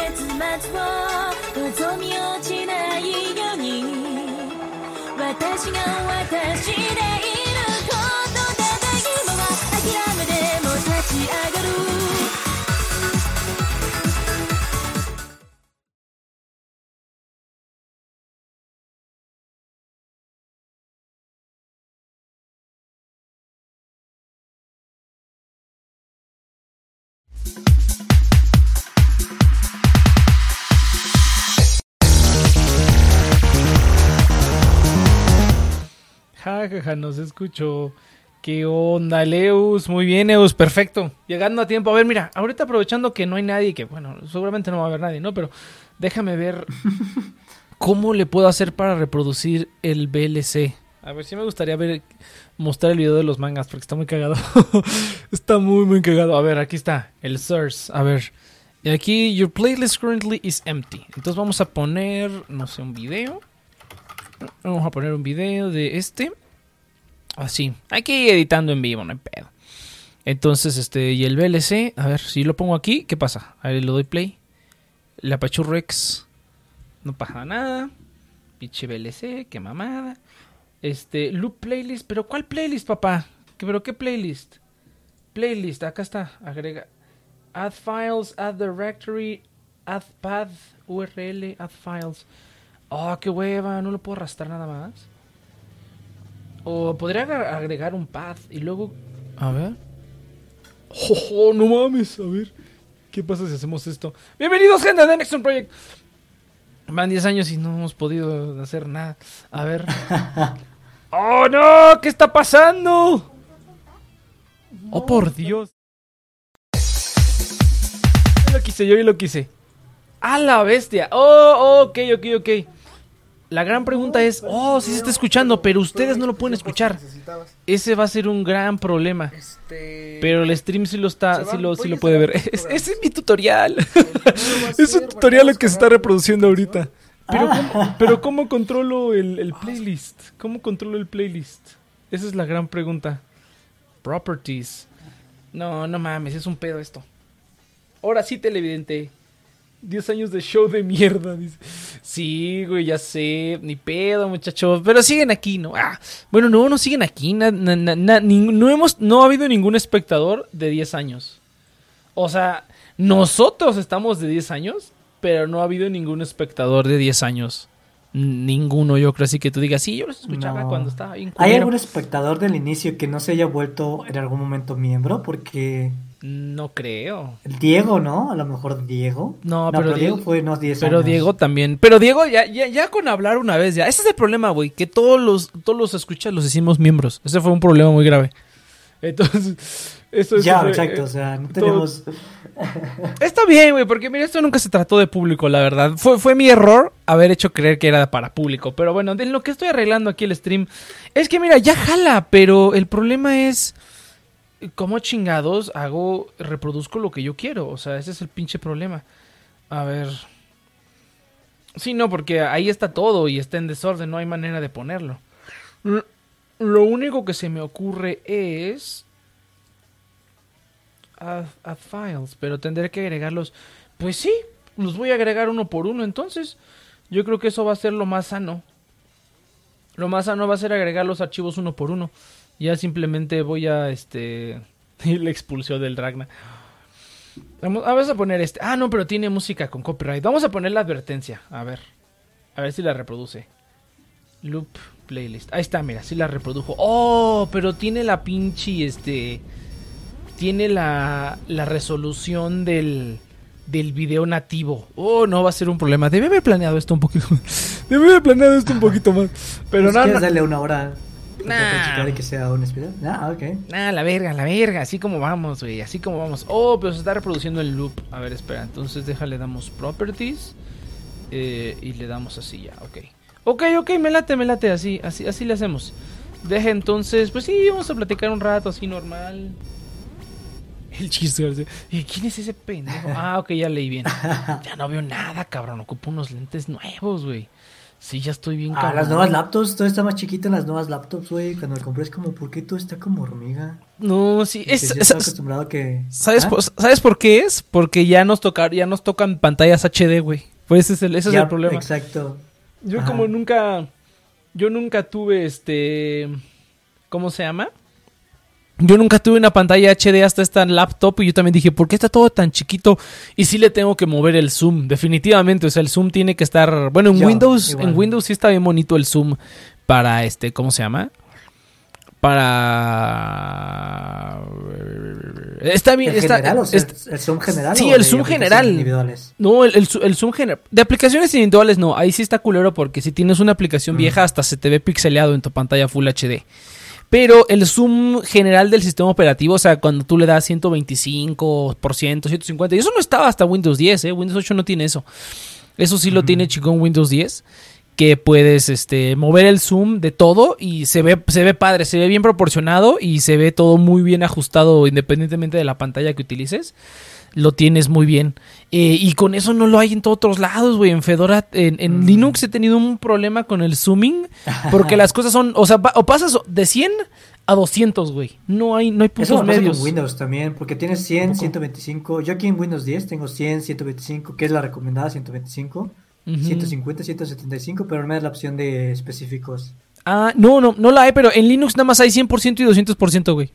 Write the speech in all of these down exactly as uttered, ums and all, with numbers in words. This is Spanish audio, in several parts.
結末を望み落ちないように私が私でいることで今は諦めても立ち上がる Ja, ja, ja, no se escuchó. ¿Qué onda, Leus? Muy bien, Eus, perfecto. Llegando a tiempo. A ver, mira, ahorita aprovechando que no hay nadie, que bueno, seguramente no va a haber nadie, ¿no? Pero déjame ver cómo le puedo hacer para reproducir el V L C. A ver, sí me gustaría ver, mostrar el video de los mangas, porque está muy cagado. Está muy, muy cagado. A ver, aquí está, el source. A ver, y aquí, your playlist currently is empty. Entonces vamos a poner, no sé, un video. Vamos a poner un video de este. Así. Aquí editando en vivo, no hay pedo. Entonces, este. Y el V L C. A ver, si lo pongo aquí, ¿qué pasa? A ver, le doy play. La Pachurrex. No pasa nada. Pinche V L C, qué mamada. Este, loop playlist. ¿Pero cuál playlist, papá? ¿Pero qué playlist? Playlist, acá está. Agrega. Add files, add directory, add path, U R L, add files. Oh, qué hueva, no lo puedo arrastrar nada más. O podría agregar un path y luego... A ver. Oh, oh, no mames, a ver. ¿Qué pasa si hacemos esto? Bienvenidos, gente de Nexon Project. Van diez años y no hemos podido hacer nada. A ver. ¡Oh, no! ¿Qué está pasando? ¡Oh, por Dios! Yo lo quise, yo lo quise. ¡A la bestia! ¡Oh, ok, ok, ok! La gran pregunta es, oh, sí se está escuchando, pero ustedes no lo pueden escuchar. Ese va a ser un gran problema. Pero el stream sí lo está, sí lo, sí lo puede ver. Es, ese es mi tutorial. Es un tutorial lo que se está reproduciendo ahorita. Pero ¿cómo, pero ¿cómo controlo el, el playlist? ¿Cómo controlo el playlist? Esa es la gran pregunta. Properties. No, no mames, es un pedo esto. Ahora sí, televidente. diez años de show de mierda, dice. Sí, güey, ya sé. Ni pedo, muchachos. Pero siguen aquí, ¿no? Ah, bueno, no, no siguen aquí. Na, na, na, na, ni, no, hemos, no ha habido ningún espectador de diez años. O sea, nosotros estamos de diez años, pero no ha habido ningún espectador de diez años. Ninguno, yo creo. Así que tú digas, sí, yo los escuchaba no. Cuando estaba bien culero. ¿Hay algún espectador del inicio que no se haya vuelto en algún momento miembro? Porque... No creo. Diego, ¿no? A lo mejor Diego. No, no pero, pero Diego, Diego fue unos diez pero años. Diego también. Pero Diego, ya, ya, ya con hablar una vez, ya. Ese es el problema, güey. Que todos los, todos los escuchas los hicimos miembros. Ese fue un problema muy grave. Entonces, eso es. Ya, fue, exacto. Eh, o sea, no tenemos. Todo... Está bien, güey, porque mira, esto nunca se trató de público, la verdad. Fue, fue mi error haber hecho creer que era para público. Pero bueno, de lo que estoy arreglando aquí el stream es que, mira, ya jala, pero el problema es. ¿Cómo chingados hago, reproduzco lo que yo quiero? O sea, ese es el pinche problema. A ver. Sí, no, porque ahí está todo y está en desorden, no hay manera de ponerlo. Lo único que se me ocurre es... Add, add files, pero tendré que agregarlos. Pues sí, los voy a agregar uno por uno, entonces. Yo creo que eso va a ser lo más sano. Lo más sano va a ser agregar los archivos uno por uno. Ya simplemente voy a, este... Y la expulsión del Ragnar. Vamos, vamos a poner este... Ah, no, pero tiene música con copyright. Vamos a poner la advertencia. A ver. A ver si la reproduce. Loop playlist. Ahí está, mira, sí la reprodujo. Oh, pero tiene la pinche, este... Tiene la, la resolución del... Del video nativo. Oh, no, va a ser un problema. Debe haber planeado esto un poquito más. Debe haber planeado esto un poquito más. Pero pues no, ¿quieres no. darle una hora? Nah. Que sea un especial. Ah, ok. Nah, la verga, la verga. Así como vamos, güey. Así como vamos. Oh, pero se está reproduciendo el loop. A ver, espera. Entonces déjale, damos properties. Eh, y le damos así ya. Ok. Ok, ok, me late, me late. Así, así, así le hacemos. Deja entonces. Pues sí, vamos a platicar un rato así normal. El chiste. ¿Quién es ese pendejo? Ah, ok, ya leí bien. Ya no veo nada, cabrón. Ocupo unos lentes nuevos, güey. Sí, ya estoy bien Ah, cabrón. las nuevas laptops, todo está más chiquito en las nuevas laptops, güey. Cuando me compré es como, ¿por qué todo está como hormiga? No, sí, Porque es, yo es- estaba es- acostumbrado a que... ¿sabes, ¿Ah? por, ¿sabes por qué es? Porque ya nos tocar, ya nos tocan pantallas H D, güey. Pues ese es el, ese es Ya, el problema. exacto. Yo Ajá. como nunca, yo nunca tuve este, ¿cómo se llama? Yo nunca tuve una pantalla H D hasta esta laptop y yo también dije, ¿por qué está todo tan chiquito? Y sí le tengo que mover el zoom, definitivamente, o sea, el zoom tiene que estar, bueno, en Yo, Windows, igual. en Windows sí está bien bonito el zoom para este, ¿cómo se llama? Para está bien, ¿El está general? O sea, est- ¿el zoom general? Sí, o el de zoom aplicaciones general. individuales? No, el, el, zu- el zoom general. De aplicaciones individuales no. Ahí sí está culero porque si tienes una aplicación Mm. vieja hasta se te ve pixeleado en tu pantalla Full H D. Pero el zoom general del sistema operativo, o sea, cuando tú le das ciento veinticinco por ciento, ciento cincuenta, y eso no estaba hasta Windows diez, ¿eh? Windows ocho no tiene eso. Eso sí lo Ujú. tiene chingón Windows diez, que puedes este, mover el zoom de todo y se ve, se ve padre, se ve bien proporcionado y se ve todo muy bien ajustado independientemente de la pantalla que utilices. Lo tienes muy bien. Eh, y con eso no lo hay en todos otros lados, güey. En Fedora, en, en Mm. Linux he tenido un problema con el zooming. Porque las cosas son, o sea, va- o pasas de cien a doscientos, güey. No hay, no hay Eso puntos me pasa medios. con Windows también, porque tienes cien, Tampoco. ciento veinticinco. Yo aquí en Windows diez tengo cien, ciento veinticinco, que es la recomendada, ciento veinticinco, Ujú. ciento cincuenta, ciento setenta y cinco, pero no me da la opción de específicos. Ah, no, no, no la hay, pero en Linux nada más hay cien por ciento y doscientos por ciento, güey.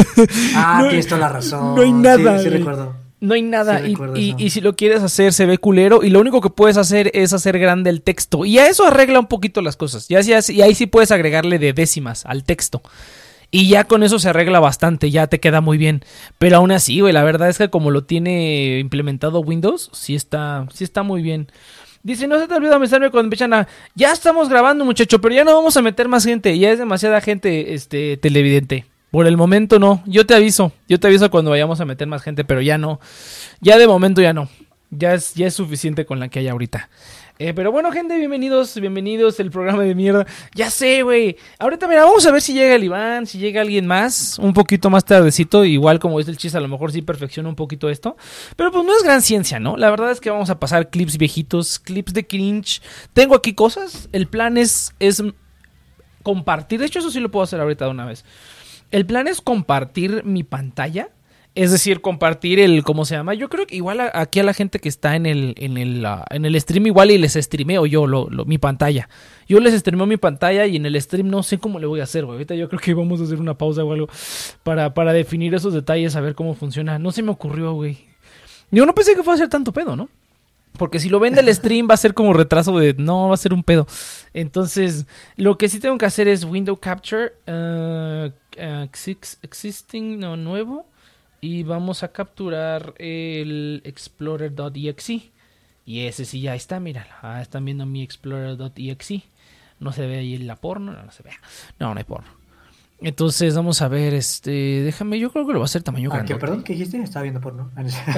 Ah, No hay- tienes toda la razón. no hay nada, Sí, sí güey. recuerdo. No hay nada. Sí, y, recuerdo y- eso. y si lo quieres hacer, se ve culero. Y lo único que puedes hacer es hacer grande el texto. Y a eso arregla un poquito las cosas. Ya, ya- y ahí sí puedes agregarle de décimas al texto. Y ya con eso se arregla bastante. Ya te queda muy bien. Pero aún así, güey, la verdad es que como lo tiene implementado Windows, sí está, sí está muy bien. Dice, no se te olvida avisarme cuando empiezan a... Ya estamos grabando, muchacho, pero ya no vamos a meter más gente. Ya es demasiada gente este, televidente. Por el momento no. Yo te aviso. Yo te aviso cuando vayamos a meter más gente, pero ya no. Ya de momento ya no. Ya es, ya es suficiente con la que hay ahorita. Eh, pero bueno, gente, bienvenidos, bienvenidos al programa de mierda. Ya sé, güey. Ahorita, mira, vamos a ver si llega el Iván, si llega alguien más, un poquito más tardecito. Igual como dice el chiste, a lo mejor sí perfecciona un poquito esto. Pero pues no es gran ciencia, ¿no? La verdad es que vamos a pasar clips viejitos, clips de cringe. Tengo aquí cosas. El plan es, es compartir. De hecho, eso sí lo puedo hacer ahorita de una vez. El plan es compartir mi pantalla. Es decir, compartir el, ¿cómo se llama? Yo creo que igual a- aquí a la gente que está en el, en el, ah, en el stream igual y les streameo yo lo, lo- mi pantalla. Yo les streameo mi pantalla y en el stream no sé cómo le voy a hacer, güey. Ahorita yo creo que vamos a hacer una pausa o algo para, para definir esos detalles, a ver cómo funciona. No se me ocurrió, güey. Yo no pensé que fuera a ser tanto pedo, ¿no? Porque si lo ven del stream va a ser como retraso de... No, va a ser un pedo. Entonces, lo que sí tengo que hacer es window capture. Uh, uh, exis- existing, no, nuevo. Y vamos a capturar el explorer.exe. Y ese sí ya está, mira. Ah, están viendo mi explorer.exe. No se ve ahí la porno, no, no se ve. No, no hay porno. Entonces, vamos a ver, este... Déjame, yo creo que lo va a hacer tamaño Ah, grande. ¿qué, perdón? ¿Qué dijiste? Estaba viendo porno. Ah, no sé.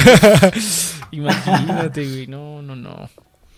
Imagínate, güey. No, no, no.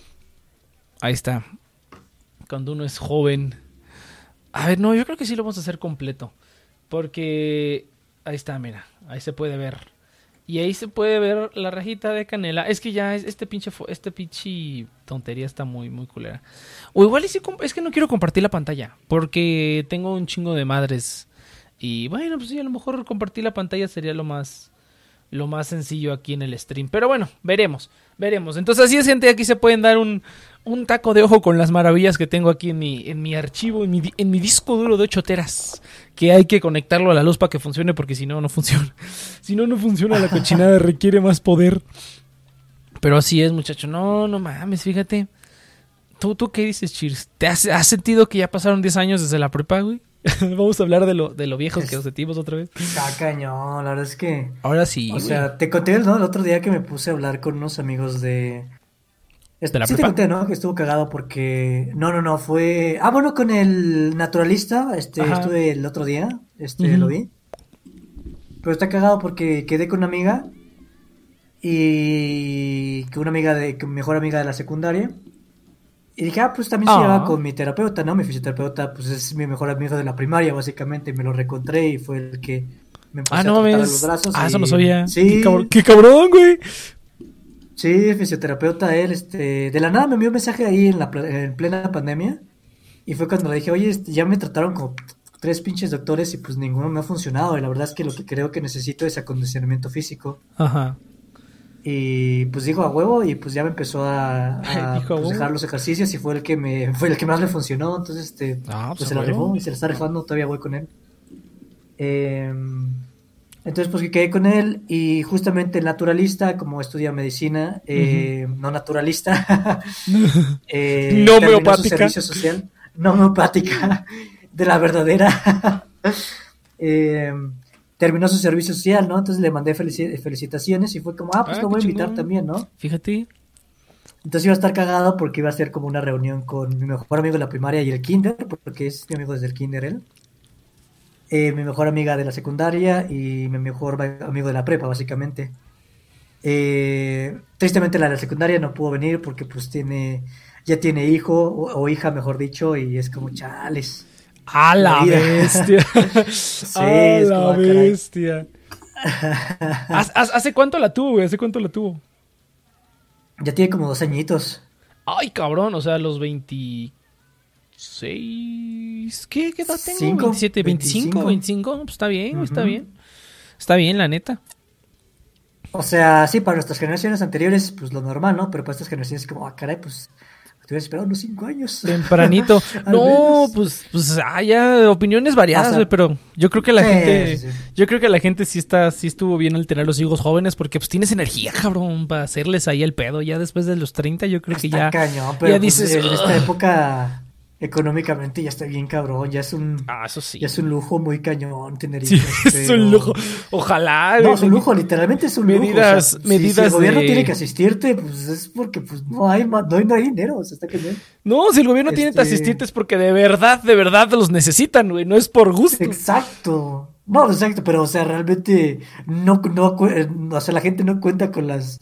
Ahí está. Cuando uno es joven. A ver, no, yo creo que sí lo vamos a hacer completo. Porque ahí está, mira. Ahí se puede ver. Y ahí se puede ver la rajita de canela. Es que ya es- este pinche fo- este pinche tontería está muy, muy culera. O igual y sí comp- es que no quiero compartir la pantalla. Porque tengo un chingo de madres. Y bueno, pues sí, a lo mejor compartir la pantalla sería lo más... Lo más sencillo aquí en el stream. Pero bueno, veremos, veremos. Entonces así es, gente, aquí se pueden dar un, un taco de ojo con las maravillas que tengo aquí en mi, en mi archivo, en mi, di- en mi disco duro de ocho teras. Que hay que conectarlo a la luz para que funcione, porque si no, no funciona. Si no, no funciona la cochinada, requiere más poder. Pero así es, muchacho. No, no mames, fíjate. ¿Tú, tú qué dices, Cheers? ¿Te has, has sentido que ya pasaron diez años desde la prepa, güey? Vamos a hablar de lo, de lo viejos que nos sentimos otra vez. Está cañón, la verdad es que... Ahora sí, O güey. sea, te conté, ¿no? El otro día que me puse a hablar con unos amigos de... ¿De la sí prepa? te conté, ¿no? Que estuvo cagado porque... No, no, no, fue... Ah, bueno, con el naturalista, este, Ajá. estuve el otro día, este, Ujú. lo vi. Pero está cagado porque quedé con una amiga y... que una amiga de... que mejor amiga de la secundaria. Y dije, ah, pues también se Ah. llevaba con mi terapeuta, ¿no? Mi fisioterapeuta, pues es mi mejor amigo de la primaria, básicamente. Me lo reencontré y fue el que me empezó Ah, a no tratar de mames. los brazos. Ah, y- eso no sabía. Sí. Qué cabrón, qué cabrón, güey. Sí, fisioterapeuta él, este, de la nada me envió un mensaje ahí en la pl- en plena pandemia y fue cuando le dije, oye, este, ya me trataron como tres pinches doctores y pues ninguno me ha funcionado y la verdad es que lo que creo que necesito es acondicionamiento físico Ajá. y pues dijo a huevo y pues ya me empezó a, a, Dijo, pues, dejar "Oh". los ejercicios y fue el que me, fue el que más le funcionó, entonces este, Ah, pues pues se a la rifó huevo. y se la está rifando, todavía voy con él. Em, entonces, pues que quedé con él y justamente el naturalista, como estudia medicina, Ujú. eh, no naturalista, No eh, terminó su homeopática. servicio social, no homeopática, de la verdadera. eh, Terminó su servicio social, ¿no? Entonces le mandé felici- felicitaciones y fue como, ah, pues Ah, lo qué voy a invitar chingón. también, ¿no? Fíjate. Entonces iba a estar cagado porque iba a ser como una reunión con mi mejor amigo de la primaria y el kinder, porque es mi amigo desde el kinder él. Eh, mi mejor amiga de la secundaria y mi mejor ba- amigo de la prepa, básicamente. Eh, tristemente la de la secundaria no pudo venir porque pues tiene, ya tiene hijo o, o hija, mejor dicho, y es como chales, A la la vida. bestia. Sí, A es la como, ah, caray. bestia. ¿Hace, hace- hace cuánto la tuvo, güey? ¿Hace cuánto la tuvo? Ya tiene como dos añitos. Ay, cabrón, o sea, los veintiséis. ¿Qué, qué edad tengo? Cinco, veintisiete, veinticinco, veinticinco. veinticinco. Pues está bien, güey, está Ujú. bien. Está bien, la neta. O sea, sí, para nuestras generaciones anteriores, pues lo normal, ¿no? Pero para estas generaciones es como, ah, caray, pues te hubieras esperado unos cinco años. Tempranito. Al No, menos. pues, pues, ah, ya, opiniones variadas, güey, Hasta. pero yo creo que la Sí, gente, sí, sí. yo creo que la gente sí está, sí estuvo bien al tener los hijos jóvenes, porque pues tienes energía, cabrón, para hacerles ahí el pedo. Ya después de los treinta, yo creo que Está ya, cañón, ya pero pues dices, en esta "Ugh". época económicamente ya está bien cabrón, ya es un, Ah, eso sí. ya es un lujo muy cañón tener Sí, hijos, es un pero... lujo. Ojalá, No, güey, es un medi- lujo, literalmente es un lujo, o medidas, sea, si, si el medidas gobierno tiene que de... asistirte, pues es porque pues no hay, ma- no hay, no hay dinero, o sea, está cañón. No, si el gobierno tiene que Este, asistirte es porque de verdad, de verdad los necesitan, güey, no es por gusto. exacto, no, exacto, pero o sea, realmente no, no, cu- eh, o sea, la gente no cuenta con las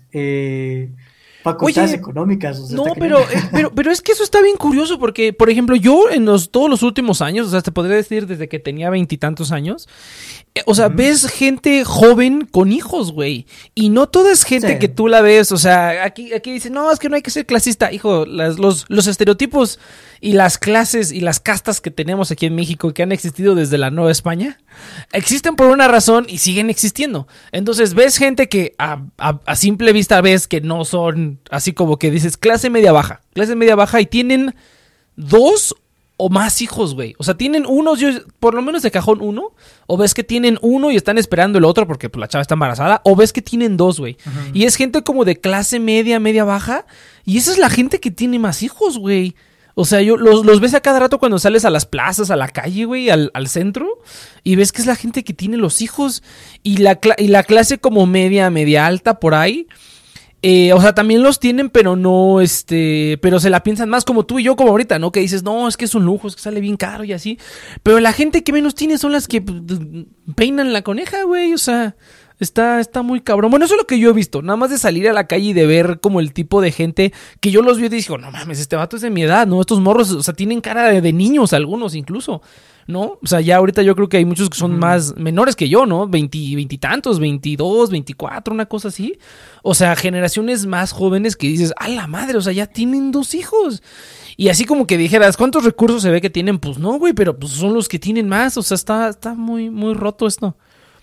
eh, facultades Oye, económicas, o sea, está no, cañón. pero, eh, pero, pero es que eso está bien curioso porque, por ejemplo, yo en los, todos los últimos años, o sea, te podría decir desde que tenía veintitantos años, eh, o sea, Ujú. ves gente joven con hijos, güey. Y no toda es gente Sí. que tú la ves, o sea, aquí, aquí dicen, no, es que no hay que ser clasista. Hijo, las, los, los estereotipos y las clases y las castas que tenemos aquí en México que han existido desde la Nueva España, existen por una razón y siguen existiendo. Entonces ves gente que a, a- a simple vista ves que no son así como que dices clase media baja, clase media baja y tienen dos o más hijos, güey. O sea, tienen unos, yo, por lo menos de cajón uno, o ves que tienen uno y están esperando el otro porque pues, la chava está embarazada, o ves que tienen dos, güey. Ujú. Y es gente como de clase media, media baja, y esa es la gente que tiene más hijos, güey. O sea, yo los, los ves a cada rato cuando sales a las plazas, a la calle, güey, al, al centro, y ves que es la gente que tiene los hijos, y la, cla- y la clase como media, media alta por ahí. Eh, o sea, también los tienen, pero no, este, pero se la piensan más como tú y yo, como ahorita, ¿no? Que dices, no, es que es un lujo, es que sale bien caro y así. Pero la gente que menos tiene son las que pues, peinan la coneja, güey, o sea, está, está muy cabrón. Bueno, eso es lo que yo he visto, nada más de salir a la calle y de ver como el tipo de gente que yo los vi y digo, no mames, este vato es de mi edad, ¿no? Estos morros, o sea, tienen cara de, de niños algunos incluso. ¿No? O sea, ya ahorita yo creo que hay muchos que son Ujú. más menores que yo, ¿no? Veinte, veintitantos, veintidós, veinticuatro, una cosa así. O sea, generaciones más jóvenes que dices, a la madre, o sea, ya tienen dos hijos. Y así como que dijeras, ¿cuántos recursos se ve que tienen? Pues no, güey, pero pues son los que tienen más. O sea, está, está muy, muy roto esto.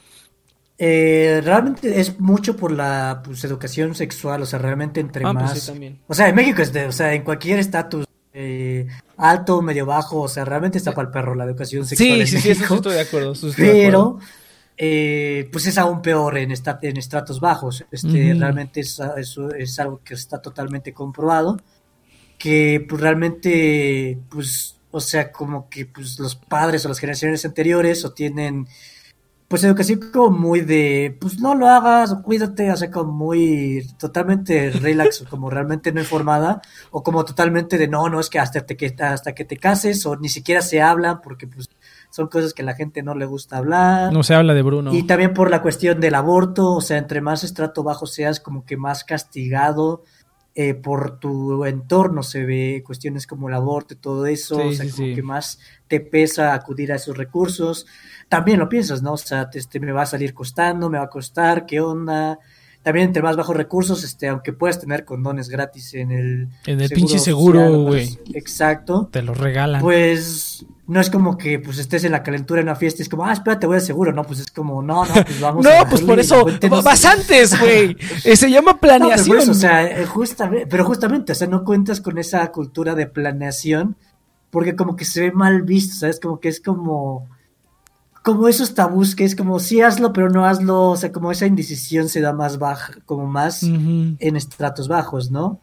Eh, realmente es mucho por la pues, educación sexual, o sea, realmente entre Ah, pues más, sí, también. o sea, en México es de, o sea, en cualquier estatus, eh, alto, medio bajo, o sea, realmente está para el perro la educación sexual Sí, en sí, sí, eso sí México, estoy de acuerdo. Eso sí estoy de acuerdo. pero eh, pues es aún peor en, esta- en estratos bajos, este, Ujú. realmente es, eso es algo que está totalmente comprobado, que pues realmente, pues, o sea, como que pues los padres o las generaciones anteriores o tienen pues educación como muy de, pues no lo hagas, o cuídate, o sea, como muy totalmente relax, o como realmente no informada, o como totalmente de no, no, es que hasta, te, que hasta que te cases, o ni siquiera se hablan, porque pues son cosas que a la gente no le gusta hablar. No se habla de Y Bruno. también por la cuestión del aborto, o sea, entre más estrato bajo seas, como que más castigado eh, por tu entorno se ve cuestiones como el aborto y todo eso, Sí, o sea, sí, como sí. que más te pesa acudir a esos recursos. También lo piensas, ¿no? O sea, este me va a salir costando, me va a costar, ¿qué onda? también entre más bajos recursos, este, aunque puedas tener condones gratis en el... En el pinche seguro, güey. Exacto. Te los regalan. Pues no es como que pues estés en la calentura en una fiesta y es como, ah, espérate, voy al seguro. No, pues es como, no, no, pues vamos no, a... No, pues por eso, cuéntenos... vas antes, güey. Se llama planeación. No, pero, eso, o sea, justamente, pero justamente, o sea, no cuentas con esa cultura de planeación porque como que se ve mal visto, ¿sabes? Como que es como... Como esos tabús que es como, sí hazlo, pero no hazlo, o sea, como esa indecisión se da más baja, como más uh-huh. en estratos bajos, ¿no?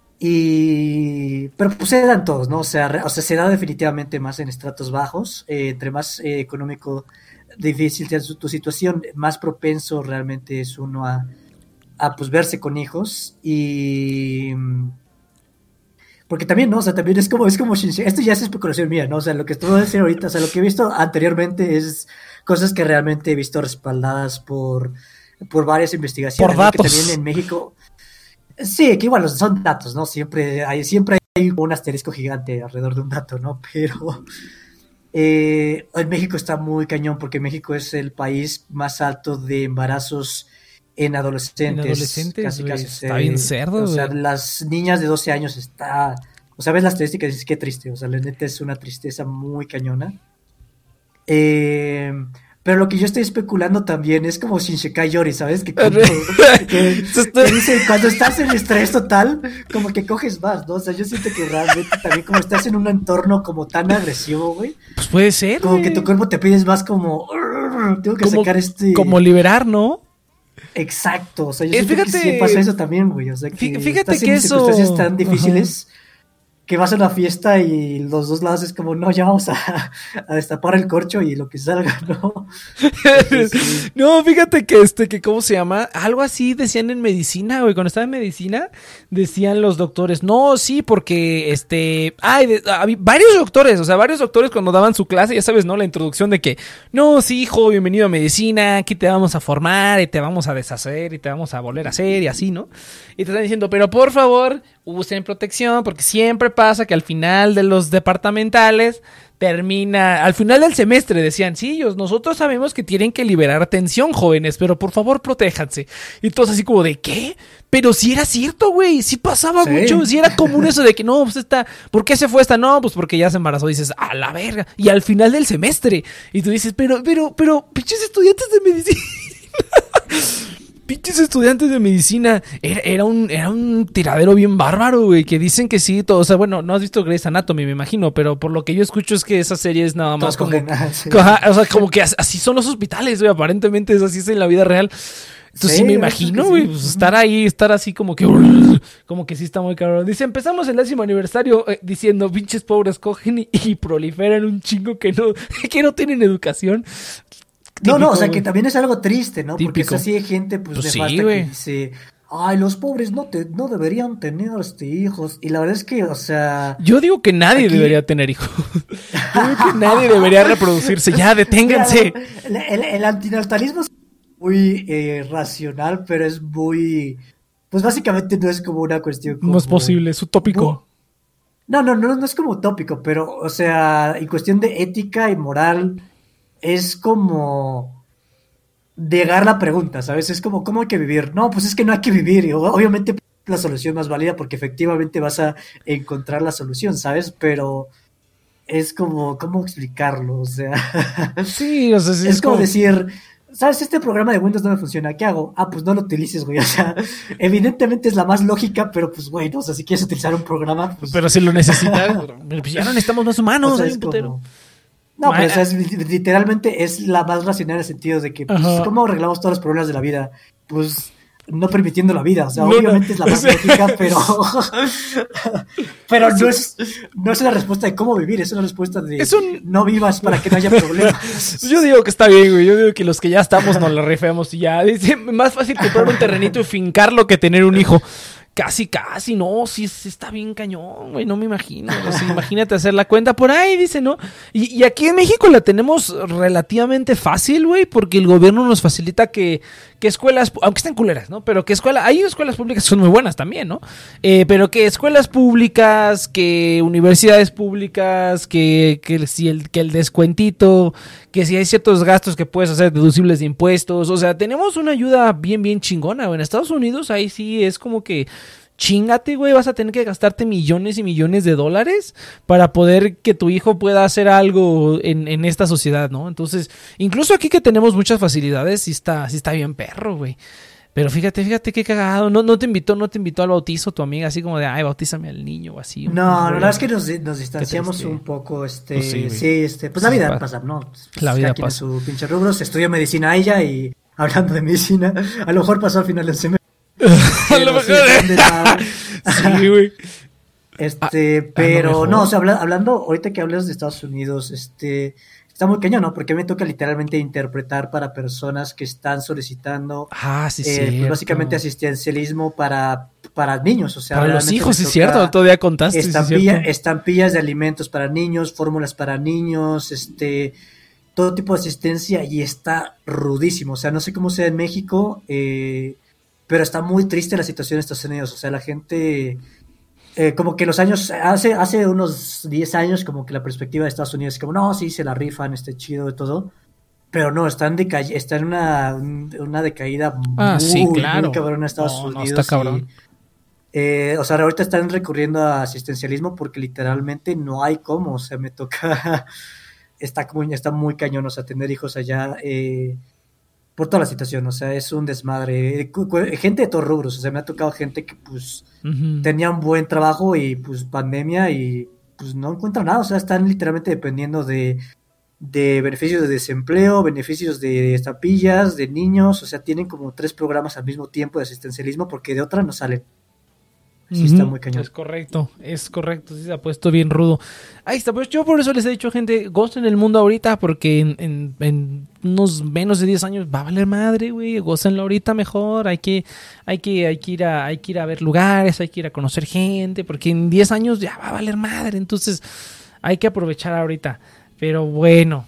Y... Pero pues se dan todos, ¿no? O sea, re... o sea se da definitivamente más en estratos bajos, eh, entre más eh, económico difícil sea tu situación, más propenso realmente es uno a, a pues verse con hijos y... Porque también, ¿no? O sea, también es como, es como, esto ya es especulación mía, ¿no? O sea, lo que estoy diciendo ahorita, o sea, lo que he visto anteriormente es cosas que realmente he visto respaldadas por, por varias investigaciones. Por datos. ¿No? Que también en México, sí, que igual son datos, ¿no? Siempre hay, siempre hay un asterisco gigante alrededor de un dato, ¿no? Pero eh, en México está muy cañón porque México es el país más alto de embarazos en adolescentes. En adolescentes, casi, casi, está eh, bien cerdo, o sea, güey. las niñas de doce años está... O sea, ves las estadísticas y dices, qué triste. O sea, la neta es una tristeza muy cañona. Eh, pero lo que yo estoy especulando también es como Shinshikai Yori, ¿sabes? Que, como, que, que dice, cuando estás en estrés total, como que coges más, ¿no? O sea, yo siento que realmente también como estás en un entorno como tan agresivo, güey. Pues puede ser, Como güey. que tu cuerpo te pides más como... Tengo que como, sacar este... Como liberar, ¿no? Exacto, o sea, yo es, siento fíjate, que sí pasa eso también, güey, o sea, que fíjate estás que en eso... circunstancias tan difíciles Ajá. que vas a una fiesta y los dos lados es como, no, ya vamos a, a destapar el corcho y lo que salga, ¿no? Entonces, sí. No, fíjate que este, que ¿cómo se llama? Algo así decían en medicina, güey, cuando estaba en medicina, decían los doctores, no, sí, porque, este, ay, de, hay varios doctores, o sea, varios doctores cuando daban su clase, ya sabes, ¿no? La introducción de que, no, sí, hijo, bienvenido a medicina, aquí te vamos a formar y te vamos a deshacer y te vamos a volver a hacer y así, ¿no? Y te están diciendo, pero por favor, usen protección, porque siempre pasa que al final de los departamentales termina, al final del semestre decían, sí, ellos, nosotros sabemos que tienen que liberar tensión, jóvenes, pero por favor protéjanse. Y todos así como de, ¿qué? Pero si era cierto, güey, sí pasaba sí. mucho, si era común eso de que no, pues esta, ¿por qué se fue esta? No, pues porque ya se embarazó, dices, a la verga, y al final del semestre, y tú dices, pero, pero, pero, pinches estudiantes de medicina. Pinches estudiantes de medicina, era, era un era un tiradero bien bárbaro, güey, que dicen que sí, todo, o sea, bueno, no has visto Grey's Anatomy, me imagino, pero por lo que yo escucho es que esa serie es nada más como, sí. o sea, como que así son los hospitales, güey, aparentemente es así es en la vida real. Entonces sí, sí me imagino, güey, sí. pues, estar ahí, estar así como que, como que sí está muy cabrón. Dice, empezamos el décimo aniversario eh, diciendo, pinches pobres cogen y, y proliferan un chingo que no, que no tienen educación. Típico, no, no, o sea, que también es algo triste, ¿no? Típico. Porque es así de gente, pues, pues nefasta sí, que dice, ay, los pobres no te, no deberían tener este, hijos. Y la verdad es que, o sea... Yo digo que nadie aquí... debería tener hijos. Yo digo que nadie debería reproducirse. Ya, deténganse. El, el, el antinatalismo es muy eh, racional, pero es muy... Pues básicamente no es como una cuestión como... No es posible, es utópico. No, no, no, no es como utópico, pero, o sea, en cuestión de ética y moral... Es como negar la pregunta, ¿sabes? Es como, ¿cómo hay que vivir? No, pues es que no hay que vivir. Y obviamente la solución más válida porque efectivamente vas a encontrar la solución, ¿sabes? Pero es como, ¿cómo explicarlo? O sea... Sí, o sea, sí, es, es como, como decir, ¿sabes? Este programa de Windows no me funciona. ¿Qué hago? Ah, pues no lo utilices, güey. O sea, evidentemente es la más lógica, pero pues, güey, ¿no? O sea, si quieres utilizar un programa... Pues... Pero si lo necesitas, pues ya no necesitamos más humanos, o sea, hay un putero. Como... No, pero o sea, es, literalmente es la más racional en el sentido de que, pues, ¿cómo arreglamos todos los problemas de la vida? Pues, no permitiendo la vida, o sea, no, obviamente no. es la más lógica, pero pero no es, no es una respuesta de cómo vivir, es una respuesta de es un... no vivas para que no haya problemas. Yo digo que está bien, güey, yo digo que los que ya estamos nos la rifemos y ya, es más fácil comprar un terrenito y fincarlo que tener un hijo. Casi, casi, no, sí, sí está bien cañón, güey, no me imagino, o sea, imagínate hacer la cuenta por ahí, dice, ¿no? Y, y aquí en México la tenemos relativamente fácil, güey, porque el gobierno nos facilita que, que escuelas, aunque estén culeras, ¿no? Pero que escuelas, hay escuelas públicas que son muy buenas también, ¿no? Eh, pero que escuelas públicas, que universidades públicas, que, que si el, que el descuentito, que si hay ciertos gastos que puedes hacer deducibles de impuestos, o sea, tenemos una ayuda bien, bien chingona, güey. En Estados Unidos ahí sí es como que chíngate, güey, vas a tener que gastarte millones y millones de dólares para poder que tu hijo pueda hacer algo en, en esta sociedad, ¿no? Entonces, incluso aquí que tenemos muchas facilidades, sí está, sí está bien perro, güey. Pero fíjate, fíjate qué cagado. No, no te invitó, no te invitó al bautizo tu amiga, así como de, ay, bautízame al niño o así. No, no, la verdad es que nos, nos distanciamos un poco, este, pues sí, sí, este, pues la vida pasa, pasa ¿no? Pues, la vida pasa. Su pinche rubros, estudió medicina ella y hablando de medicina, a lo mejor pasó al final del semestre. A lo mejor. Sí, güey. Este, ah, pero ah, no, no, o sea, habla, hablando, ahorita que hablas de Estados Unidos, este, está muy cañón, ¿no? Porque me toca literalmente interpretar para personas que están solicitando, ah, sí, eh, pues básicamente asistencialismo para, para niños, o sea, para los hijos, sí es cierto, todavía contaste, estampilla, sí, estampillas de alimentos para niños, fórmulas para niños, este, todo tipo de asistencia y está rudísimo, o sea, no sé cómo sea en México, eh, pero está muy triste la situación en Estados Unidos, o sea, la gente, eh, como que los años, hace hace unos diez años, como que la perspectiva de Estados Unidos es como, no, sí, se la rifan, este chido y todo, pero no, está en, deca está en una, una decaída ah, muy, sí, claro. muy cabrón en Estados no, Unidos. No, está cabrón. Y, eh, o sea, ahorita están recurriendo a asistencialismo porque literalmente no hay cómo, o sea, me toca, está muy, está muy cañón, o sea, tener hijos allá, eh, por toda la situación, o sea, es un desmadre. Gente de todos rubros, o sea, me ha tocado gente que, pues, uh-huh. tenía un buen trabajo y, pues, pandemia y, pues, no encuentran nada, o sea, están literalmente dependiendo de, de beneficios de desempleo, beneficios de estampillas, de niños, o sea, tienen como tres programas al mismo tiempo de asistencialismo porque de otra no salen. Sí, uh-huh. Está muy cañón. Es correcto, es correcto, sí se ha puesto bien rudo. Ahí está, pues yo por eso les he dicho, gente, gocen el mundo ahorita porque en, en, en unos menos de diez años va a valer madre, güey, gócenlo ahorita mejor, hay que, hay que, hay que ir a, hay que ir a ver lugares, hay que ir a conocer gente, porque en diez años ya va a valer madre, entonces hay que aprovechar ahorita, pero bueno.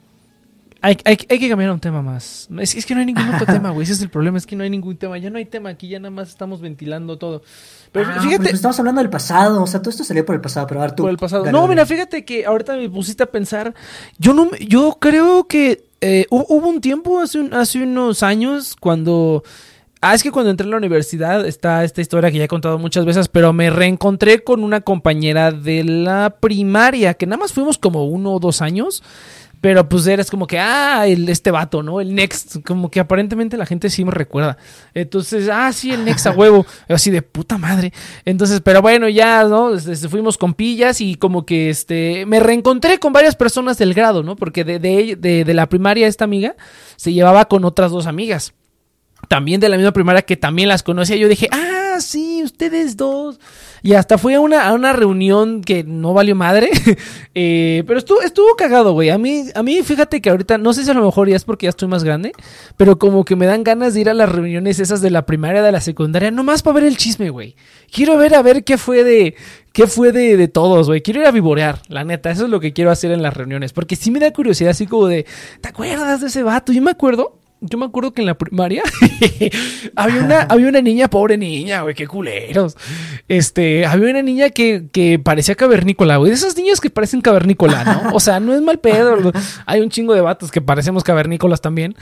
Hay, hay, hay que cambiar a un tema más. Es, es que no hay ningún otro tema, güey. Ese es el problema, es que no hay ningún tema. Ya no hay tema aquí, ya nada más estamos ventilando todo. Pero ah, fíjate. Pues estamos hablando del pasado, o sea, todo esto salió por el pasado, pero a ver tú. Por el pasado. Dale, no, dale. Mira, fíjate que ahorita me pusiste a pensar. Yo no, yo creo que eh, hubo un tiempo, hace, un, hace unos años, cuando. Ah, es que cuando entré a la universidad está esta historia que ya he contado muchas veces, pero me reencontré con una compañera de la primaria, que nada más fuimos como uno o dos años. Pero pues eres como que, ah, el, este vato, ¿no? El Next, como que aparentemente la gente sí me recuerda. Entonces, ah, sí, el Next a huevo. Así de puta madre. Entonces, pero bueno, ya, ¿no? Este, fuimos con pillas y como que este me reencontré con varias personas del grado, ¿no? Porque de, de, de, de la primaria esta amiga se llevaba con otras dos amigas. También de la misma primaria que también las conocía. Yo dije, ah, sí, ustedes dos. Y hasta fui a una, a una reunión que no valió madre. eh, pero estuvo, estuvo cagado, güey. A mí, a mí, fíjate que ahorita, no sé si a lo mejor ya es porque ya estoy más grande, pero como que me dan ganas de ir a las reuniones esas de la primaria, de la secundaria, nomás para ver el chisme, güey. Quiero ver a ver qué fue de, qué fue de, de todos, güey. Quiero ir a vivorear, la neta. Eso es lo que quiero hacer en las reuniones. Porque sí me da curiosidad, así como de, ¿te acuerdas de ese vato? Yo me acuerdo. Yo me acuerdo que en la primaria había una había una niña, pobre niña, güey, qué culeros. Este, había una niña que, que parecía cavernícola, güey. De esas niñas que parecen cavernícola, ¿no? O sea, no es mal pedo. Hay un chingo de vatos que parecemos cavernícolas también.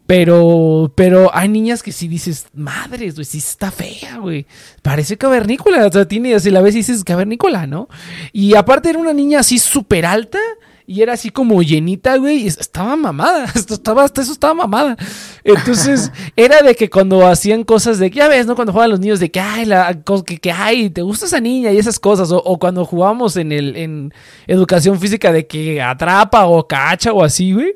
Pero, pero hay niñas que sí dices, madres, güey, sí está fea, güey. Parece cavernícola. O sea, tiene, si la ves y dices cavernícola, ¿no? Y aparte era una niña así súper alta. Y era así como llenita, güey, y estaba mamada, estaba, hasta eso estaba mamada. Entonces, era de que cuando hacían cosas de, ya ves, ¿no? Cuando jugaban los niños de que, ay, la, que, que, ay, te gusta esa niña y esas cosas. O, o cuando jugábamos en, el, en educación física de que atrapa o cacha o así, güey.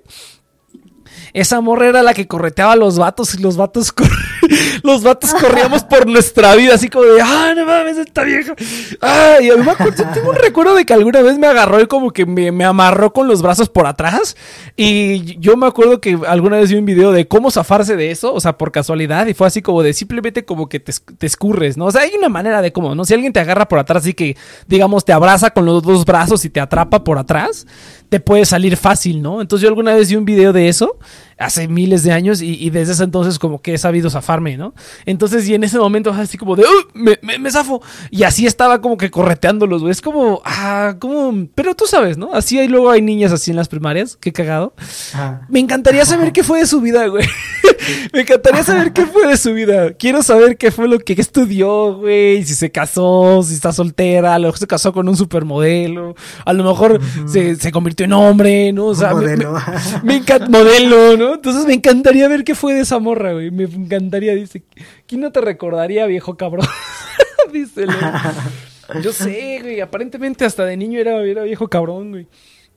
Esa morra era la que correteaba a los vatos y los vatos cor... los vatos corríamos por nuestra vida, así como de, ah, no mames, esta vieja. Ah, y a mí me acuerdo, yo tengo un recuerdo de que alguna vez me agarró y como que me, me amarró con los brazos por atrás. Y yo me acuerdo que alguna vez vi un video de cómo zafarse de eso, o sea, por casualidad, y fue así como de simplemente como que te, te escurres, ¿no? O sea, hay una manera de cómo, ¿no? Si alguien te agarra por atrás y que, digamos, te abraza con los dos brazos y te atrapa por atrás, te puede salir fácil, ¿no? Entonces yo alguna vez vi un video de eso, hace miles de años, y, y desde ese entonces como que he sabido zafarme, ¿no? Entonces, y en ese momento así como de, ¡uh! me, me, me zafo, y así estaba como que correteándolos, güey, es como, ah, como, pero tú sabes, ¿no? Así hay, luego hay niñas así en las primarias, qué cagado. Ah. Me encantaría saber qué fue de su vida, güey. Me encantaría saber qué fue de su vida. Quiero saber qué fue lo que estudió, güey, si se casó, si está soltera, a lo mejor se casó con un supermodelo, a lo mejor uh-huh. se, se convirtió en hombre, ¿no? O sea, modelo. Me, me, me encanta, modelo, ¿no? Entonces me encantaría ver qué fue de esa morra, güey. Me encantaría, dice, ¿quién no te recordaría, viejo cabrón? Díselo. Yo sé, güey, aparentemente hasta de niño era, era viejo cabrón, güey.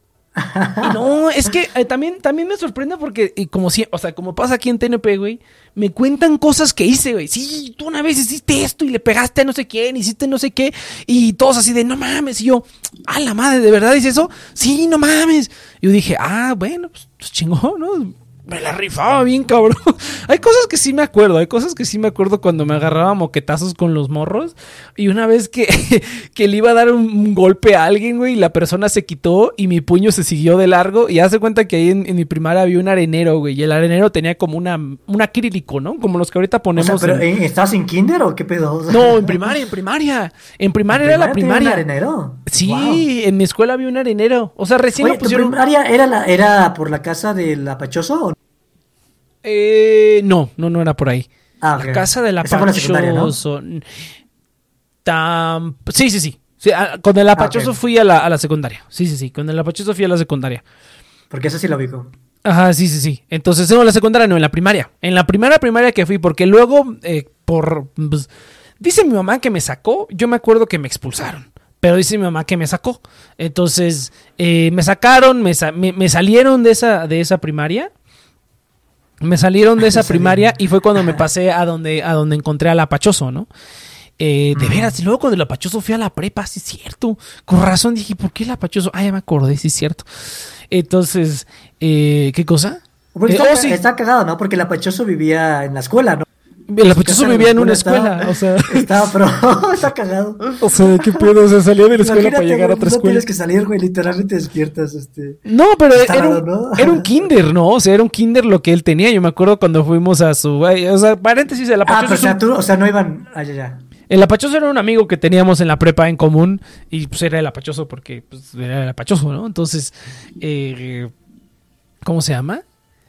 Y no, es que eh, también, también me sorprende porque, y como si, o sea, como pasa aquí en T N P, güey, me cuentan cosas que hice, güey. Sí, tú una vez hiciste esto y le pegaste a no sé quién, hiciste no sé qué, y todos así de, no mames, y yo, ah, la madre, ¿de verdad dice eso? Sí, no mames. Y yo dije, ah, bueno, pues, pues chingón, ¿no? Me la rifaba bien, cabrón. Hay cosas que sí me acuerdo, hay cosas que sí me acuerdo cuando me agarraba moquetazos con los morros. Y una vez que, que le iba a dar un, un golpe a alguien, güey, y la persona se quitó y mi puño se siguió de largo. Y hace cuenta que ahí en, en mi primaria había un arenero, güey, y el arenero tenía como una, un acrílico, ¿no? Como los que ahorita ponemos. O sea, pero en... ¿estás en kinder o qué pedo? No, en primaria, en primaria. En primaria era la primaria. ¿Un arenero? Sí, wow. En mi escuela había un arenero. O sea, recién Oye, lo pusieron. ¿tu primaria era, la, era por la casa del apachoso o no? Eh, no, no, no era por ahí. Ah, okay. La casa del apachoso. ¿No? Tam... Sí, sí, sí. sí a, con el apachoso ah, okay. fui a la, a la secundaria. Sí, sí, sí. Con el apachoso fui a la secundaria. Porque eso sí lo ubico. Ajá, sí, sí, sí. Entonces, no, en la secundaria no, en la primaria. En la primera primaria que fui, porque luego, eh, por... Pues, dice mi mamá que me sacó. Yo me acuerdo que me expulsaron. Pero dice mi mamá que me sacó. Entonces, eh, me sacaron, me, me, me salieron de esa, de esa primaria. Me salieron de esa primaria y fue cuando me pasé a donde, a donde encontré al apachoso, ¿no? Eh, de veras, y luego cuando el apachoso fui a la prepa, sí es cierto. Con razón dije, ¿por qué el apachoso? Ah, ya me acordé, sí es cierto. Entonces, eh, ¿qué cosa? Porque eh, está, oh, sí. está cagado, ¿no? Porque el apachoso vivía en la escuela, ¿no? El apachoso vivía en una escuela, estaba, o sea... Estaba, pero está cagado. O sea, ¿qué pedo? O sea, salía de la escuela Imagínate, para llegar a otra no escuela. No tienes que salir, güey, literalmente despiertas, este... No, pero era raro, un, ¿no? era un kinder, ¿no? O sea, era un kinder lo que él tenía. Yo me acuerdo cuando fuimos a su... O sea, paréntesis, el apachoso... Ah, pero o sea, un... tú, o sea, no iban... Ah, ya, ya. El apachoso era un amigo que teníamos en la prepa en común y pues era el apachoso porque pues, era el apachoso, ¿no? Entonces, eh, ¿cómo se llama?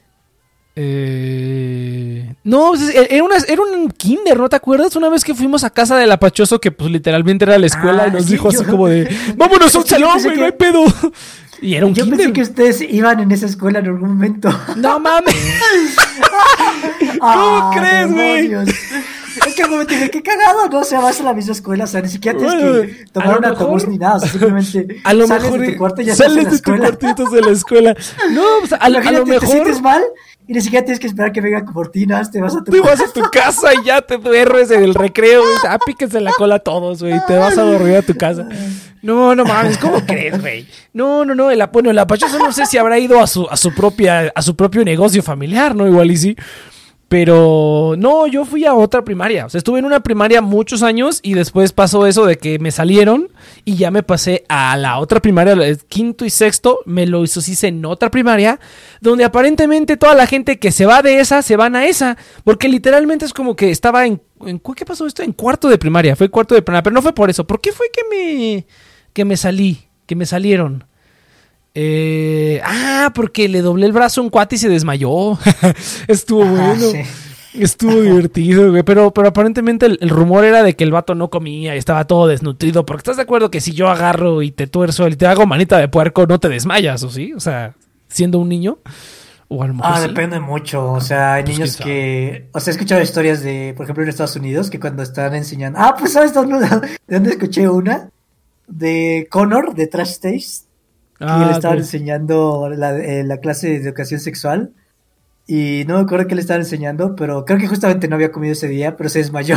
Eh, no, era, una, era un kinder, ¿no te acuerdas? Una vez que fuimos a casa del apachoso que pues literalmente era la escuela ah, y nos sí, dijo yo... así como de vámonos a un salón, güey, que... no hay pedo. Y era un yo kinder. Yo pensé que ustedes iban en esa escuela en algún momento. No mames. ¿Cómo ah, crees, güey? Es que me dije, qué cagado, ¿no? O sea, vas a la misma escuela, o sea, ni siquiera tienes bueno, que tomar un autobús ni nada, o sea, simplemente a lo sales mejor, de tu cuarto y ya sales estás en la de tu cuartito de la escuela. No, pues a, a lo mejor... te sientes mal y ni siquiera tienes que esperar que vengan cortinas, te vas a tu Te vas a tu casa y ya te duermes en el recreo, güey, ah, píquense la cola a todos, güey, te vas a dormir a tu casa. No, no mames, ¿cómo crees, güey? No, no, no, el, bueno, el apachoso no sé si habrá ido a su, a su propia, a su propio negocio familiar, ¿no? Igual y sí. Pero no, yo fui a otra primaria. O sea, estuve en una primaria muchos años y después pasó eso de que me salieron y ya me pasé a la otra primaria, el quinto y sexto, me lo hizo en otra primaria, donde aparentemente toda la gente que se va de esa, se van a esa, porque literalmente es como que estaba en, en ¿qué pasó esto? En cuarto de primaria, fue cuarto de primaria, pero no fue por eso. ¿Por qué fue que me, que me salí, que me salieron? Eh, ah, porque le doblé el brazo a un cuate y se desmayó. Estuvo bueno. Ah, sí. Estuvo divertido, güey. Pero, pero aparentemente el, el rumor era de que el vato no comía y estaba todo desnutrido. Porque estás de acuerdo que si yo agarro y te tuerzo y te hago manita de puerco, no te desmayas, ¿o sí? O sea, siendo un niño. O a lo mejor ah, sí. Depende mucho. O sea, hay pues niños que. O sea, he escuchado historias de, por ejemplo, en Estados Unidos, que cuando están enseñando. Ah, pues sabes dónde, ¿de dónde escuché una? De Connor, de Trash Taste. Ah, y le estaban okay. enseñando la, eh, la clase de educación sexual y no me acuerdo qué le estaban enseñando, pero creo que justamente no había comido ese día, pero se desmayó.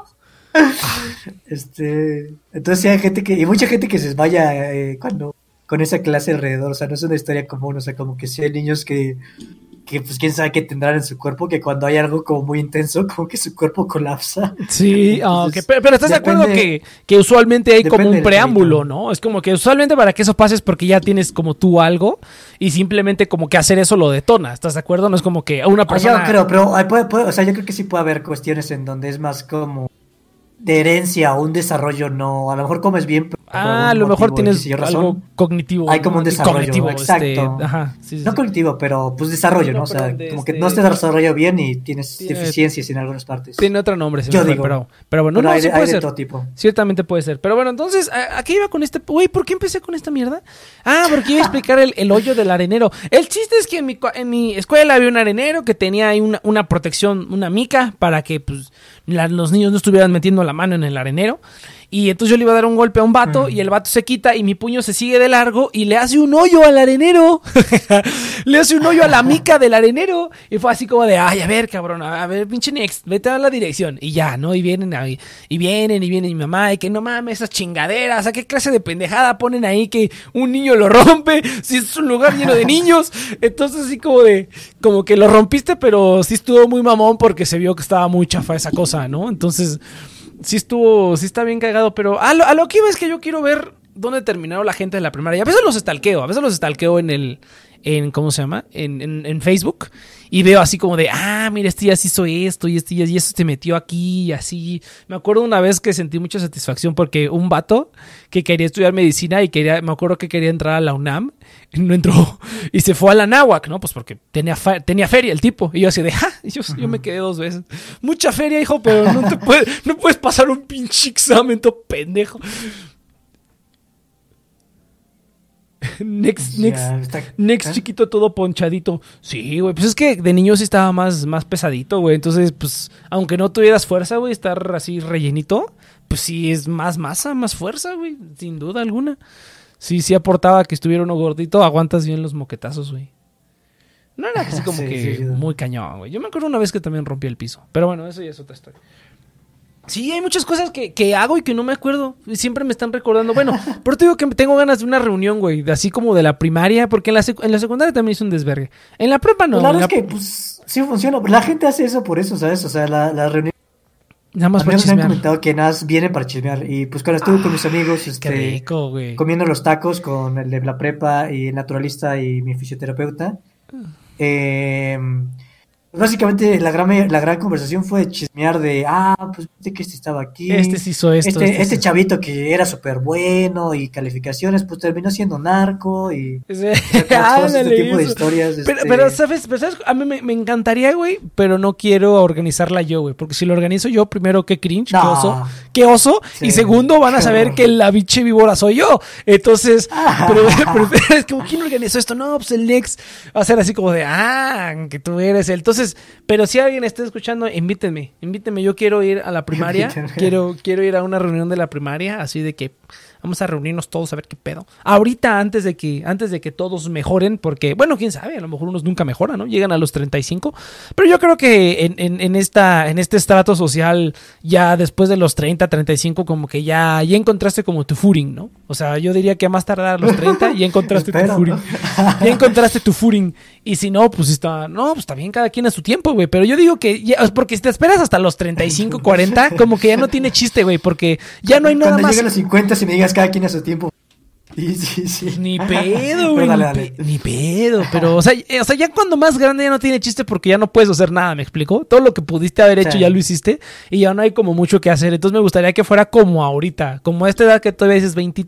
este, entonces sí hay gente que, y mucha gente que se desmaya eh, cuando con esa clase alrededor, o sea, no es una historia común, o sea, como que sí hay niños que, que pues quién sabe qué tendrán en su cuerpo, que cuando hay algo como muy intenso, como que su cuerpo colapsa. Sí, ah, okay. pero, pero estás depende, de acuerdo que, que usualmente hay como un preámbulo, ¿no? Es como que usualmente para que eso pase es porque ya tienes como tú algo y simplemente como que hacer eso lo detona, ¿estás de acuerdo? No es como que a una persona... Ah, yo creo, pero puede, puede, o sea, yo creo que sí puede haber cuestiones en donde es más como de herencia o un desarrollo, no, a lo mejor comes bien, pero ah, a lo mejor tienes algo cognitivo. Hay como un desarrollo, cognitivo, exacto. Este, ajá, sí, sí, no sí. cognitivo, pero pues desarrollo, no, ¿no? O sea, de, como este... que no te desarrollo bien y tienes tiene, deficiencias en algunas partes. Tiene otro nombre, yo digo. Pero, pero bueno, pero no, hay, sí hay puede de ser. todo tipo. Ciertamente puede ser. Pero bueno, entonces, ¿a, a qué iba con este? Güey, ¿por qué empecé con esta mierda? Ah, porque iba a explicar el, el hoyo del arenero. El chiste es que en mi, en mi escuela había un arenero que tenía ahí una, una protección, una mica, para que pues la, los niños no estuvieran metiendo la mano en el arenero. Y entonces yo le iba a dar un golpe a un vato mm. y el vato se quita y mi puño se sigue de largo y le hace un hoyo al arenero. Le hace un hoyo a la mica del arenero. Y fue así como de, ay, a ver, cabrón, a ver, pinche Next, vete a la dirección. Y ya, ¿no? Y vienen, y, y vienen, y viene mi mamá, y que no mames, esas chingaderas, ¿a qué clase de pendejada ponen ahí que un niño lo rompe? Si es un lugar lleno de niños. Entonces así como de, como que lo rompiste, pero sí estuvo muy mamón porque se vio que estaba muy chafa esa cosa, ¿no? Entonces... Sí estuvo, sí está bien cagado, pero a lo, a lo que iba es que yo quiero ver dónde terminaron la gente de la primaria. A veces los stalkeo, a veces los stalkeo en el, en, ¿cómo se llama? En, en, en Facebook y veo así como de, ah, mira, este ya se hizo esto y este ya y eso se metió aquí y así. Me acuerdo una vez que sentí mucha satisfacción porque un vato que quería estudiar medicina y quería, me acuerdo que quería entrar a la UNAM, no entró y se fue a la Náhuac, ¿no? Pues porque tenía, fa- tenía feria el tipo. Y yo así de, ja, y yo, yo me quedé dos veces. Mucha feria, hijo, pero no te puede, no puedes pasar un pinche examen, todo pendejo. Next, next, ya, está... next ¿eh? Chiquito todo ponchadito. Sí, güey, pues es que de niño sí estaba más, más pesadito, güey. Entonces, pues, aunque no tuvieras fuerza, güey, estar así rellenito, pues sí es más masa, más fuerza, güey, sin duda alguna. Sí, sí aportaba que estuviera uno gordito, aguantas bien los moquetazos, güey. No era así como sí, que sí, muy cañón, güey. Yo me acuerdo una vez que también rompí el piso. Pero bueno, eso ya es otra historia. Sí, hay muchas cosas que, que hago y que no me acuerdo. Y siempre me están recordando. Bueno, pero te digo que tengo ganas de una reunión, güey. De así como de la primaria. Porque en la, sec- en la secundaria también hice un desvergue. En la prepa no. Pues la verdad la... es que, pues, sí funciona. La gente hace eso por eso, ¿sabes? O sea, la, la reunión. Nada más para me chismear. han comentado que nada viene para chismear. Y pues cuando estuve ah, con mis amigos, este, qué rico, güey. comiendo los tacos con el de la prepa y el naturalista y mi fisioterapeuta. Eh, básicamente la gran, la gran conversación fue chismear de, ah, pues viste que este estaba aquí. Este sí hizo esto. Este, este, este sí. chavito que era súper bueno y calificaciones, pues terminó siendo narco y sí. todo este tipo de historias. Pero, este... pero, ¿sabes? pero, ¿sabes? A mí me, me encantaría, güey, pero no quiero organizarla yo, güey. Porque si lo organizo yo, primero, qué cringe, no. qué oso. Qué oso. Sí. Y segundo, van a saber que la biche víbora soy yo. Entonces, ah. pero, pero es como, ¿quién organizó esto? No, pues el Next va a ser así como de, ah, que tú eres él. Entonces, pero si alguien está escuchando, invítenme, invítenme, yo quiero ir a la primaria, quiero, quiero ir a una reunión de la primaria, así de que vamos a reunirnos todos a ver qué pedo. Ahorita, antes de que, antes de que todos mejoren, porque, bueno, quién sabe, a lo mejor unos nunca mejoran, ¿no? Llegan a los treinta y cinco, pero yo creo que en, en, en esta, en este estrato social, ya después de los treinta, treinta y cinco, como que ya, ya encontraste como tu footing, ¿no? O sea, yo diría que a más tardar a los treinta, ya encontraste tu footing. Ya encontraste tu footing. Y si no, pues está, no, pues está bien, cada quien a su tiempo, güey. Pero yo digo que, ya, porque si te esperas hasta los treinta y cinco, cuarenta, como que ya no tiene chiste, güey, porque ya no hay nada Cuando más. Cuando lleguen los cincuenta, si me digas cada quien a su tiempo. Sí, sí, sí. Ni pedo, güey. Ni, pe- ni pedo, pero, o sea, o sea, ya cuando más grande ya no tiene chiste porque ya no puedes hacer nada, ¿me explico? Todo lo que pudiste haber hecho sí. ya lo hiciste y ya no hay como mucho que hacer. Entonces me gustaría que fuera como ahorita, como a esta edad que todavía dices veinte,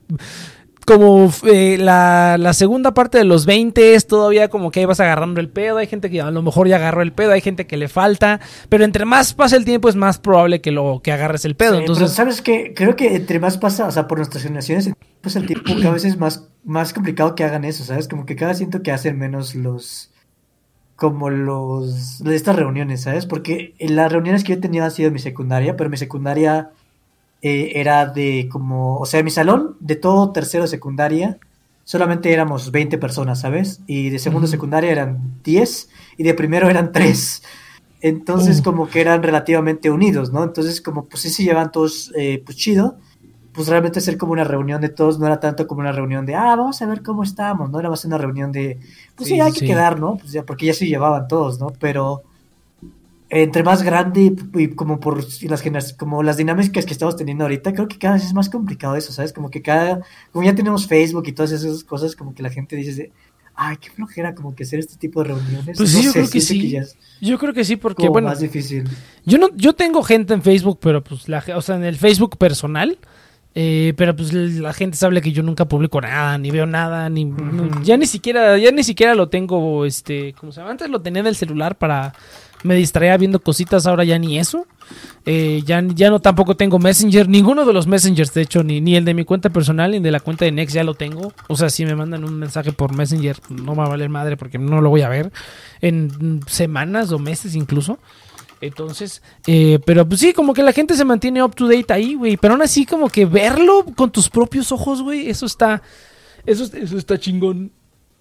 como eh, la, la segunda parte de los veinte es todavía como que ahí vas agarrando el pedo. Hay gente que a lo mejor ya agarró el pedo, hay gente que le falta, pero entre más pasa el tiempo es más probable que lo que agarres el pedo. Sí, entonces, pero ¿sabes qué? Creo que entre más pasa, o sea, por nuestras generaciones, pues el tiempo cada vez es más, más complicado que hagan eso, ¿sabes? Como que cada siento que hacen menos los, como los, de estas reuniones, ¿sabes? Porque las reuniones que yo he tenido han sido en mi secundaria, pero mi secundaria eh, era de como, o sea, en mi salón, de todo tercero de secundaria, solamente éramos veinte personas, ¿sabes? Y de segundo uh-huh. secundaria eran diez, y de primero eran tres. Entonces, uh. como que eran relativamente unidos, ¿no? Entonces, como, pues sí se llevan todos, eh, pues chido. pues realmente hacer como una reunión de todos, no era tanto como una reunión de, ah, vamos a ver cómo estamos, ¿no? Era más una reunión de, pues sí, Sí, hay sí, que sí. quedar, ¿no? Pues ya, porque ya se llevaban todos, ¿no? Pero entre más grande y como por las gener- como las dinámicas que estamos teniendo ahorita, creo que cada vez es más complicado eso, ¿sabes? Como que cada, como ya tenemos Facebook y todas esas cosas, como que la gente dice, de, ay, qué flojera como que hacer este tipo de reuniones. Pues no sí, yo sé, creo que siento sí. ya es Yo creo que sí, porque como bueno, más difícil. yo no, yo tengo gente en Facebook, pero pues la, ge- o sea, en el Facebook personal, eh, pero pues la gente sabe que yo nunca publico nada, ni veo nada, ni Ujú. ya ni siquiera, ya ni siquiera lo tengo, este, como se llama, antes lo tenía en el celular para me distraía viendo cositas, ahora ya ni eso. Eh, ya, ya no tampoco tengo Messenger, ninguno de los Messengers, de hecho, ni, ni el de mi cuenta personal, ni el de la cuenta de Next ya lo tengo. O sea, si me mandan un mensaje por Messenger, no me va a valer madre porque no lo voy a ver en semanas o meses incluso. Entonces, eh, pero pues sí, como que la gente se mantiene up to date ahí, güey. Pero aún así, como que verlo con tus propios ojos, güey, eso está, eso, eso está chingón.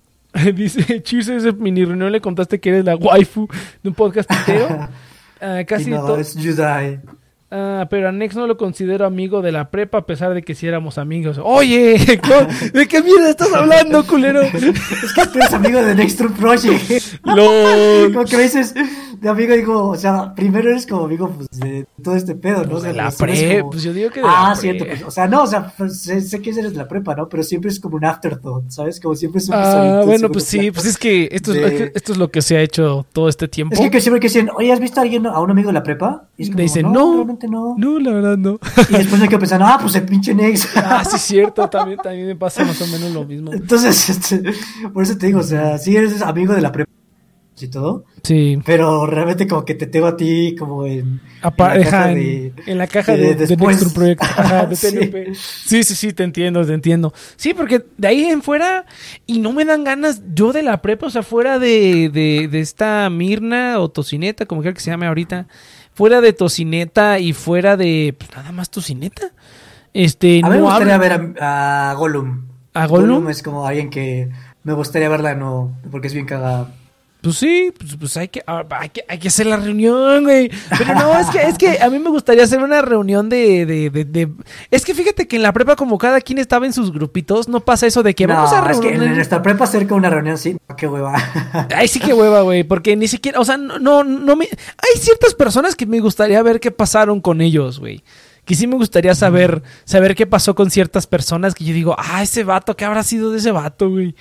Dice, Cheers, ese mini reunión le contaste que eres la waifu de un podcast entero. Ah, Y casi no, to- es Judai. Ah, pero a Nex no lo considero amigo de la prepa a pesar de que sí éramos amigos. Oye, ¿de qué mierda estás hablando, culero? Es que tú eres amigo de Next True Project. LOL. Como que me dices, de amigo, digo, o sea, primero eres como amigo pues, de todo este pedo, ¿no? Pues O sea, de la siempre es pre, como- pues yo digo que de Ah, la siento, pre. pues, o sea, no, o sea, pues, sé, sé que eres de la prepa, ¿no? Pero siempre es como un afterthought, ¿sabes? Como siempre es un Ah, episodio en bueno, segundo pues sí, plano. pues es que esto, es, De- esto es lo que se ha hecho todo este tiempo. Es que, que siempre que dicen, oye, ¿has visto a alguien, a un amigo de la prepa? Y es como, Me dicen, no, no, realmente no. no, la verdad no. Y después me quedo pensando, ah, pues el pinche Nex. Ah, sí, es cierto, también, también me pasa más o menos lo mismo. Entonces, este, por eso te digo, o sea, sí eres amigo de la prepa y todo, Sí, pero realmente como que te tengo a ti como en, Apa- en la caja ajá, en, de... en la caja de- de, de después. Next True Project, ajá, de Sí. T N P. Sí, sí, sí, te entiendo, te entiendo. Sí, porque de ahí en fuera, y no me dan ganas, yo de la prepa, o sea, fuera de, de, de esta Mirna o Tocineta, como quiera que se llame ahorita, fuera de Tocineta y fuera de, pues nada más Tocineta, este, A mí me no gustaría hablo- ver a, a Gollum. ¿A Gollum? es como alguien que me gustaría verla, no, porque es bien cagada. Pues sí, pues, pues hay que, ah, hay que hay que hacer la reunión, güey. Pero no, es que, es que a mí me gustaría hacer una reunión de, de, de, de- Es que fíjate que en la prepa, como cada quien estaba en sus grupitos, no pasa eso de que No, vamos a es que en reunir. nuestra prepa cerca una reunión, sí, no, qué hueva. Ay, sí que hueva, güey, porque ni siquiera, o sea, no, no, no me... Hay ciertas personas que me gustaría ver qué pasaron con ellos, güey. Que sí me gustaría saber, saber qué pasó con ciertas personas que yo digo, ah, ese vato, ¿qué habrá sido de ese vato, güey?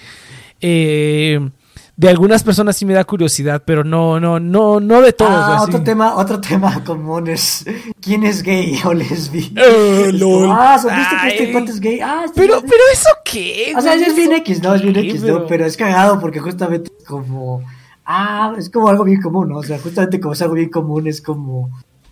Eh... De algunas personas sí me da curiosidad, pero no, no, no, no de todos. Ah, así. otro tema, otro tema común es ¿quién es gay o lesbi? Oh, Es lol. como, ah, ¿supiste que Ay. este cuate es gay? Ah, este Pero, es- pero eso qué, O sea, güey? es bien ¿Eso X, ¿no? Es bien qué, X, ¿no? Pero es cagado porque justamente es como... Ah, es como algo bien común, ¿no? O sea, justamente como es algo bien común, es como...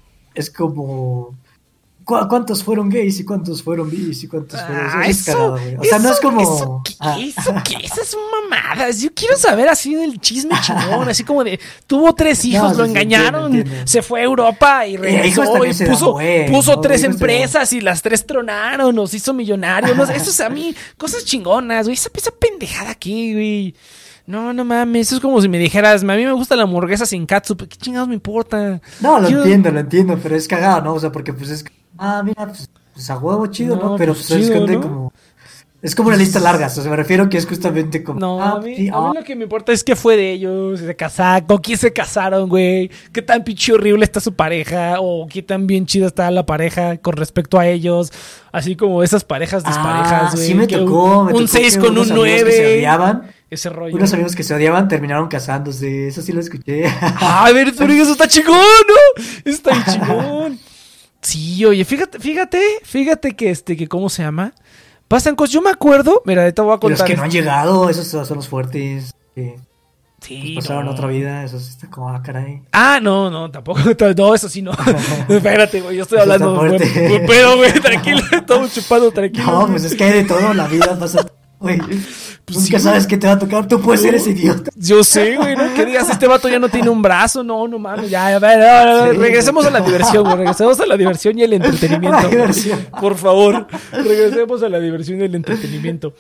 Es como... ¿cu- ¿Cuántos fueron gays y cuántos fueron bis y cuántos fueron...? Ah, es eso, cagado, güey. O sea, no eso- es como... ¿Eso qué? Ah. ¿Eso qué? Esas son mamadas. Yo quiero saber así del chisme chingón, así como de... Tuvo tres hijos, No, lo sí, sí, engañaron, entiendo, entiendo. se fue a Europa y hijos regresó y también se da puso, buen, puso ¿no? tres Hijos se da- empresas y las tres tronaron, nos hizo millonarios. No sé, eso es a mí, cosas chingonas, güey. Esa, esa pendejada aquí, güey. No, no mames, eso es como si me dijeras, a mí me gusta la hamburguesa sin catsup, ¿qué chingados me importa? No, lo Yo- entiendo, lo entiendo, pero es cagado, ¿no? O sea, porque pues es... Ah, mira, pues, pues a huevo chido, ¿no? No, Pero pues, pues, es chido, gente ¿no? como... Es como una lista larga, o sea, me refiero que es justamente como... No, ah, a mí, sí, a mí ah, lo que me importa es qué fue de ellos, si se casaron, con quién se casaron, güey, qué tan pinche horrible está su pareja, o qué tan bien chida está la pareja con respecto a ellos, así como esas parejas desparejas, Ah, güey. sí me que tocó, me un tocó seis que con unos un amigos que se nueve, odiaban, ese rollo. unos amigos que se odiaban terminaron casándose, eso sí lo escuché. Ah, a ver, pero eso está chingón, ¿no? Eso está bien chingón. Sí, oye, fíjate, fíjate, fíjate que este, que cómo se llama. Pasan cosas, yo me acuerdo, mira, te voy a Y los contar. que no han llegado, esos son los fuertes, que Sí, pasaron no. otra vida, esos está como, ah, caray. Ah, no, no, tampoco. No, eso sí no. Espérate, güey, yo estoy Eso hablando. está fuerte. Bueno, pero, güey, tranquilo, estamos chupando, tranquilo. No, pues es que hay de todo, la vida pasa, güey. Pues Nunca sí, sabes qué te va a tocar, tú puedes ser ese idiota. Yo sé, güey, ¿no? Que digas, este vato ya no tiene un brazo, no, no mames, ya, a ver, a ver, a ver, Sí. regresemos a la diversión, güey, regresemos a la diversión y el entretenimiento. La diversión. Por favor, regresemos a la diversión y el entretenimiento.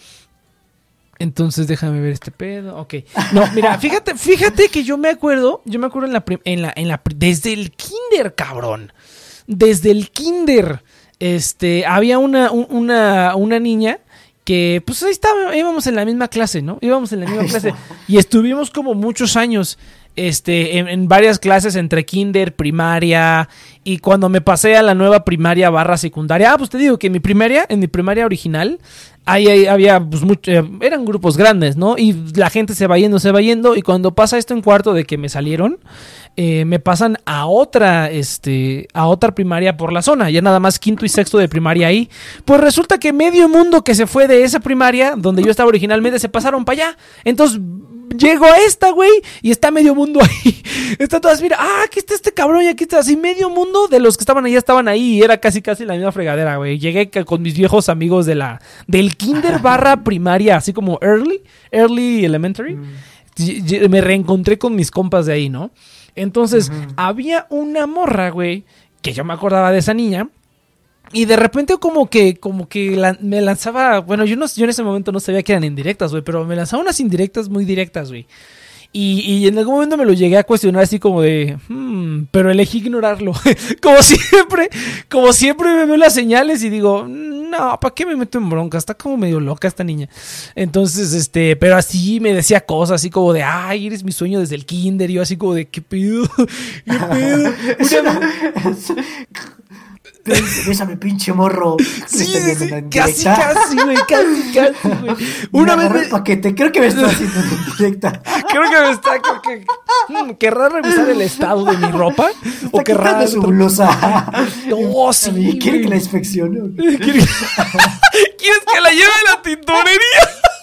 Entonces, déjame ver este pedo. Ok. No, mira, fíjate, fíjate que yo me acuerdo, yo me acuerdo en la, prim- en la, en la, pri- desde el kinder, cabrón. Desde el kinder. este, había una, un- una, una niña que, pues ahí estaba, íbamos en la misma clase, ¿no? Íbamos en la misma clase y estuvimos como muchos años, este, en, en varias clases entre kinder, primaria, y cuando me pasé a la nueva primaria barra secundaria, ah, pues te digo que en mi primaria, en mi primaria original, ahí, ahí había, pues, mucho, eh, eran grupos grandes, ¿no? Y la gente se va yendo, se va yendo, y cuando pasa esto en cuarto de que me salieron, eh, me pasan a otra, este, a otra primaria por la zona, ya nada más quinto y sexto de primaria ahí. Pues resulta que medio mundo que se fue de esa primaria, donde yo estaba originalmente, se pasaron para allá. Entonces, llego a esta, güey, y está medio mundo ahí. Está todas, mira, ah, aquí está este cabrón y aquí está así, medio mundo de los que estaban allá estaban ahí y era casi casi la misma fregadera, güey. Llegué ca- con mis viejos amigos de la, del kinder barra primaria, así como early, early elementary. Mm. Y- y- Me reencontré con mis compas de ahí, ¿no? Entonces, Ujú. había una morra, güey, que yo me acordaba de esa niña. Y de repente como que, como que la- me lanzaba, bueno, yo no, yo en ese momento no sabía que eran indirectas, güey, pero me lanzaba unas indirectas muy directas, güey. Y, y en algún momento me lo llegué a cuestionar así como de, hmm, pero elegí ignorarlo. Como siempre, como siempre me veo las señales y digo, no, ¿para qué me meto en bronca? Está como medio loca esta niña. Entonces, este, pero así me decía cosas así como de, ay, eres mi sueño desde el kinder. Y yo así como de, ¿qué pedo? ¿Qué pedo? Una vez- Bésame, pinche morro. Sí, sí, Estás sí, viendo en casi, directa. casi, güey, casi, casi, güey. Me Una vez agarró me- el paquete. Creo que me está haciendo en directa. creo que me está, creo que, hmm, ¿querrá revisar el estado de mi ropa? ¿O Está querrá? quitando su blusa. No, sí, ¿Y quiere güey. que la inspeccione? ¿Quieres ¿Quieres que la lleve a la tintorería?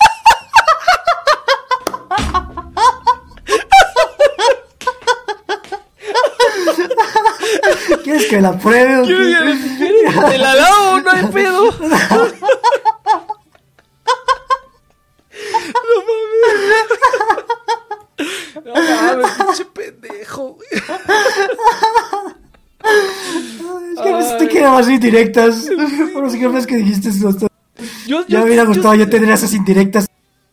¿Quieres que la pruebe? o qué? ¿Quieres que- quieres que te la lavo? No hay pedo. No mames. No mames, pinche pendejo, güey. Es que no sé te quedan más indirectas. Bueno, sí que es que dijiste eso. Yo, yo, Ya me hubiera yo- gustado yo tener esas indirectas.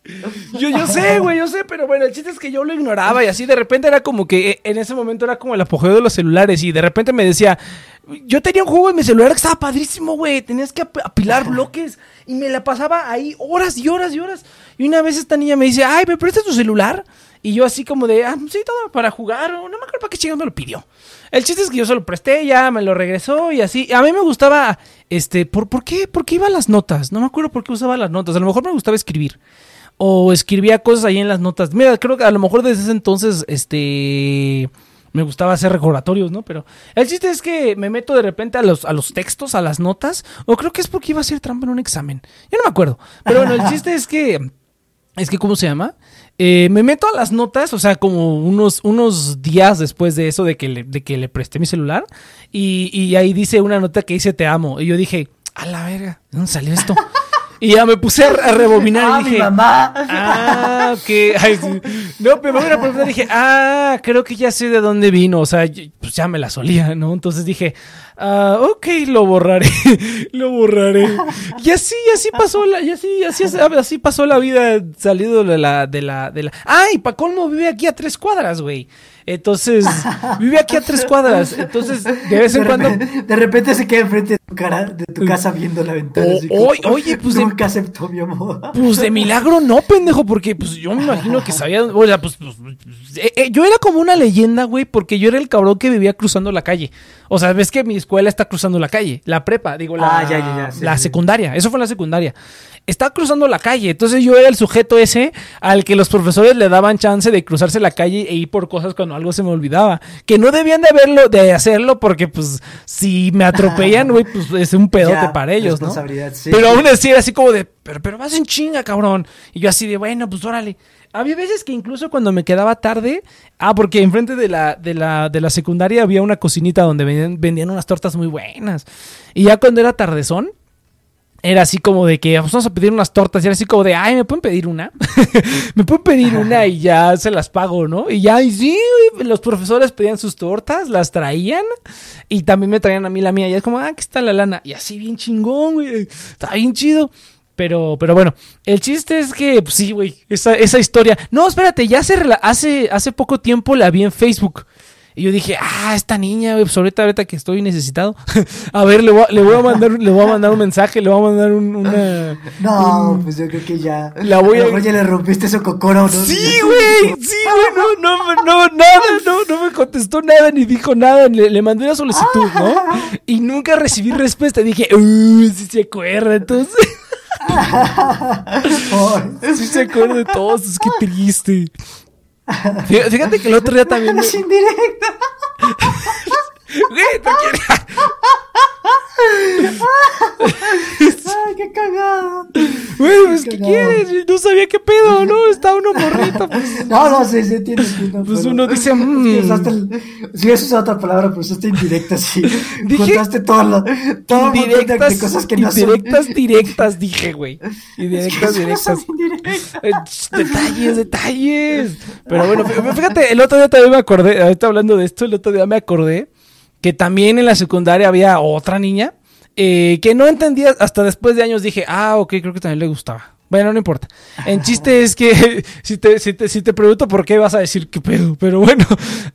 Yo, yo sé, güey, yo sé, pero bueno, el chiste es que yo lo ignoraba y así de repente era como que eh, en ese momento era como el apogeo de los celulares y de repente me decía, yo tenía un juego en mi celular que estaba padrísimo, güey, tenías que ap- apilar bloques y me la pasaba ahí horas y horas y horas. Y una vez esta niña me dice, ay, ¿me prestas tu celular? Y yo así como de, ah, sí, todo para jugar, o no me acuerdo para qué chingados me lo pidió. El chiste es que yo se lo presté, ya me lo regresó y así. A mí me gustaba, este, ¿por, por qué? ¿Por qué iba a las notas? No me acuerdo por qué usaba las notas, a lo mejor me gustaba escribir. O escribía cosas ahí en las notas. Mira, creo que a lo mejor desde ese entonces, este, me gustaba hacer recordatorios, ¿no? Pero el chiste es que me meto de repente a los, a los textos, a las notas, o creo que es porque iba a hacer trampa en un examen. Yo no me acuerdo. Pero bueno, el chiste es que, es que, ¿cómo se llama? Eh, me meto a las notas, o sea, como unos, unos días después de eso, de que le, de que le presté mi celular, y, y ahí dice una nota que dice te amo. Y yo dije, a la verga, ¿de dónde salió esto? Y ya me puse a, a rebobinar Ah, y mi dije, mamá. ah, ok. Ay, sí. No, pero me preguntar dije, ah, creo que ya sé de dónde vino. O sea, yo- pues ya me la solía, ¿no? Entonces dije, ah, ok, lo borraré, lo borraré. Y así, así pasó la, y así, así, así pasó la vida salido de la, de la, de la. Ah, y pa' colmo vive aquí a tres cuadras, güey. Entonces, vive aquí a tres cuadras. Entonces, de vez en De cuando. repente, de repente se queda enfrente de tu, cara, de tu casa viendo la ventana. O- así como, oye, oye, pues de- Nunca aceptó mi amor. Pues de milagro no, pendejo, porque pues yo me imagino que sabía, o sea, pues, pues, pues, eh, eh, yo era como una leyenda, güey, porque yo era el cabrón que vivía cruzando la calle. O sea, ves que mi escuela está cruzando la calle, la prepa, digo, la, Ah, ya, ya, ya, sí, la sí. secundaria, eso fue en la secundaria. Está cruzando la calle, entonces yo era el sujeto ese al que los profesores le daban chance de cruzarse la calle e ir por cosas cuando algo se me olvidaba. Que no debían de haberlo, de hacerlo, porque pues si me atropellan, güey, pues es un pedote Ya, para ellos, ¿no? responsabilidad, sí. Pero aún así era así como de, pero, pero vas en chinga, cabrón. Y yo así de, bueno, pues órale. Había veces que incluso cuando me quedaba tarde, ah, porque enfrente de la, de la, de la secundaria había una cocinita donde vendían, vendían unas tortas muy buenas. Y ya cuando era tardezón, era así como de que vamos a pedir unas tortas y era así como de, ay, ¿me pueden pedir una? Me pueden pedir una y ya se las pago, ¿no? Y ya, y sí, güey, los profesores pedían sus tortas, las traían y también me traían a mí la mía. Y es como, ah, aquí está la lana. Y así bien chingón, güey. Está bien chido. Pero, pero bueno, el chiste es que, pues, sí, güey, esa, esa historia. No, espérate, ya hace, rela- hace, hace poco tiempo la vi en Facebook. Y yo dije, ah, esta niña, güey, pues ahorita, ahorita que estoy necesitado. A ver, le voy a, le voy a mandar, le voy a mandar un mensaje, le voy a mandar un, una... No, un... pues yo creo que ya... La voy a... a lo mejor ya le rompiste su cocoro, ¿no? Sí, güey, sí, güey, no, no, no, nada, no, no me contestó nada, ni dijo nada, le, le mandé una solicitud, ¿no? Y nunca recibí respuesta, dije, uy, sí se acuerda, entonces... Sí se acuerda de todos, es que triste. Fíjate que el otro día también... Es indirecta. Güey, ¿tú quieres? Ay, qué cagado. Güey, pues, ¿qué quieres? No sabía qué pedo, ¿no? Estaba uno morrito, pues. No, no, sí, sí, entiendo, entiendo. Pues pero... uno dice, mmm. Si eso es otra palabra, pues esta indirecta, sí. Dije, contaste todo lo, todo indirectas, de, de cosas que no indirectas, son. directas, dije, güey. Indirectas, directas. Indirectas. Detalles, detalles. Pero bueno, fíjate, el otro día también me acordé, ahorita hablando de esto, el otro día me acordé que también en la secundaria había otra niña eh, que no entendía, hasta después de años dije, ah, ok, creo que también le gustaba. Bueno, no importa. El chiste es que si te, si, te, si te pregunto por qué vas a decir qué pedo, pero bueno,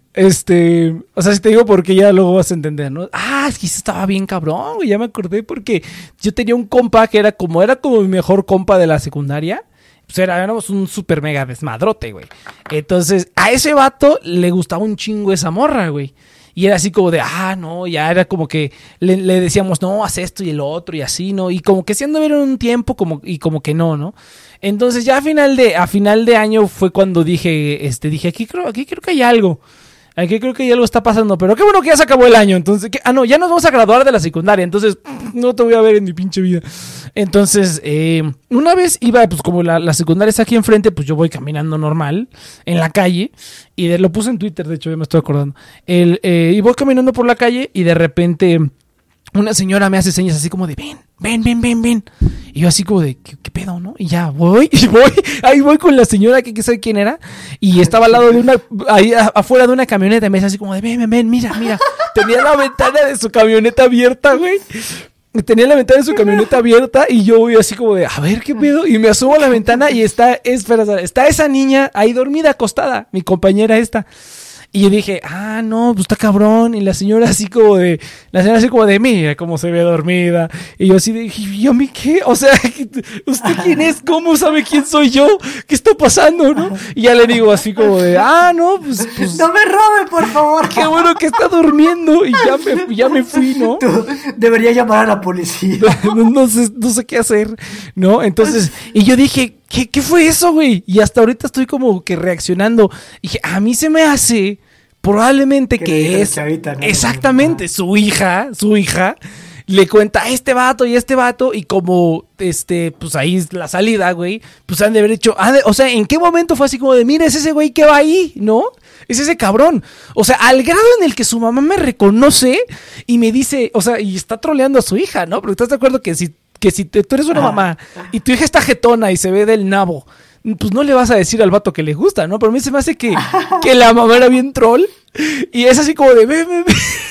este, o sea, si te digo por qué ya luego vas a entender, ¿no? Ah, es que eso estaba bien cabrón, güey, ya me acordé porque yo tenía un compa que era como, era como mi mejor compa de la secundaria. Pues era, éramos un super mega desmadrote, güey. Entonces, a ese vato le gustaba un chingo esa morra, güey. Y era así como de, ah, no, ya era como que le, le decíamos, no, haz esto y el otro y así, ¿no? Y como que se anduvieron un tiempo como, y como que no, ¿no? Entonces ya a final de, a final de año fue cuando dije, este, dije, aquí creo, aquí creo que hay algo. Aquí creo que ya algo está pasando, pero qué bueno que ya se acabó el año. Entonces, ¿qué? Ah, no, ya nos vamos a graduar de la secundaria, entonces no te voy a ver en mi pinche vida. Entonces, eh, una vez iba, pues como la, la secundaria está aquí enfrente, pues yo voy caminando normal en la calle. Y de, lo puse en Twitter, de hecho, ya me estoy acordando. El, eh, y voy caminando por la calle y de repente una señora me hace señas así como de, ven, ven, ven, ven, ven. Y yo así como de, ¿qué, qué pedo, no? Y ya voy, y voy, ahí voy con la señora que, que sabe quién era. Y estaba al lado de una, ahí a, afuera de una camioneta. Y me dice así como de, ven, ven, ven, mira, mira. Tenía la ventana de su camioneta abierta, güey. Tenía la ventana de su camioneta abierta y yo voy así como de, a ver qué pedo. Y me asomo a la ventana y está, espera, está esa niña ahí dormida, acostada, mi compañera esta. Y yo dije, ah, no, pues está cabrón. Y la señora así como de, la señora así como de, mira cómo se ve dormida. Y yo así de, ¿y a mí qué? O sea, ¿usted quién es? ¿Cómo sabe quién soy yo? ¿Qué está pasando, no? Y ya le digo así como de, ah, no, pues, pues no me robe, por favor. Qué bueno que está durmiendo. Y ya me, ya me fui, ¿no? Tú debería llamar a la policía. No, no sé, no sé qué hacer, ¿no? Entonces, y yo dije, ¿Qué, ¿qué fue eso, güey? Y hasta ahorita estoy como que reaccionando. Y dije, a mí se me hace probablemente que, que es chavita, ¿no? Exactamente su hija, su hija le cuenta a este vato y a este vato y como este, pues ahí es la salida, güey, pues han de haber hecho, han de, o sea, ¿en qué momento fue así como de, mira, es ese güey que va ahí, ¿no? Es ese cabrón. O sea, al grado en el que su mamá me reconoce y me dice, o sea, y está troleando a su hija, ¿no? Pero ¿estás de acuerdo que si que si te, tú eres una mamá y tu hija está jetona y se ve del nabo, pues no le vas a decir al vato que le gusta, ¿no? Pero a mí se me hace que, que la mamá era bien troll y es así como de, ve, ve,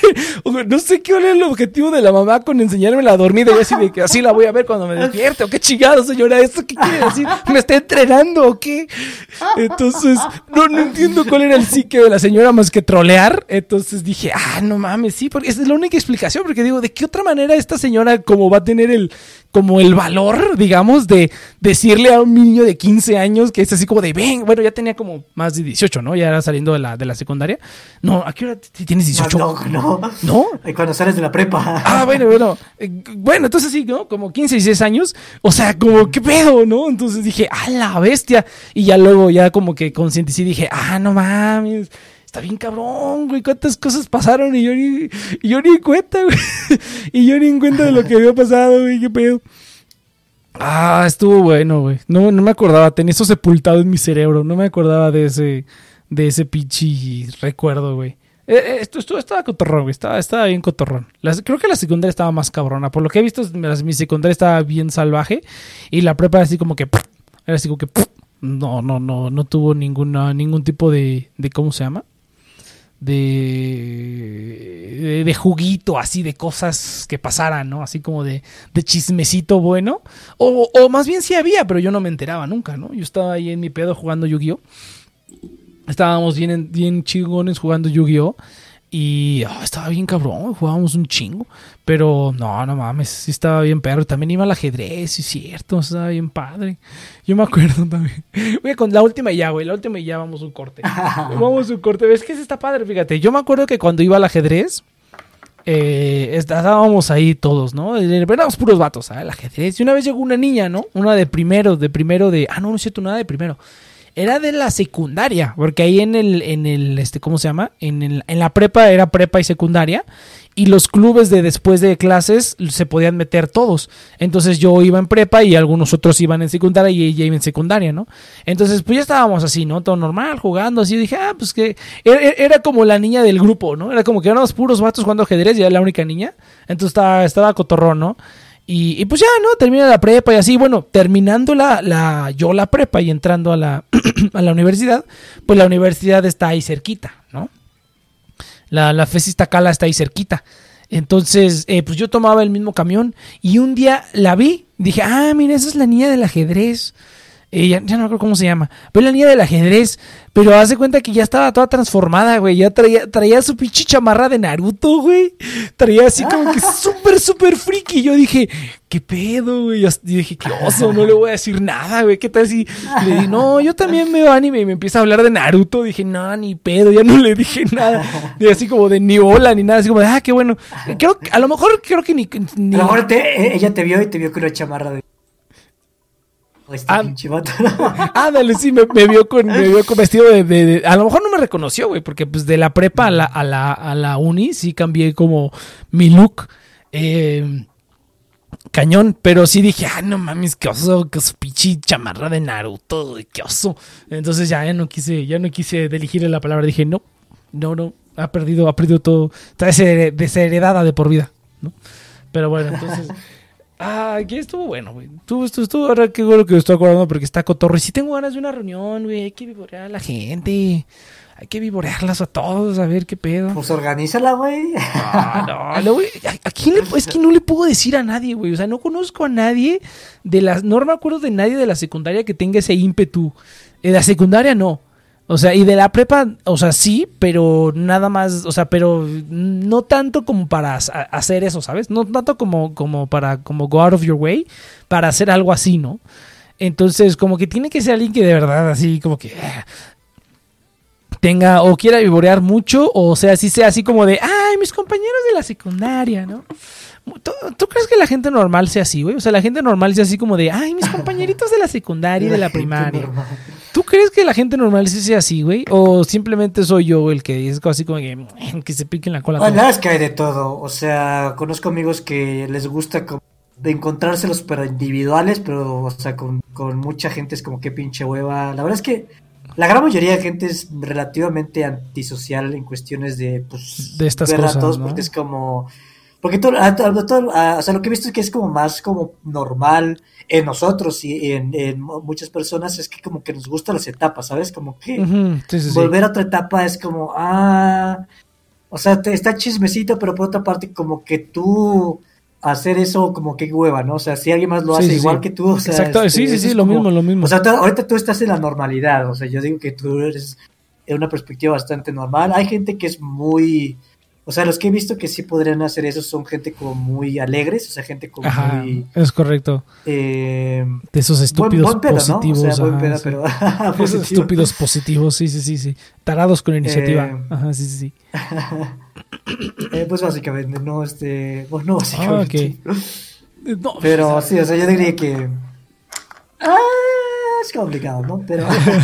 ve. No sé qué era el objetivo de la mamá con enseñarme la dormida y así de que así la voy a ver cuando me despierte, o qué chingado, señora, ¿esto qué quiere decir? ¿Me está entrenando o qué? Entonces, no, no entiendo cuál era el psique de la señora más que trolear. Entonces dije, ah, no mames, sí, porque esa es la única explicación, porque digo, ¿de qué otra manera esta señora como va a tener el, como el valor, digamos, de decirle a un niño de quince años que es así como de, ven, bueno, ya tenía como más de dieciocho, ¿no? Ya era saliendo de la, de la secundaria. No, ¿a qué hora tienes dieciocho? No, no, no. ¿No? Cuando sales de la prepa. Ah, bueno, bueno. Eh, bueno, entonces sí, ¿no? Como quince, dieciséis años. O sea, como, ¿qué pedo, no? Entonces dije, ¡a la bestia! Y ya luego, ya como que concienticé y dije, ¡ah, no mames! Está bien cabrón, güey. ¿Cuántas cosas pasaron? Y yo ni, y yo ni en cuenta, güey. Y yo ni en cuenta de lo que había pasado, güey. ¿Qué pedo? Ah, estuvo bueno, güey. No, no me acordaba. Tenía eso sepultado en mi cerebro. No me acordaba de ese, de ese pinche recuerdo, güey. Eh, esto, esto estaba cotorrón, güey. Estaba, estaba bien cotorrón. Las, creo que la secundaria estaba más cabrona. Por lo que he visto, mi secundaria estaba bien salvaje. Y la prepa era así como que... Era así como que... No, no, no. No tuvo ninguna, ningún tipo de... de ¿cómo se llama? De, de, de juguito, así de cosas que pasaran, ¿no? Así como de, de chismecito bueno. O, o más bien sí había, pero yo no me enteraba nunca, ¿no? Yo estaba ahí en mi pedo jugando Yu-Gi-Oh! estábamos bien, bien chingones jugando Yu-Gi-Oh! Y oh, estaba bien cabrón, jugábamos un chingo. Pero no, no mames, sí estaba bien perro. También iba al ajedrez, sí es cierto, estaba bien padre. Yo me acuerdo también. Oye, con la última ya, güey, la última ya vamos a un corte. Vamos a un corte. ¿Ves que sí está padre? Fíjate, yo me acuerdo que cuando iba al ajedrez, eh, estábamos ahí todos, ¿no? Éramos puros vatos, ¿sabes? El ajedrez. Y una vez llegó una niña, ¿no? Una de primero, de primero de... Ah, no, no es cierto, nada de primero. Era de la secundaria, porque ahí en el, en el, este, ¿cómo se llama? En el, en la prepa era prepa y secundaria, y los clubes de después de clases se podían meter todos. Entonces yo iba en prepa y algunos otros iban en secundaria y ella iba en secundaria, ¿no? Entonces pues ya estábamos así, ¿no? Todo normal, jugando así. Dije, ah, pues que era, era como la niña del grupo, ¿no? Era como que éramos puros vatos jugando ajedrez y era la única niña. Entonces estaba, estaba cotorrón, ¿no? Y, y pues ya, ¿no? Termina la prepa y así, bueno, terminando la, la yo la prepa y entrando a la, a la universidad, pues la universidad está ahí cerquita, ¿no? La, la FES Iztacala está ahí cerquita. Entonces, eh, pues yo tomaba el mismo camión y un día la vi, dije, ah, mira, esa es la niña del ajedrez. Eh, ya, ya no recuerdo cómo se llama, pero la niña del ajedrez, pero hace cuenta que ya estaba toda transformada, güey, ya traía, traía su pinche chamarra de Naruto, güey, traía así como que súper, súper friki. Yo dije, ¿qué pedo, güey? Yo dije, qué oso, no le voy a decir nada, güey, ¿qué tal si le dije, no, yo también veo anime y me empieza a hablar de Naruto? Dije, no, ni pedo, ya no le dije nada, y así como de ni hola, ni nada, así como de, ah, qué bueno, creo que, a lo mejor, creo que ni... ni... A lo mejor te, ella te vio y te vio con una chamarra de... Este ah, pinche vato. Ándale, sí, me, me vio con, me vio con vestido de, de, de... A lo mejor no me reconoció, güey, porque pues de la prepa a la, a la, a la uni sí cambié como mi look. Eh, cañón, pero sí dije, ah, no mames, qué oso, qué oso, pinche chamarra de Naruto, qué oso. Entonces ya, ya no quise, ya no quise elegirle la palabra. Dije, no, no, no, ha perdido, ha perdido todo. Está desheredada de por vida, ¿no? Pero bueno, entonces... Ah, aquí estuvo bueno, güey. Estuvo, estuvo, estuvo, ahora qué bueno que me estoy acordando porque está cotorro. Y sí tengo ganas de una reunión, güey. Hay que vivorear a la gente. Hay que vivorearlas a todos, a ver qué pedo. Pues organízala, güey. No, no, no, güey. ¿A, a quién le, es que no le puedo decir a nadie, güey. O sea, no conozco a nadie de las... No me acuerdo de nadie de la secundaria que tenga ese ímpetu. De la secundaria, no. O sea, y de la prepa, o sea, sí, pero nada más, o sea, pero no tanto como para hacer eso, ¿sabes? No tanto como, como para, como go out of your way, para hacer algo así, ¿no? Entonces, como que tiene que ser alguien que de verdad, así, como que tenga, o quiera vivorear mucho, o sea, así sea así como de, ay, mis compañeros de la secundaria, ¿no? ¿Tú, ¿Tú crees que la gente normal sea así, güey? O sea, la gente normal sea así como de, ay, mis compañeritos de la secundaria y de la primaria. ¿Tú crees que la gente normal sí sea así, güey? ¿O simplemente soy yo el que es así como que, que se pique en la cola? Bueno, es que hay de todo. O sea, conozco amigos que les gusta como de encontrárselos pero individuales, pero, o sea, con, con mucha gente es como que pinche hueva. La verdad es que la gran mayoría de gente es relativamente antisocial en cuestiones de, pues, de estas cosas, todos, ¿no? Porque es como... Porque todo, todo, todo, o sea, lo que he visto es que es como más como normal en nosotros y en, en muchas personas es que como que nos gustan las etapas, ¿sabes? Como que uh-huh, sí, sí, volver sí. a otra etapa es como, ah, o sea, te, está chismecito, pero por otra parte como que tú hacer eso como que hueva, ¿no? O sea, si alguien más lo hace sí, sí, igual sí. que tú, o sea... Exacto, este, sí, sí, sí, es lo como, mismo, lo mismo. O sea, tú, ahorita tú estás en la normalidad, o sea, yo digo que tú eres en una perspectiva bastante normal. Hay gente que es muy... O sea, los que he visto que sí podrían hacer eso son gente como muy alegres, o sea, gente como ajá, muy... es correcto. Eh, de esos estúpidos buen, buen pedo, positivos. ¿no? O sea, buen ajá, pedo, sí. pero... esos positivo. estúpidos positivos, sí, sí, sí, sí. Tarados con iniciativa. Eh, ajá, sí, sí, sí. eh, pues básicamente, no, este... Pues no, básicamente. Ah, okay. No, pero pues, sí, o sea, yo diría que... Ah, es complicado, ¿no? Pero...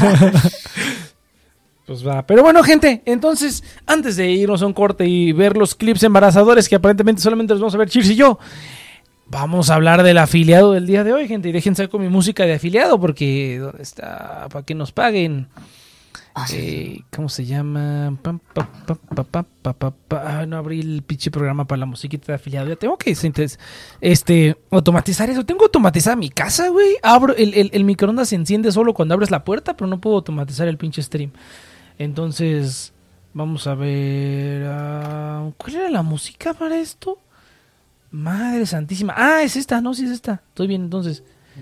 Pues va, pero bueno, gente, entonces, antes de irnos a un corte y ver los clips embarazadores que aparentemente solamente los vamos a ver Cheers y yo, vamos a hablar del afiliado del día de hoy, gente, y déjense con mi música de afiliado, porque ¿dónde está? Para que nos paguen. Ah, sí. eh, ¿Cómo se llama? Pa, pa, pa, pa, pa, pa, pa, pa. Ah, no abrí el pinche programa para la musiquita de afiliado. Ya tengo que este, automatizar eso. Tengo automatizada mi casa, güey. Abro el, el, el microondas se enciende solo cuando abres la puerta, pero no puedo automatizar el pinche stream. Entonces, vamos a ver... Uh, ¿cuál era la música para esto? Madre santísima. Ah, es esta, no, sí es esta. Estoy bien, entonces.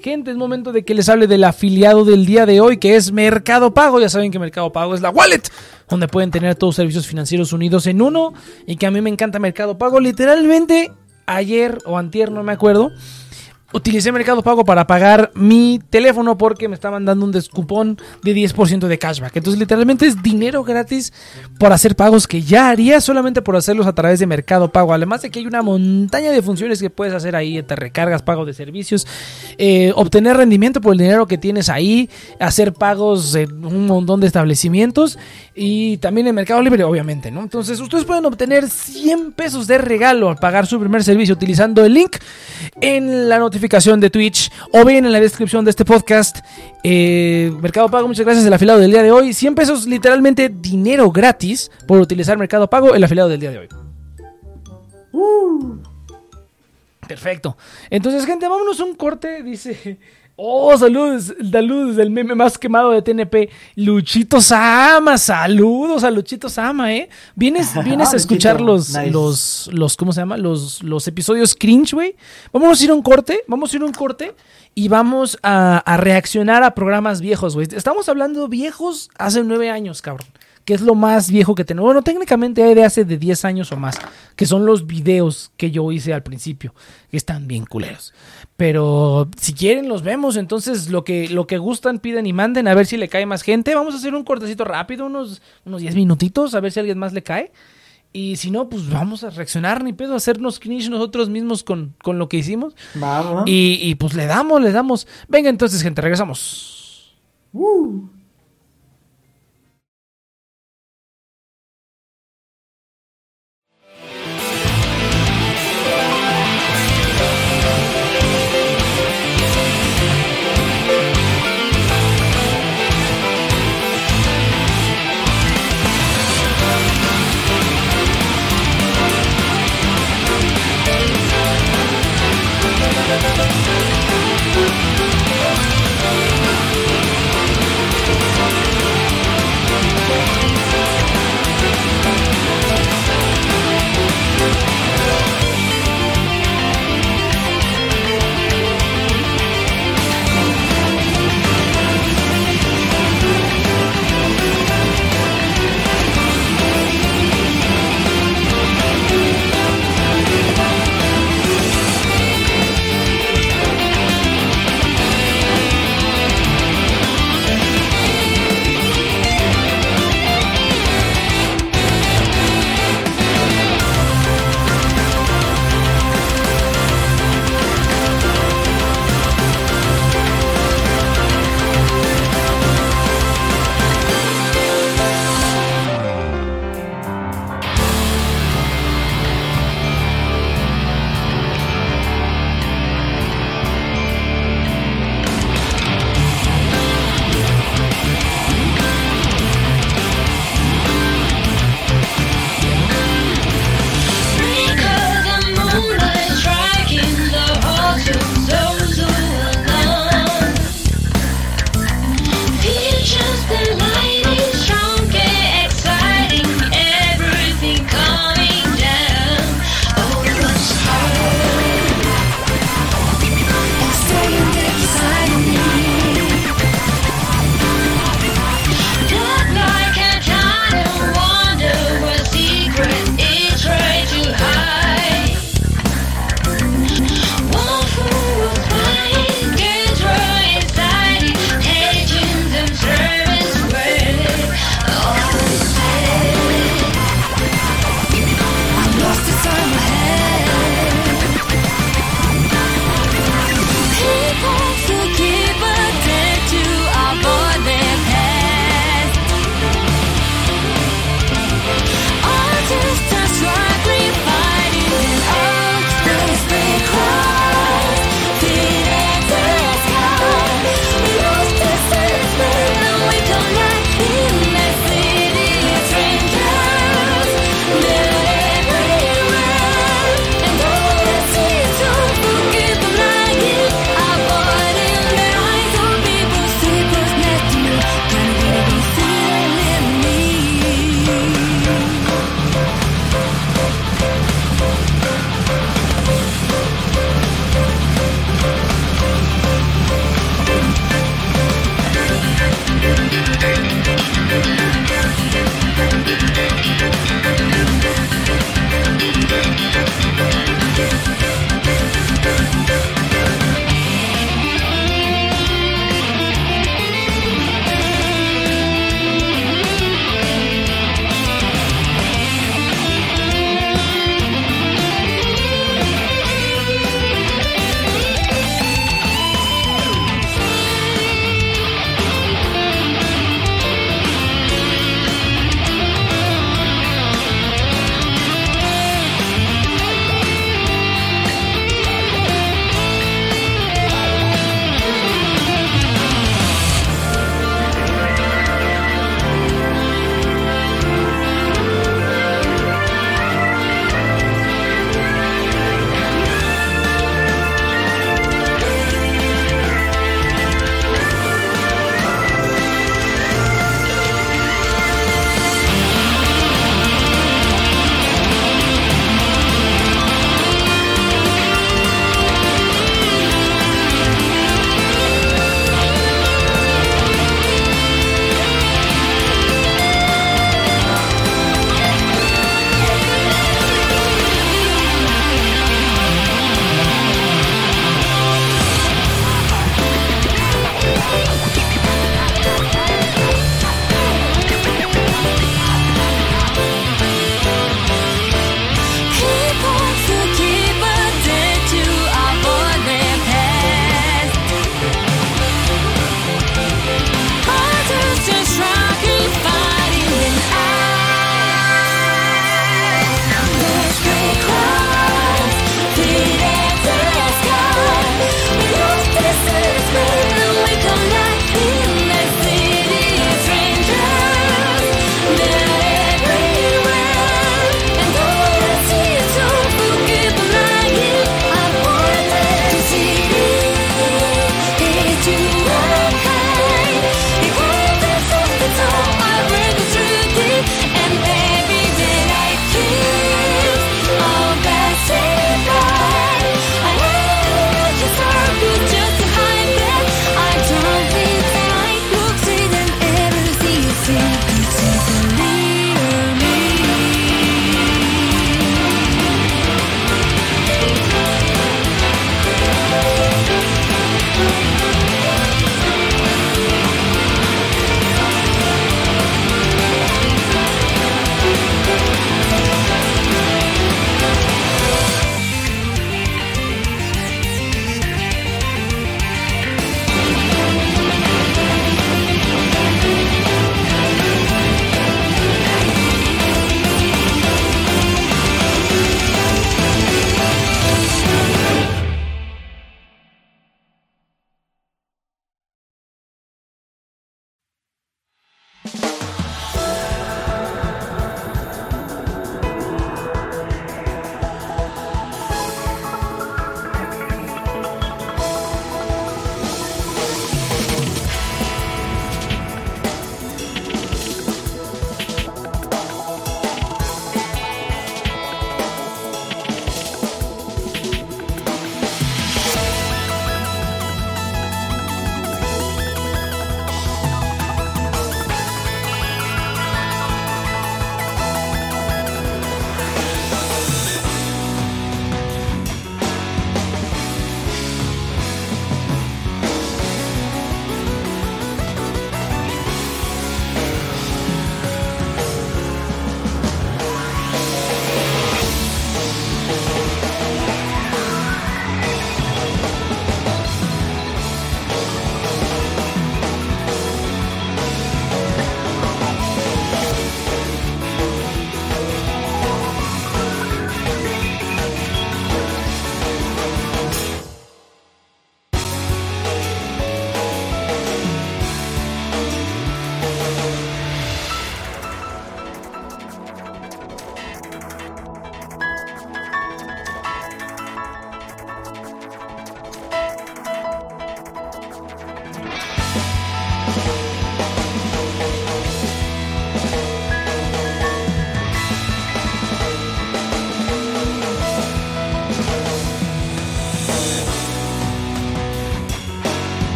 Gente, es momento de que les hable del afiliado del día de hoy, que es Mercado Pago. Ya saben que Mercado Pago es la wallet donde pueden tener todos los servicios financieros unidos en uno, y que a mí me encanta Mercado Pago. Literalmente, ayer o antier, no me acuerdo, utilicé Mercado Pago para pagar mi teléfono porque me estaban dando un descupón de diez por ciento de cashback. Entonces literalmente es dinero gratis por hacer pagos que ya haría solamente por hacerlos a través de Mercado Pago. Además de que hay una montaña de funciones que puedes hacer ahí: te recargas, pago de servicios, eh, obtener rendimiento por el dinero que tienes ahí, hacer pagos en un montón de establecimientos, y también en Mercado Libre, obviamente, ¿no? Entonces ustedes pueden obtener cien pesos de regalo al pagar su primer servicio utilizando el link en la notificación de Twitch o bien en la descripción de este podcast. eh, Mercado Pago, muchas gracias. El afiliado del día de hoy, cien pesos, literalmente dinero gratis por utilizar Mercado Pago, el afiliado del día de hoy. uh. Perfecto. Entonces, gente, vámonos a un corte. Dice: oh, saludos, saludos del meme más quemado de T N P, Luchito Sama. Saludos a Luchito Sama, ¿eh? Vienes, vienes a escuchar los, nice. los, los, ¿cómo se llama? Los, los episodios cringe, güey. Vamos a ir a un corte, vamos a ir a un corte y vamos a, a reaccionar a programas viejos, güey. Estamos hablando viejos hace nueve años, cabrón. Que es lo más viejo que tenemos. Bueno, técnicamente hay de hace de diez años o más, que son los videos que yo hice al principio, que están bien culeros. Pero si quieren los vemos. Entonces lo que, lo que gustan, piden y manden, a ver si le cae más gente. Vamos a hacer un cortecito rápido, unos, unos diez minutitos, a ver si a alguien más le cae. Y si no, pues vamos a reaccionar, ni pedo, a hacernos cringe nosotros mismos con, con lo que hicimos. Vamos. Y, y pues le damos, le damos. Venga entonces, gente, regresamos. Uh.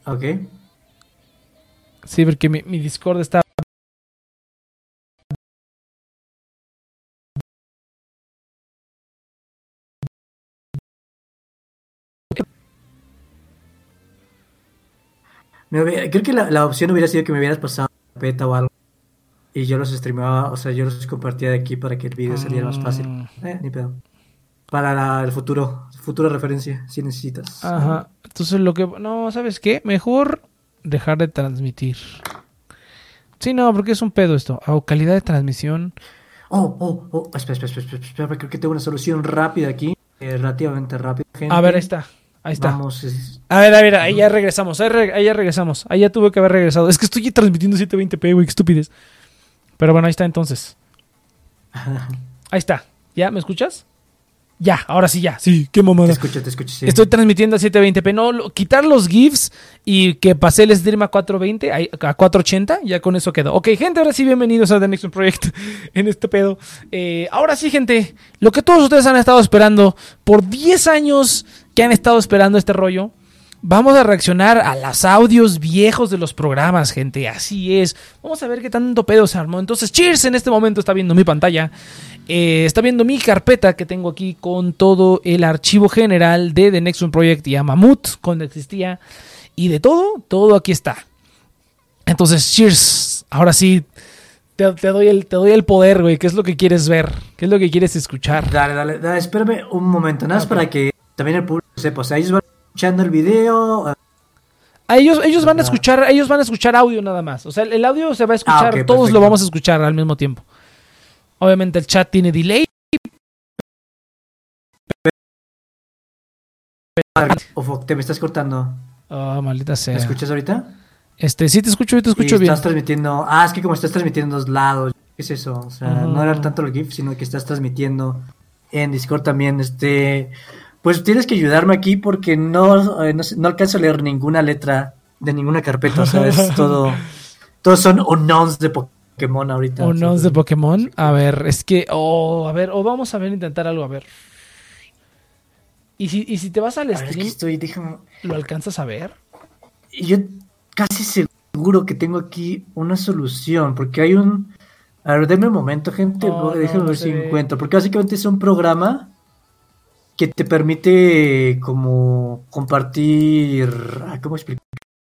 Ok. Sí, porque mi, mi Discord está... Me hubiera- creo que la, la opción hubiera sido que me hubieras pasado una carpeta o algo. Y yo los streamaba, o sea, yo los compartía de aquí para que el video saliera más fácil. Mm, Eh, ni pedo. Para la- el futuro, futura referencia, si necesitas. Ajá. Entonces lo que... No, ¿sabes qué? Mejor dejar de transmitir. Sí, no, porque es un pedo esto. O calidad de transmisión. Oh, oh, oh, espera, espera, espera, espera, espera, creo que tengo una solución rápida aquí, eh, relativamente rápida, gente. A ver, ahí está. Ahí está. Vamos, es- A ver, a ver, ahí ya regresamos. Ahí, re- ahí ya regresamos. Ahí ya tuve que haber regresado. Es que estoy transmitiendo setecientos veinte p, güey, qué estupidez. Pero bueno, ahí está entonces. Ahí está. ¿Ya? ¿Me escuchas? Ya, ahora sí, ya. Sí, qué te mamada. escucho, te escucho, sí. Estoy transmitiendo a setecientos veinte p. No, lo- quitar los GIFs y que pasé el stream a cuatrocientos veinte, ahí- a cuatrocientos ochenta, ya con eso quedó. Ok, gente, ahora sí, bienvenidos a The Next Project en este pedo. Eh, ahora sí, gente, lo que todos ustedes han estado esperando por diez años que han estado esperando este rollo. Vamos a reaccionar a los audios viejos de los programas, gente. Así es. Vamos a ver qué tanto pedo se armó. Entonces, Cheers, en este momento está viendo mi pantalla. Eh, está viendo mi carpeta que tengo aquí con todo el archivo general de The Next Project y a Mamut cuando existía. Y de todo, todo aquí está. Entonces, Cheers. Ahora sí, te, te doy el, te doy el poder, güey. ¿Qué es lo que quieres ver? ¿Qué es lo que quieres escuchar? Dale, dale, dale, espérame un momento, nada más Ok. para que también el público sepa, o sea, ellos van escuchando el video, A ellos, ellos van a Ajá. escuchar, ellos van a escuchar audio nada más. O sea, el, el audio se va a escuchar, Ah, ok, todos perfecto. lo vamos a escuchar al mismo tiempo. Obviamente el chat tiene delay. o fo- te me estás cortando, Ah, maldita sea. ¿me escuchas ahorita? Este, sí te escucho, yo te escucho y bien. estás transmitiendo, ah, es que como estás transmitiendo en dos lados, ¿qué es eso? O sea, Ajá. no era tanto el GIF, sino que estás transmitiendo en Discord también, este, pues tienes que ayudarme aquí porque no, eh, no, sé- no alcanzo a leer ninguna letra de ninguna carpeta, o sea, es todo, todos son unknowns de Pokémon ahorita. O o sea, no de Pokémon. A ver, es que. Oh, a ver, o vamos a ver, intentar algo, a ver. Y si, y si te vas al a ver, aquí stream, estoy, déjame, ¿lo alcanzas a ver? yo casi seguro que tengo aquí una solución, porque hay un... A ver, denme un momento, gente, Oh, déjenme no, no ver se si ve. encuentro, porque básicamente es un programa que te permite como compartir... ah, ¿Cómo explicar?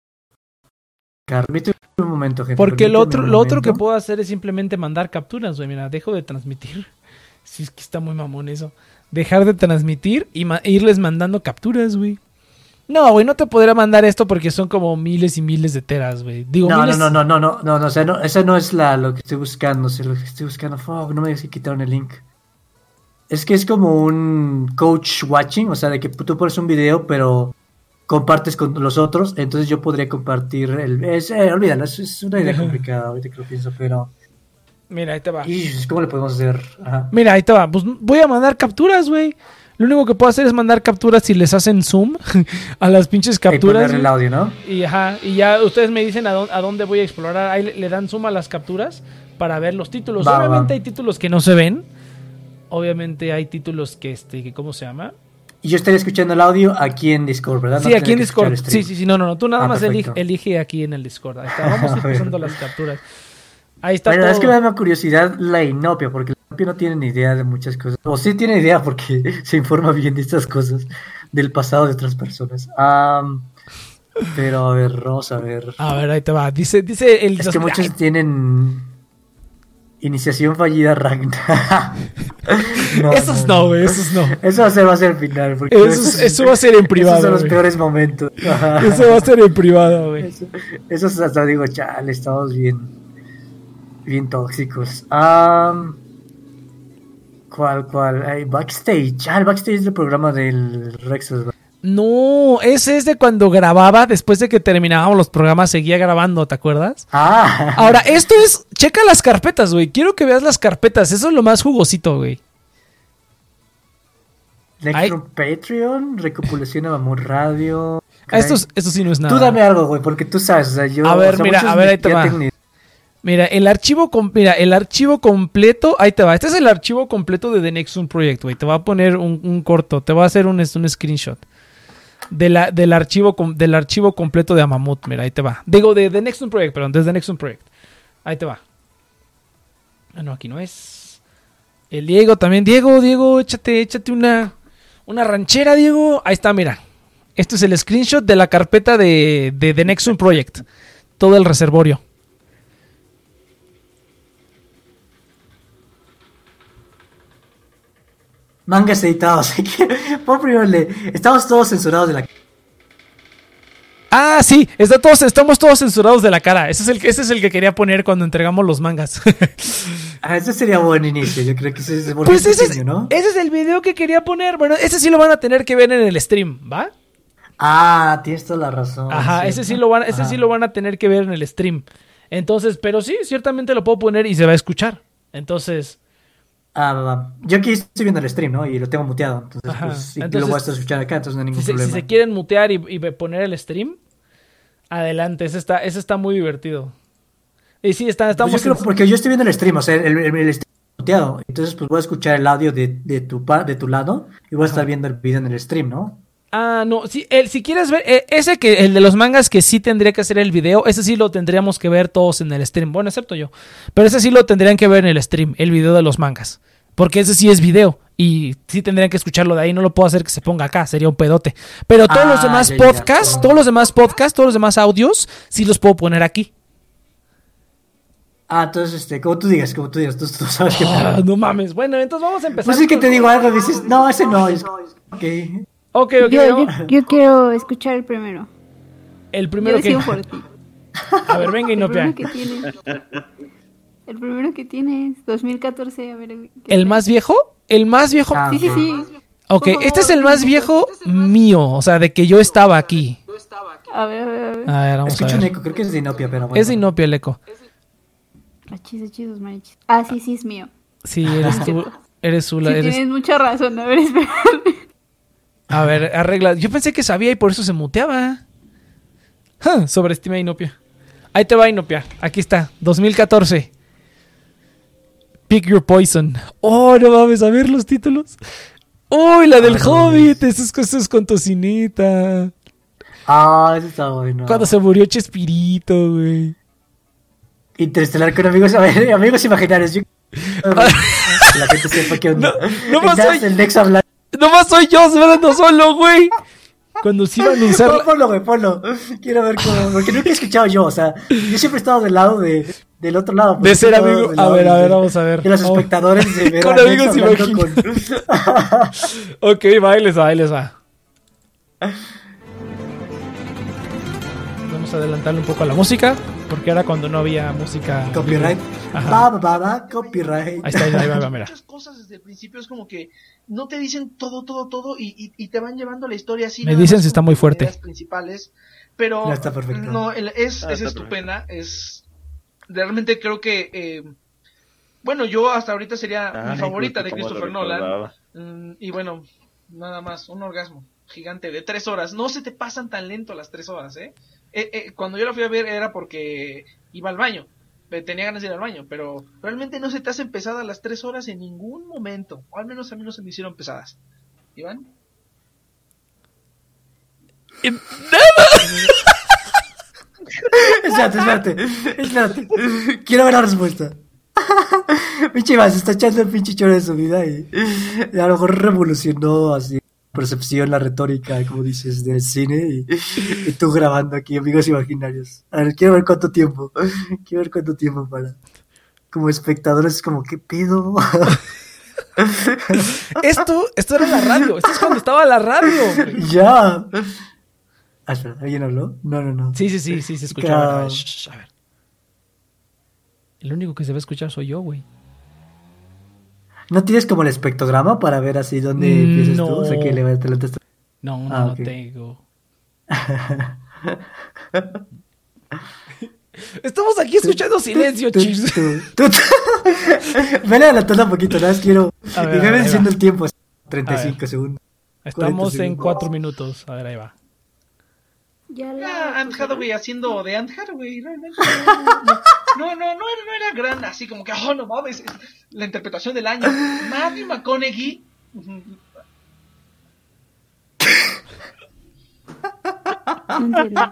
Permíteme un momento, gente. Porque lo permíteme otro, un lo otro que momento. puedo hacer es simplemente mandar capturas, güey. Mira, dejo de transmitir. Si es que está muy mamón eso. Dejar de transmitir y ma- irles mandando capturas, güey. No, güey, no te podría mandar esto porque son como miles y miles de teras, güey. Digo, No, no, miles... no, no, no, no, no, no, o sea, no, esa no es la, lo que estoy buscando, o sea, lo que estoy buscando, fuck, no me digas que quitaron el link. Es que es como un coach watching, o sea, de que tú pones un video, pero compartes con los otros, entonces yo podría compartir el... Es, eh, olvídalo, es, es una idea complicada, ahorita que lo pienso, pero... Mira, ahí te va. ¿Y cómo le podemos hacer? Ajá. Mira, ahí te va. Pues voy a mandar capturas, güey. Lo único que puedo hacer es mandar capturas si les hacen zoom a las pinches Y capturas. poner el güey. audio, ¿no? Y, ajá, y ya ustedes me dicen a dónde, a dónde voy a explorar. Ahí le, le dan zoom a las capturas para ver los títulos. Va, Obviamente va. hay títulos que no se ven. Obviamente hay títulos que, este, que ¿cómo se llama? Y yo estaría escuchando el audio aquí en Discord, ¿verdad? Sí, No aquí tendría en que escuchar Discord. el Sí, stream. sí, sí. No, no, no. Tú nada Ah, más elige, perfecto. elige aquí en el Discord. Ahí está. Vamos a ir Bueno. pasando las capturas. Ahí está Bueno, todo. es que me da una curiosidad la Inopia, porque la Inopia no tiene ni idea de muchas cosas. O sí tiene idea porque se informa bien de estas cosas, del pasado de otras personas. Am, pero a ver, vamos a ver. A ver, ahí te va. Dice, dice el... Es que muchos Ay, tienen iniciación fallida Ragnar. No, esos no, güey. Esos no. Eso va a ser, va a ser el final. Porque Eso, esos- eso va a ser en privado. Esos son los güey. peores momentos. Eso va a ser en privado, güey. Eso- Esos hasta digo, chale, estamos bien, bien tóxicos. Am, ¿Cuál, cuál? Ay, backstage. Ah, el backstage del programa del Rexos. No, ese es de cuando grababa, después de que terminábamos los programas, seguía grabando, ¿te acuerdas? Ah, Ahora, esto es, checa las carpetas, güey. Quiero que veas las carpetas, eso es lo más jugosito, güey. Necron Patreon, recopilación a Mamut Radio. Ah, Esto, es- esto sí no es nada. Tú dame algo, güey, porque tú sabes, o sea, yo... A ver, o sea, mira, muchos a ver, ni ahí te siquiera va. tengo ni- Mira, el archivo, com- mira, el archivo completo, ahí te va. Este es el archivo completo de The Nexus Project, güey. Te voy a poner un, un corto, te voy a hacer un, un screenshot. de la, del, archivo, com- del archivo completo de Amamut. Mira, ahí te va. Digo, de The Nexon Project, perdón, desde Nexon Project. Ahí te va. Ah, no, aquí no es. El Diego también. Diego, Diego, échate, échate una, una ranchera, Diego. Ahí está, mira. Este es el screenshot de la carpeta de, de The Nexon Project. Todo el reservorio. Mangas editados. Por primero le... Estamos todos censurados de la... Ah, sí, está todos, estamos todos censurados de la cara. Ese es el, ese es el que quería poner cuando entregamos los mangas. Ah, ese sería buen inicio. Yo creo que ese es Pues ese es, pequeño, ¿no? ese es el video que quería poner. Bueno, ese sí lo van a tener que ver en el stream, ¿va? Ah, tienes toda la razón. Ajá, sí, ese sí lo van, ese Ajá. sí lo van a tener que ver en el stream. Entonces, pero sí, ciertamente lo puedo poner y se va a escuchar. Entonces, Ah, va, va. Yo aquí estoy viendo el stream, ¿no? Y lo tengo muteado. Entonces, Ajá. pues, sí, Entonces, lo voy a estar escuchando acá, entonces no hay si ningún se, si problema. se quieren mutear y, y poner el stream, adelante, ese está, ese está muy divertido. Y sí, está, Pues estamos yo creo, en- porque yo estoy viendo el stream, o sea, el, el, el stream muteado. Entonces, pues voy a escuchar el audio de, de, tu, pa- de tu lado y voy a estar viendo el video en el stream, ¿no? Ah, no, sí, el, si quieres ver, eh, ese que, el de los mangas que sí tendría que hacer el video, ese sí lo tendríamos que ver todos en el stream, bueno, excepto yo, pero ese sí lo tendrían que ver en el stream, el video de los mangas, porque ese sí es video, y sí tendrían que escucharlo de ahí, no lo puedo hacer que se ponga acá, sería un pedote, pero todos Ah, los demás ya, ya, ya. podcasts, todos los demás podcasts, todos los demás audios, sí los puedo poner aquí. Ah, entonces, este, como tú digas, como tú digas, tú, tú sabes que... Ah, no mames, bueno, entonces vamos a empezar. Pues es que con- te digo algo, dices, no, ese no, es... Ok. Ok, ok, Yo, yo, vamos- yo quiero escuchar el primero. el Yo primero que... decido por ti. A ver, venga, El Inopia. primero que tienes. El primero que tienes, dos mil catorce, a ver. ¿qué ¿El tal? más viejo? El más viejo... Ah, Sí, sí, ok. sí. Ok, Por favor, este es el más por viejo mío, o sea, de que yo estaba aquí. A ver, a ver, a ver. A ver, vamos a Escucho un ver. eco, creo que es de Inopia, pero bueno. Es de Inopia el eco. Achis, achis, dos mariachis. Ah, sí, sí, es mío. Sí, eres tú. Eres Zula, Sí, eres... tienes mucha razón. A ver, espera. A ver, arregla. Yo pensé que sabía y por eso se muteaba. Ja, sobreestima a Inopia. Ahí te va, Inopia. Aquí está, dos mil catorce. Pick Your Poison. Oh, no mames, a ver los títulos. Uy, la del Ay, Hobbit. Eso es, eso es con tocineta. Ah, eso está bueno. Cuando se murió Chespirito, güey. Interestelar con amigos, a ver, amigos imaginarios. Yo... Que la gente sepa qué onda. No, no más Estás soy- el Nex hablando. Nomás soy yo hablando solo, güey. Cuando se iba a anunciar... Pon- la- Ponlo, güey, ponlo. Quiero ver cómo. Porque nunca he escuchado yo, o sea, yo siempre he estado del lado de, del otro lado. De ser He estado amigo. del A lado ver, de- a ver, vamos a ver. De los Vamos. espectadores de ver Con a Nex amigos hablando imaginados. con- Ok, va, ahí les va, ahí les va. Vamos a adelantarle un poco a la música, porque era cuando no había música. Copyright. Ajá. Va, va, va, va, copyright. Ahí está, ahí va, ahí va, mira. Muchas cosas desde el principio es como que no te dicen todo, todo, todo y, y, y te van llevando la historia así. Me nada dicen más si está con muy fuerte. ideas principales, pero Ya está perfecto. no, el- es, Ah, es está estupenda, es realmente creo que eh, bueno, yo hasta ahorita sería Ay, mi favorita justo de como lo Christopher Nolan. recordaba. Mm, y bueno, nada más, un orgasmo gigante de tres horas. No se te pasan tan lento las tres horas, ¿eh? Eh, eh, cuando yo la fui a ver era porque iba al baño. eh, Tenía ganas de ir al baño, pero realmente no se te hacen pesadas las tres horas en ningún momento. O al menos a mí no se me hicieron pesadas. ¿Iván? Espérate, espérate, espérate. Quiero ver la respuesta. Pinche Iván se está echando el pinche choro de su vida y, y a lo mejor revolucionó así la percepción, la retórica, como dices, del cine y, y tú grabando aquí, amigos imaginarios. A ver, quiero ver cuánto tiempo. Quiero ver cuánto tiempo para... Como espectadores, como, ¿qué pedo? Esto, esto era la radio. Esto es cuando estaba la radio. güey. Ya. Ah, espera, ¿alguien habló? No, no, no. Sí, sí, sí, sí, se escuchaba. A ver, Claro. shh, shh, a ver. El único que se va a escuchar soy yo, güey. ¿No tienes como el espectrograma para ver así dónde Mm, empiezas no. tú? O sea, que le te lo te- No, no, Ah, no ok. tengo. Estamos aquí escuchando silencio, Tú- chis. tú- tú- tú- Vele adelantando un poquito, nada más quiero. A ver, Y me ahí ven va. diciendo el tiempo, A treinta y ver. cinco segundos. Estamos en segundos. cuatro minutos. A ver, ahí va. Ya Ah, la. Ant Hathaway haciendo de Ant Hathaway, realmente. No, no, no, no, era, no era gran, así como que, oh, no mames, es la interpretación del año. Matthew McConaughey. ujú, No entiendo.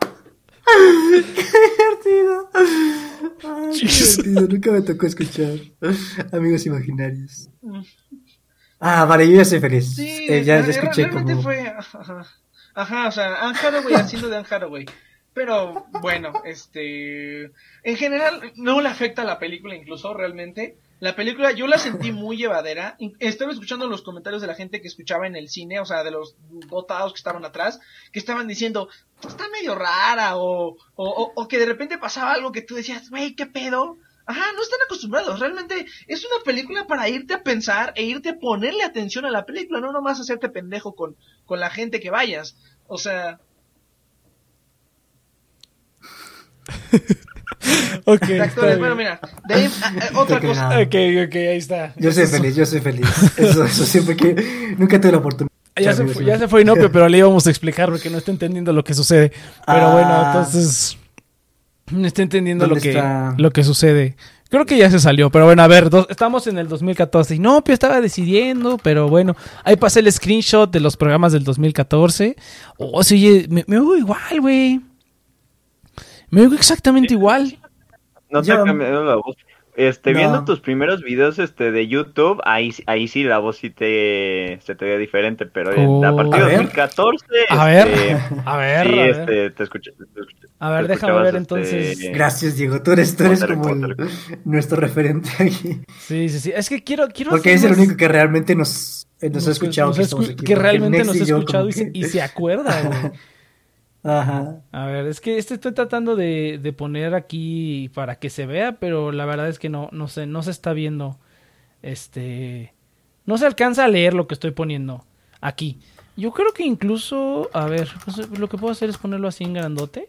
¡Qué divertido! Ay, qué divertido. Nunca me tocó escuchar Amigos Imaginarios. Ah, vale, yo ya soy feliz. Sí, Eh, ya, ya re- escuché realmente como... fue. Ajá, ajá, o sea, Anne Hathaway haciendo de Anne Hathaway. Pero bueno, este. En general, no le afecta a la película, incluso realmente. La película yo la sentí muy llevadera. In- Estaba escuchando los comentarios de la gente que escuchaba en el cine, o sea, de los dotados que estaban atrás, que estaban diciendo, está medio rara, o, o, o, o que de repente pasaba algo que tú decías, güey, ¿qué pedo? Ajá, no están acostumbrados. Realmente es una película para irte a pensar e irte a ponerle atención a la película, no nomás hacerte pendejo con, con la gente que vayas. O sea, Ok, de está actores, bien. bueno, mira, de ahí, a- a- otra Ok, cosa. nada. Ok, ok, ahí está. Yo soy feliz, yo soy feliz. Eso, eso siempre que... Nunca tuve la oportunidad. Ya se, Amigos fue, ya se fue Inopio, pero le íbamos a explicar porque no está entendiendo lo que sucede. Pero Ah. bueno, entonces no está entendiendo lo ¿Dónde que, está? lo que sucede. Creo que ya se salió, pero bueno, a ver, dos- estamos en el dos mil catorce. Inopio estaba decidiendo, pero bueno, ahí pasé el screenshot de los programas del dos mil catorce. Oh, sí, oye, me, me oigo igual, güey. Me oigo exactamente igual. No te Yo- ha cambiado la voz. Este, No. viendo tus primeros videos este de YouTube, ahí, ahí sí la voz sí te se te ve diferente, pero en- Oh. a partir A de ver. dos mil catorce, A este, ver, a ver, sí, a ver. este, te escuché, te escuché- A ver, te déjame escuchabas, ver este, entonces. Gracias, Diego. Tú eres, tú eres Potter, como el- nuestro referente aquí. Sí, sí, sí. Es que quiero, quiero Porque hacer es el más- único que realmente nos, eh, nos ha escuchado. nos que, ha estamos escu- aquí, que porque realmente Nex nos ha y yo escuchado como y se, que- y se acuerda, güey. Ajá. A ver, es que este estoy tratando de, de poner aquí para que se vea, pero la verdad es que no, no sé, no se está viendo. Este, no se alcanza a leer lo que estoy poniendo aquí. Yo creo que incluso, a ver, pues, lo que puedo hacer es ponerlo así en grandote.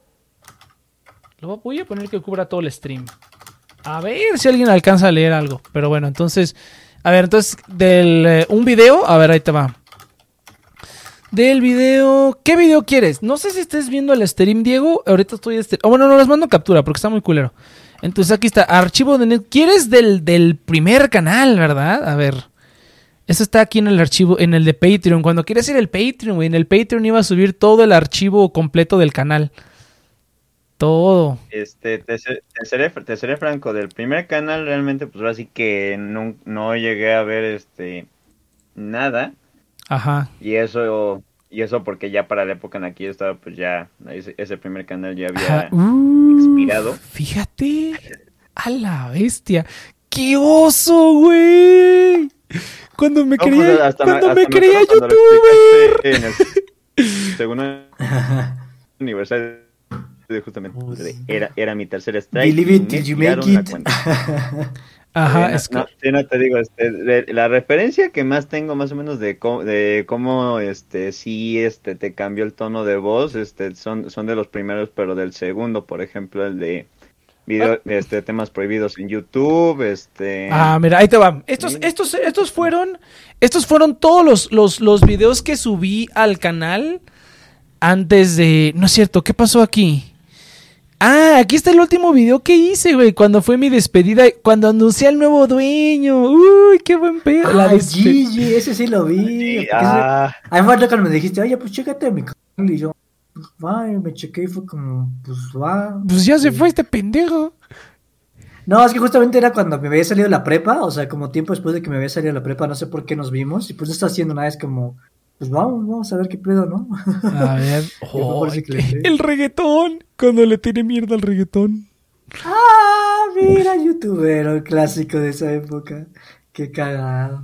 Lo voy a poner que cubra todo el stream. A ver si alguien alcanza a leer algo. Pero bueno, entonces, a ver, entonces del eh, un video, a ver, ahí te va. Del video, ¿qué video quieres? No sé si estés viendo el stream, Diego. Ahorita estoy este, oh, bueno, no les mando captura porque está muy culero. Entonces aquí está, archivo de net. ¿Quieres del, del primer canal, verdad? A ver. Eso está aquí en el archivo, en el de Patreon. Cuando quieres ir el Patreon, güey, en el Patreon iba a subir todo el archivo completo del canal. Todo. Este, te, se- te seré, te seré franco, del primer canal realmente, pues ahora sí que no, no llegué a ver este nada. Ajá. Y eso, y eso porque ya para la época en la que yo estaba, pues ya, ese, ese primer canal ya Ajá. había Uh, expirado. Fíjate. A la bestia. ¡Qué oso, güey! Cuando me No, creía, pues, hasta cuando hasta me creía acuerdo cuando lo youtuber. explicaste en el segundo aniversario de justamente de- era, era mi tercer strike. Believe it y me till you tiraron make la it. cuenta. Ajá, Eh, es que... no, sí, no te digo, este, de- la referencia que más tengo más o menos de cómo, de cómo este, sí, este, te cambió el tono de voz, este, son, son de los primeros, pero del segundo, por ejemplo, el de video, este, temas prohibidos en YouTube, este... Ah, mira, ahí te va. Estos, Sí. estos, estos fueron, estos fueron todos los, los, los videos que subí al canal antes de... No es cierto, ¿qué pasó aquí? Ah, aquí está el último video que hice, güey, cuando fue mi despedida, cuando anuncié al nuevo dueño. Uy, qué buen pedo. La Ay, despe- Gigi, ese sí lo vi. Sí, Porque ah, ese- Ahí fue cuando me dijiste, oye, pues chécate mi canal. Y yo, ay, me chequé y fue como, pues va. Pues ya se Sí. fue este pendejo. No, es que justamente era cuando me había salido la prepa, o sea, como tiempo después de que me había salido la prepa, no sé por qué nos vimos. Y pues no está haciendo nada, es como, pues vamos, vamos a ver qué pedo, ¿no? A ver. fue por Ay, eso que le entré. el reggaetón. Cuando le tiré mierda al reggaetón. Ah, mira, youtuber, el clásico de esa época. Qué cagado.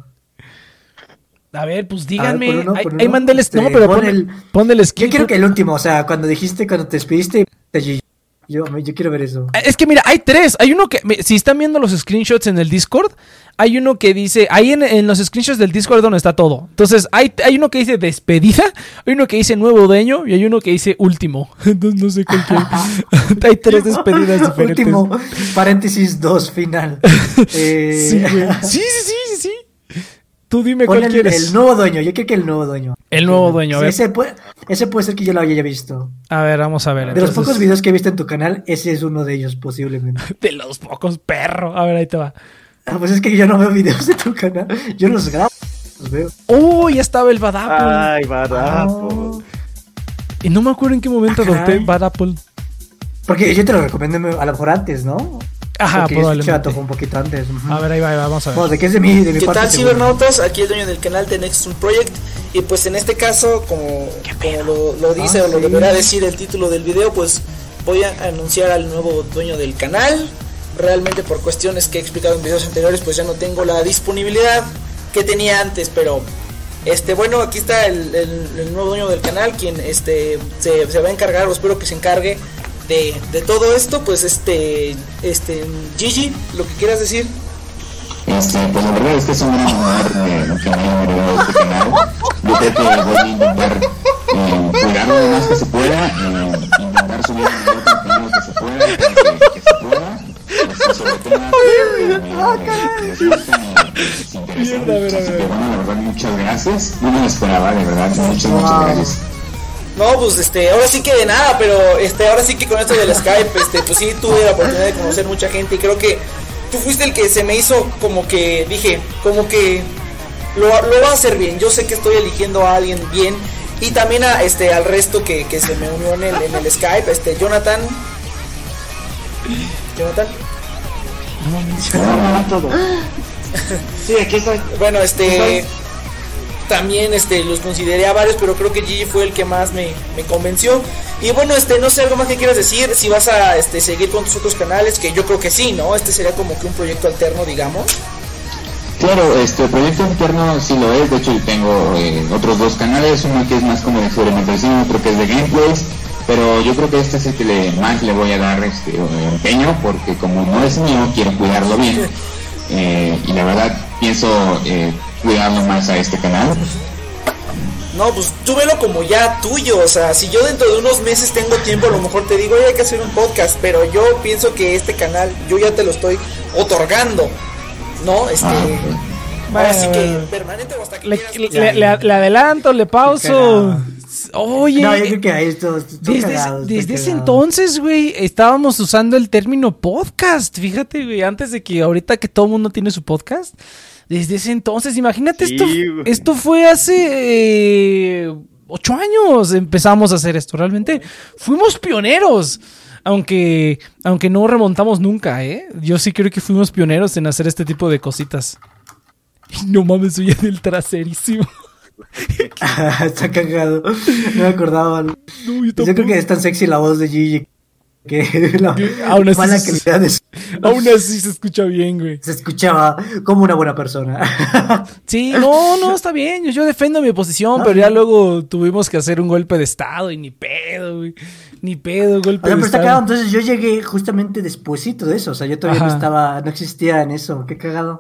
A ver, pues A ver, díganme. pon uno, ahí, pon ahí uno. mandé el... Este, No, pero pon pon, el- pon el skin. Yo quiero que el último, o sea, cuando dijiste, cuando te despediste, te Gigi. Yo, yo quiero ver eso. Es que mira, hay tres. Hay uno que, me- si están viendo los screenshots en el Discord, hay uno que dice, ahí en, en los screenshots del Discord donde está todo. Entonces, hay, hay uno que dice despedida, hay uno que dice nuevo dueño y hay uno que dice último. Entonces, no sé cuál quiere. Hay tres despedidas diferentes. Último, paréntesis dos, final. Eh, Sí, güey. sí, sí, sí, sí, sí. Tú dime pon cuál el, quieres. el nuevo dueño, yo creo que el nuevo dueño. El nuevo dueño, a Sí, ver. ese, puede, ese puede ser que yo lo haya visto. A ver, vamos a ver. De los entonces. pocos videos que he visto en tu canal, ese es uno de ellos, posiblemente. De los pocos, perro. A ver, ahí te va. Ah, pues es que yo no veo videos de tu canal. Yo los grabo, los veo. ¡Oh! Ya estaba el Badapul. ay, barato. Oh, Y no me acuerdo en qué momento Ajá. adopté Bad Apple. Porque yo te lo recomendé a lo mejor antes, ¿no? Ajá, Porque yo escuché probablemente. a Tofu un poquito antes. Ujú. A ver, ahí va, ahí va, vamos a ver. Bueno, de qué es de mi, de mi ¿Qué parte tal, seguro. cibernautas? Aquí el dueño del canal de Nexus Project. Y pues en este caso, como, como lo, lo dice Ah, o lo sí. deberá decir el título del video, pues voy a anunciar al nuevo dueño del canal. Realmente por cuestiones que he explicado en videos anteriores, pues ya no tengo la disponibilidad que tenía antes, pero este bueno, aquí está el, el, el nuevo dueño del canal, quien este se, se va a encargar, o espero que se encargue de, de todo esto. Pues este este Gigi, lo que quieras decir. Este, pues la verdad es que es un gran honor eh, que me hayan agregado a este canal. Yo creo que voy a intentar eh, cuidarlo lo más que se pueda, eh, intentar subir el mayor contenido que se pueda, que, que se pueda, este, sobre temas que me, me resulten eh, pues, interesantes. Así que bueno, la verdad, muchas gracias. No me lo esperaba, de verdad, muchas, muchas gracias. No, pues este, ahora sí que de nada, pero este, ahora sí que con esto del Skype, este, pues sí tuve la oportunidad de conocer mucha gente y creo que tú fuiste el que se me hizo como que dije, como que lo, lo va a hacer bien. Yo sé que estoy eligiendo a alguien bien y también a este al resto que, que se me unió en el, en el Skype, este Jonathan. Jonathan. Sí, aquí estoy. Bueno, este también este los consideré a varios, pero creo que Gigi fue el que más me, me convenció. Y bueno, este no sé, algo más que quieras decir, si vas a este seguir con tus otros canales, que yo creo que sí, ¿no? Este sería como que un proyecto alterno, digamos. Claro, este proyecto interno sí lo es. De hecho yo tengo eh, otros dos canales, uno que es más como de experimentación, otro que es de gameplays, pero yo creo que este es el que le, más le voy a dar este empeño, porque como no es mío, quiero cuidarlo bien, eh, y la verdad pienso eh, cuidarlo más a este canal. No, pues tú velo como ya tuyo, o sea, si yo dentro de unos meses tengo tiempo, a lo mejor te digo, oye, hay que hacer un podcast, pero yo pienso que este canal, yo ya te lo estoy otorgando, ¿no? Este, Ah, ahora Bueno, sí que bueno. permanente o hasta que Le, quieras. le- le- le adelanto, le pauso. Oye, No, yo creo que ahí esto, esto desde, cagado, está desde ese cagado. entonces, güey, estábamos usando el término podcast. Fíjate, güey, antes de que ahorita que todo el mundo tiene su podcast. Desde ese entonces, imagínate, Sí, esto, güey. esto fue hace eh, ocho años empezamos a hacer esto. Realmente fuimos pioneros. Aunque, aunque no remontamos nunca, ¿eh? Yo sí creo que fuimos pioneros en hacer este tipo de cositas. Y no mames, soy del traserísimo. Está cagado. No me acordaba. No, yo Yo tampoco. creo que es tan sexy la voz de Gigi que la Aún así mala se- calidad de su- Aún así se escucha bien, güey. se escuchaba como una buena persona. Sí, no, no, está bien. Yo, yo defiendo mi posición, Ah, pero ya sí. luego tuvimos que hacer un golpe de estado y ni pedo, güey. Ni pedo, golpe O sea, de pero está estado. cagado. Entonces yo llegué justamente despuesito de eso. O sea, yo todavía Ajá. no estaba, no existía en eso. Qué cagado.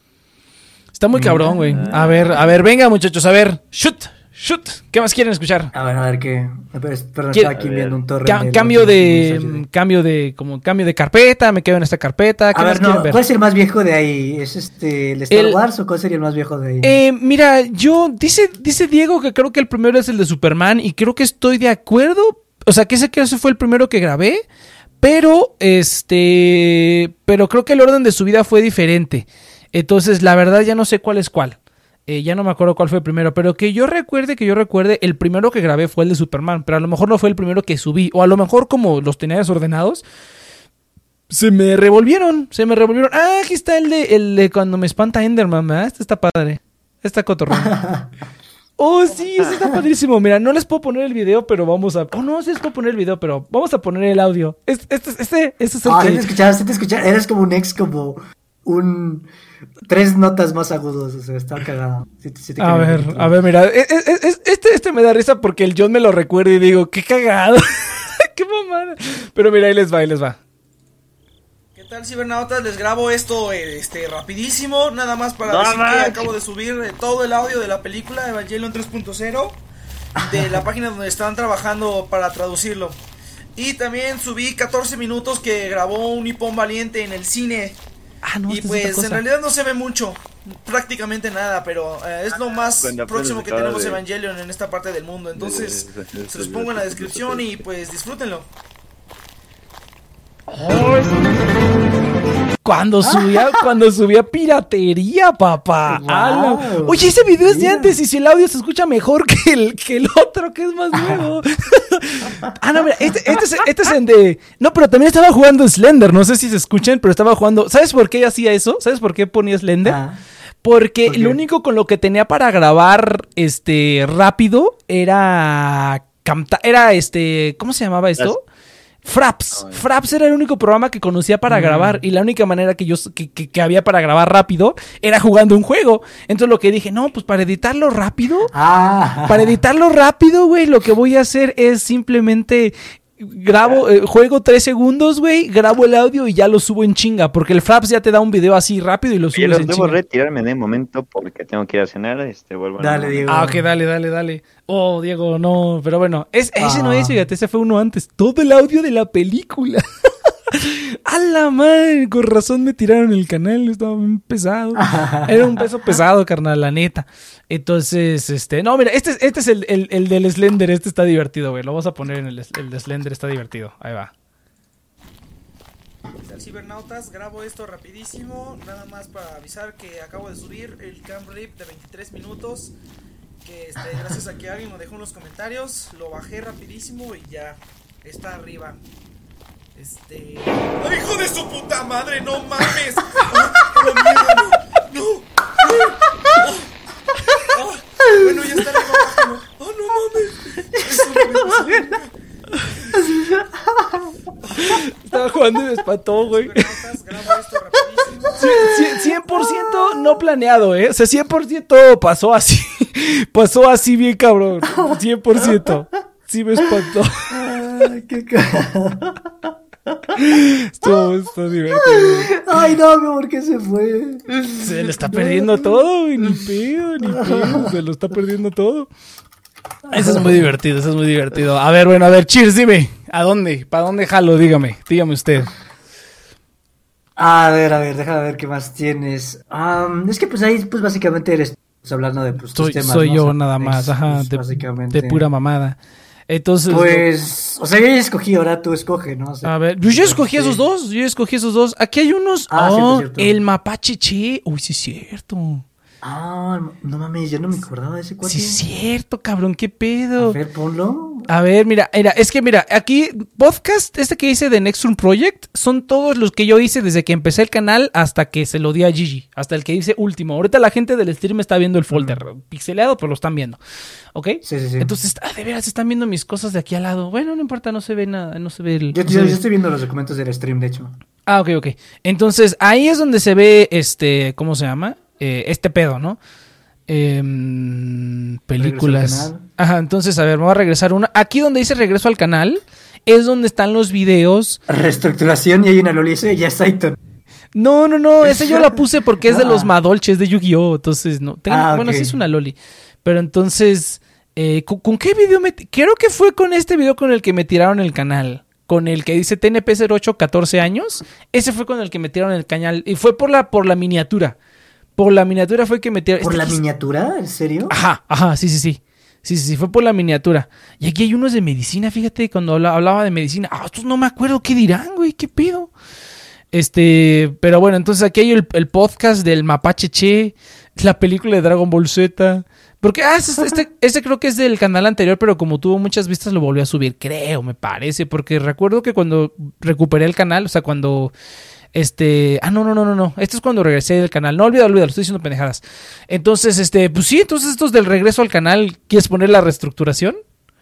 Está muy cabrón, güey. A ver, a ver, venga, muchachos, a ver. Shoot, shoot. ¿Qué más quieren escuchar? A ver, a ver qué. Perdón, ¿Quién- estaba aquí A ver. viendo un torre. Ca- cambio de, cambio de, como cambio de carpeta. Me quedo en esta carpeta. ¿Qué A más ver, no, quieren ver? ¿cuál es el más viejo de ahí? ¿Es este el Star El- Wars o cuál sería el más viejo de ahí? Eh, mira, yo, dice, dice Diego que creo que el primero es el de Superman y creo que estoy de acuerdo. O sea, que sé que ese fue el primero que grabé, pero este, pero creo que el orden de su vida fue diferente. Entonces, la verdad ya no sé cuál es cuál. Eh, ya no me acuerdo cuál fue el primero, pero que yo recuerde, que yo recuerde, el primero que grabé fue el de Superman, pero a lo mejor no fue el primero que subí, o a lo mejor como los tenía desordenados, se me revolvieron, se me revolvieron. Ah, aquí está el de, el de cuando me espanta Enderman, ¿verdad? Este está padre, está cotorrón. Oh, sí, ese está padrísimo. Mira, no les puedo poner el video, pero vamos a... Oh, no, sí les puedo poner el video, pero vamos a poner el audio. Este, este, este, este es el Ah, que... sí te escuchaba, sí te escuchaba. Eres como un ex, como un. Tres notas más agudos. O sea, estaba cagado. Sí, te- sí te A cagaba. ver, a ver, mira. e- e- e- Este, este me da risa porque el John me lo recuerda y digo, qué cagado. Qué mamada. Pero mira, ahí les va, ahí les va. ¿Qué tal, cibernautas? Les grabo esto eh, este rapidísimo, nada más para No decir manches. que acabo de subir eh, todo el audio de la película Evangelion tres punto cero de la página donde están trabajando para traducirlo. Y también subí catorce minutos que grabó un Nippon Valiente en el cine. Ah, no, Y esta es otra pues cosa. en realidad no se ve mucho, prácticamente nada, pero eh, es lo más Cuando apenas próximo que acaba tenemos de- Evangelion en esta parte del mundo. Entonces de- de- de- se los pongo en la descripción y pues disfrútenlo. Cuando subía, cuando subía piratería, papá. Wow. Ala. Oye, ese video es de antes y si el audio se escucha mejor que el, que el otro, que es más nuevo. Ah, no, mira, este, este, es, este es el de... No, pero también estaba jugando Slender, no sé si se escuchan, pero estaba jugando... ¿Sabes por qué hacía eso? ¿Sabes por qué ponía Slender? Ah. Porque ¿Por qué? lo único con lo que tenía para grabar este rápido era... Camta- era este... ¿Cómo se llamaba esto? Fraps. Fraps era el único programa que conocía para Mm. grabar. Y la única manera que yo que, que, que había para grabar rápido era jugando un juego. Entonces lo que dije, no, pues para editarlo rápido, Ah. para editarlo rápido, güey, lo que voy a hacer es simplemente grabo, eh, juego tres segundos, güey, grabo el audio y ya lo subo en chinga. Porque el Fraps ya te da un video así rápido y lo Oye, subes los en debo chinga. retirarme de momento porque tengo que ir a cenar. Este, vuelvo a Dale, Diego. Ah, ok, dale, dale, dale. Oh, Diego, no, pero bueno, es, ese Ah. no es, fíjate, ese fue uno antes. Todo el audio de la película. A la madre, con razón me tiraron el canal, estaba bien pesado. Era un peso pesado, carnal, la neta. Entonces, este, no, mira, este, este es el, el, el del Slender, este está divertido, güey. Lo vamos a poner en el, el de Slender, está divertido. Ahí va. ¿Qué tal, cibernautas? Grabo esto rapidísimo, nada más para avisar que acabo de subir el cam rip de veintitrés minutos. Que este, gracias a que alguien lo dejó en los comentarios, lo bajé rapidísimo y ya está arriba. Este. ¡Ay, hijo de su puta madre! ¡No mames! ¡Oh, la mierda, no! ¡No! ¡Oh! ¡Oh! Bueno, ya está arriba. ¡Oh, no, oh, no mames! Eso no me pasa. Estaba jugando y me espantó, güey. Grabo esto rapidísimo. cien por ciento no planeado, ¿eh? O sea, cien por ciento pasó así. Pasó así bien cabrón. cien por ciento. Sí me espantó. Ay, qué ca- Estuvo, estuvo divertido. Ay, no, mi amor, que se fue. Se le está perdiendo todo, güey. Ni pedo, ni pedo. Se lo está perdiendo todo. Eso es muy divertido, eso es muy divertido. A ver, bueno, a ver, Cheers, dime. ¿A dónde? ¿Para dónde jalo? Dígame, dígame usted. A ver, a ver, déjame ver qué más tienes. Am, es que pues ahí, pues básicamente eres pues, hablando de pues, tus Soy, temas, soy ¿no? yo O sea, nada pues, más, ajá, pues, de, básicamente. de pura mamada. Entonces, Pues, o sea, yo ya escogí, ahora tú escoge, ¿no? O sea, a ver, yo ya escogí sí. esos dos, yo ya escogí esos dos. Aquí hay unos. Ah, oh, cierto, cierto. el mapache che. Uy, sí es cierto. Ah, no mames, yo no me acordaba de ese cuate. Sí es cierto, cabrón, qué pedo. A ver, ponlo. A ver, mira, mira, es que mira, aquí podcast, este que hice de Nextrum Project, son todos los que yo hice desde que empecé el canal hasta que se lo di a Gigi, hasta el que hice último. Ahorita la gente del stream está viendo el folder, mm. pixeleado, pero lo están viendo, ¿ok? Sí, sí, sí. Entonces, ah, de veras, están viendo mis cosas de aquí al lado. Bueno, no importa, no se ve nada, no se ve el... Yo, yo, yo estoy viendo los documentos del stream, de hecho. Ah, ok, ok. Entonces, ahí es donde se ve, este, ¿cómo se llama? Eh, este pedo, ¿no? Eh, películas. Ajá, entonces, a ver, vamos a regresar una. Aquí donde dice regreso al canal, es donde están los videos. Reestructuración y hay una Loli, ese ya es Saito. No, no, no, esa yo la puse porque es de los Madolches de Yu-Gi-Oh! Entonces, no. Tengo, Ah, bueno, ok. sí es una Loli. Pero entonces, eh, ¿con, ¿con qué video me.? Creo que fue con este video con el que me tiraron el canal. Con el que dice T N P cero ocho, catorce años. Ese fue con el que me tiraron el canal. Y fue por la, por la miniatura. Por la miniatura fue que me tiraron. ¿Por este la quis- miniatura? ¿En serio? Ajá, ajá, sí, sí, sí. Sí, sí, sí, fue por la miniatura. Y aquí hay unos de medicina, fíjate, cuando habla- hablaba de medicina. Ah, estos no me acuerdo qué dirán, güey, qué pedo. Este, pero bueno, entonces aquí hay el, el podcast del Mapache Che, la película de Dragon Ball Z. Porque, ah, este, este, este creo que es del canal anterior, pero como tuvo muchas vistas lo volvió a subir, creo, me parece. Porque recuerdo que cuando recuperé el canal, o sea, cuando... Este, ah, no, no, no, no, no. Esto es cuando regresé del canal. No, olvídalo, olvídalo, estoy diciendo pendejadas. Entonces, este, pues sí, entonces estos del regreso al canal, ¿quieres poner la reestructuración?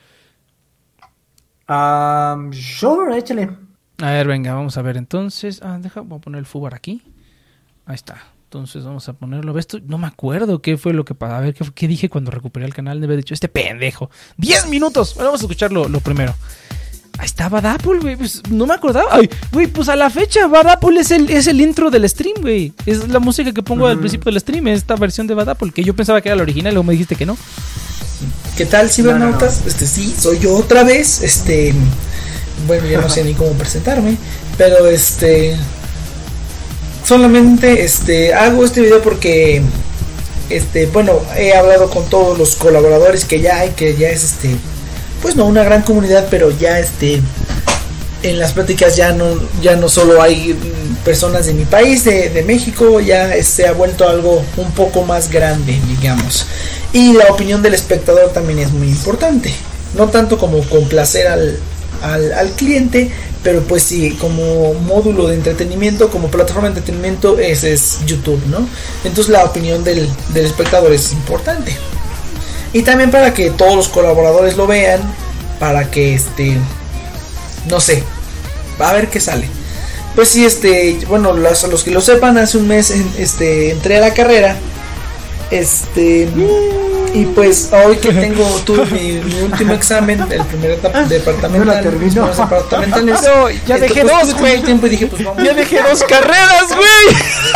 Um, sure, échale. A ver, venga, vamos a ver entonces. Ah, deja, voy a poner el fubar aquí. Ahí está. Entonces vamos a ponerlo. Esto no me acuerdo qué fue lo que pasó. A ver, ¿qué, qué dije cuando recuperé el canal? Debe haber dicho, este pendejo. ¡diez minutos! Bueno, vamos a escuchar lo, lo primero. Ahí está Bad Apple, güey. Pues no me acordaba. Ay, güey, pues a la fecha, Bad Apple es el, es el intro del stream, güey. Es la música que pongo uh-huh. al principio del stream. Esta versión de Bad Apple, que yo pensaba que era la original, y luego me dijiste que no. ¿Qué tal, cibernautas? No, no, no. Este sí, soy yo otra vez. Este. Bueno, ya no sé ni cómo presentarme. Pero este. Solamente este. Hago este video porque. Este. Bueno, he hablado con todos los colaboradores que ya hay, que ya es este. Pues no una gran comunidad, pero ya este en las pláticas ya no, ya no solo hay personas de mi país, de, de México, ya se ha vuelto algo un poco más grande, digamos. Y la opinión del espectador también es muy importante. No tanto como complacer al, al, al cliente, pero pues sí, como módulo de entretenimiento, como plataforma de entretenimiento, ese es YouTube, ¿no? Entonces la opinión del, del espectador es importante. Y también para que todos los colaboradores lo vean, para que este, no sé, a ver qué sale. Pues sí, este, bueno, los, los que lo sepan, hace un mes este, entré a la carrera, este, y pues hoy que tengo, tuve mi, mi último examen, el primer etapa, departamental, No, mis primeros departamentales. No, ya Este, dejé pues, dos, tuve todo güey. el tiempo y dije, pues vamos. Ya dejé dos carreras, güey.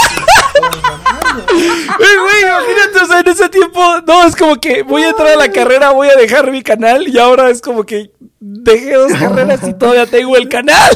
Güey, güey, imagínate, o sea, en ese tiempo, no, es como que voy a entrar a la carrera, voy a dejar mi canal y ahora es como que dejé dos carreras y todavía tengo el canal.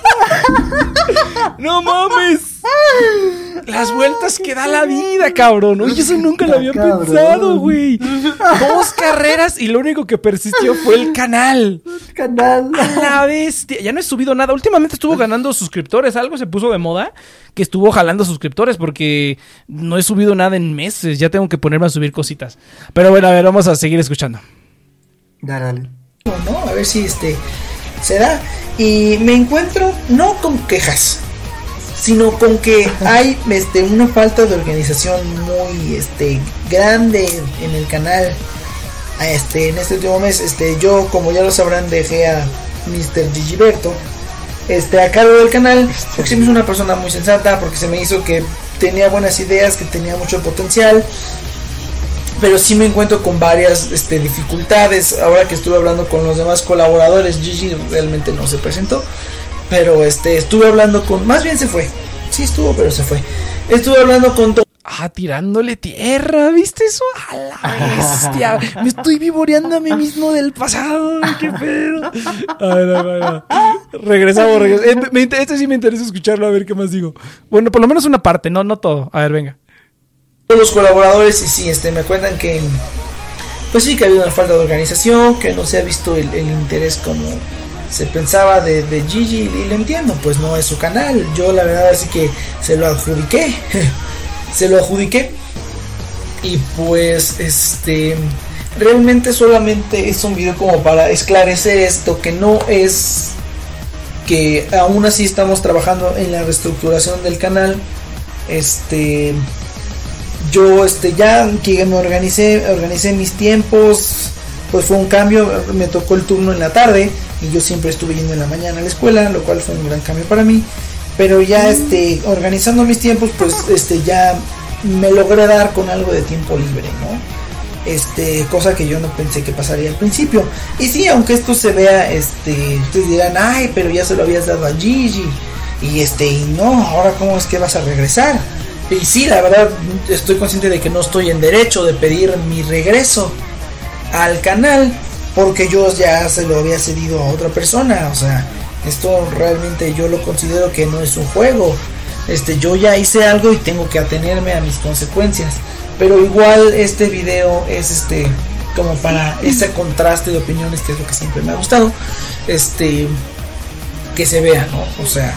No mames. Las vueltas que da la vida, cabrón. Oye, eso nunca lo había Cabrón. pensado, güey. Dos carreras y lo único que persistió fue el canal. Canal. A la bestia. Ya no he subido nada. Últimamente estuvo ganando suscriptores. Algo se puso de moda que estuvo jalando suscriptores porque no he subido nada en meses. Ya tengo que ponerme a subir cositas. Pero bueno, a ver, vamos a seguir escuchando. Dale, dale. ¿no? A ver si este se da. Y me encuentro no con quejas, sino con que hay este una falta de organización muy este grande en el canal. Este en este último mes, este yo, como ya lo sabrán, dejé a mister Gigiberto este a cargo del canal, porque se me hizo una persona muy sensata, porque se me hizo que tenía buenas ideas, que tenía mucho potencial. Pero sí me encuentro con varias este, dificultades. Ahora que estuve hablando con los demás colaboradores, Gigi realmente no se presentó, pero este estuve hablando con, más bien se fue. Sí estuvo, pero se fue. Estuve hablando con to- Ah, tirándole tierra, ¿viste eso? A la bestia. Me estoy vivoreando a mí mismo del pasado. Qué pedo. A ver, a ver, a ver. Regresamos, regresamos. Eh, me inter- este sí me interesa escucharlo, a ver qué más digo. Bueno, por lo menos una parte, no, no todo. A ver, venga. todos los colaboradores y sí, este me cuentan que pues sí que ha habido una falta de organización, que no se ha visto el, el interés como se pensaba de, de Gigi, y lo entiendo, pues no es su canal. Yo la verdad así que se lo adjudiqué. Se lo adjudiqué. Y pues este realmente solamente es un video como para esclarecer esto, que no es que aún así estamos trabajando en la reestructuración del canal. Este yo este ya que me organicé, organicé mis tiempos, pues fue un cambio, me tocó el turno en la tarde y yo siempre estuve yendo en la mañana a la escuela, lo cual fue un gran cambio para mí. Pero ya este organizando mis tiempos, pues este ya me logré dar con algo de tiempo libre, ¿no? Este, cosa que yo no pensé que pasaría al principio. Y sí, aunque esto se vea, este, ustedes dirán, ay, pero ya se lo habías dado a Gigi. Y este, y no, ahora cómo es que vas a regresar. Y sí, la verdad, estoy consciente de que no estoy en derecho de pedir mi regreso al canal, porque yo ya se lo había cedido a otra persona. O sea, esto realmente yo lo considero que no es un juego. Este, yo ya hice algo y tengo que atenerme a mis consecuencias. Pero igual este video es este como para ese contraste de opiniones, que es lo que siempre me ha gustado. Este, que se vea, ¿no? O sea,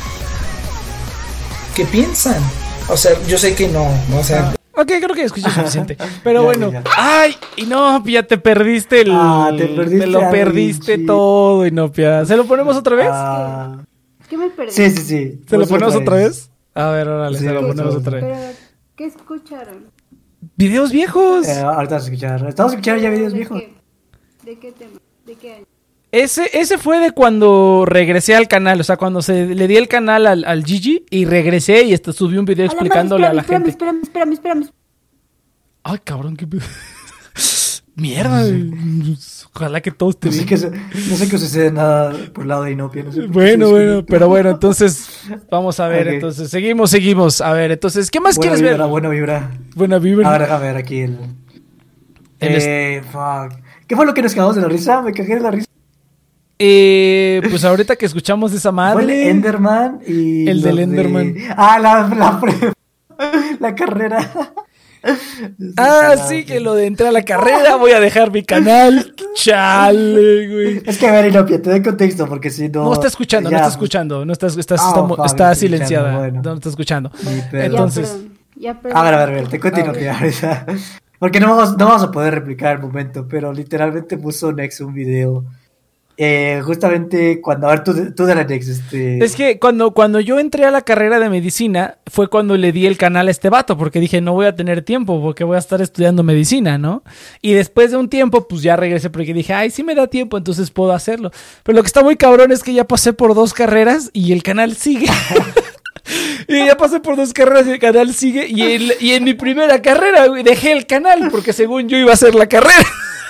¿qué piensan? O sea, yo sé que no, ¿no? O sea, Ok, creo que escuché suficiente. Pero Ya, bueno. ya. Ay, y no, ya te perdiste el. Ah, te perdiste lo a perdiste Richie. todo, Inopia. ¿Se lo ponemos otra vez? Ah, ¿Qué me perdí? sí, sí, sí. ¿Se lo Pues ponemos otra vez? A ver, órale, Sí, se lo pues, ponemos sí. otra vez. Pero, ¿qué escucharon? Videos viejos. Eh, ahorita vamos a escuchar. Estamos escuchando ya videos ¿De viejos. qué? ¿De qué tema? ¿De qué año? Ese, ese fue de cuando regresé al canal, o sea, cuando se le di el canal al, al Gigi y regresé y este, subí un video A la madre, explicándole a la espérame, gente. Espérame, espérame, espérame, espérame. Ay, cabrón, qué pedo. Mierda. Ojalá que todos te No sé, vean. qué, su- no sé qué sucede nada por el lado de Inopia. No sé por qué Bueno, se bueno, escribe. pero bueno, entonces vamos a ver, Ok. entonces seguimos, seguimos. A ver, entonces, ¿qué más Buena quieres vibra, ver? buena vibra. Buena vibra. A ver, déjame ver aquí el. El eh, fuck. ¿Qué fue lo que nos cagamos de la risa? Me cagué de la risa. Eh, pues ahorita que escuchamos de esa Fue el madre. Enderman y. El los del de- Enderman. Ah, la, la, pre- la carrera. Ah, sí, que lo de entrar a la carrera, voy a dejar mi canal. Chale, güey. Es que a ver, Inopia, te doy contexto porque si no... No está escuchando, ya, no está escuchando, no está, está, Ah, está, oh, fuck, está estoy silenciada, escuchando, bueno. no está escuchando. Ni pedo. Entonces, Ya, perdón. Ya, perdón. A ver, a ver, a ver, te cuento A Inopia ahorita. Porque no vamos, no vamos a poder replicar el momento, pero literalmente puso Nex un video. Eh, justamente cuando, a ver, tú, tú de la Nex, este... es que cuando, cuando yo entré a la carrera de medicina, fue cuando le di el canal a este vato, porque dije, no voy a tener tiempo, porque voy a estar estudiando medicina, ¿no? Y después de un tiempo, pues ya regresé, porque dije, ay, sí me da tiempo, entonces puedo hacerlo. Pero lo que está muy cabrón es que ya pasé por dos carreras y el canal sigue. Y ya pasé por dos carreras y el canal sigue. Y en, y en mi primera carrera, güey, dejé el canal, porque según yo iba a hacer la carrera.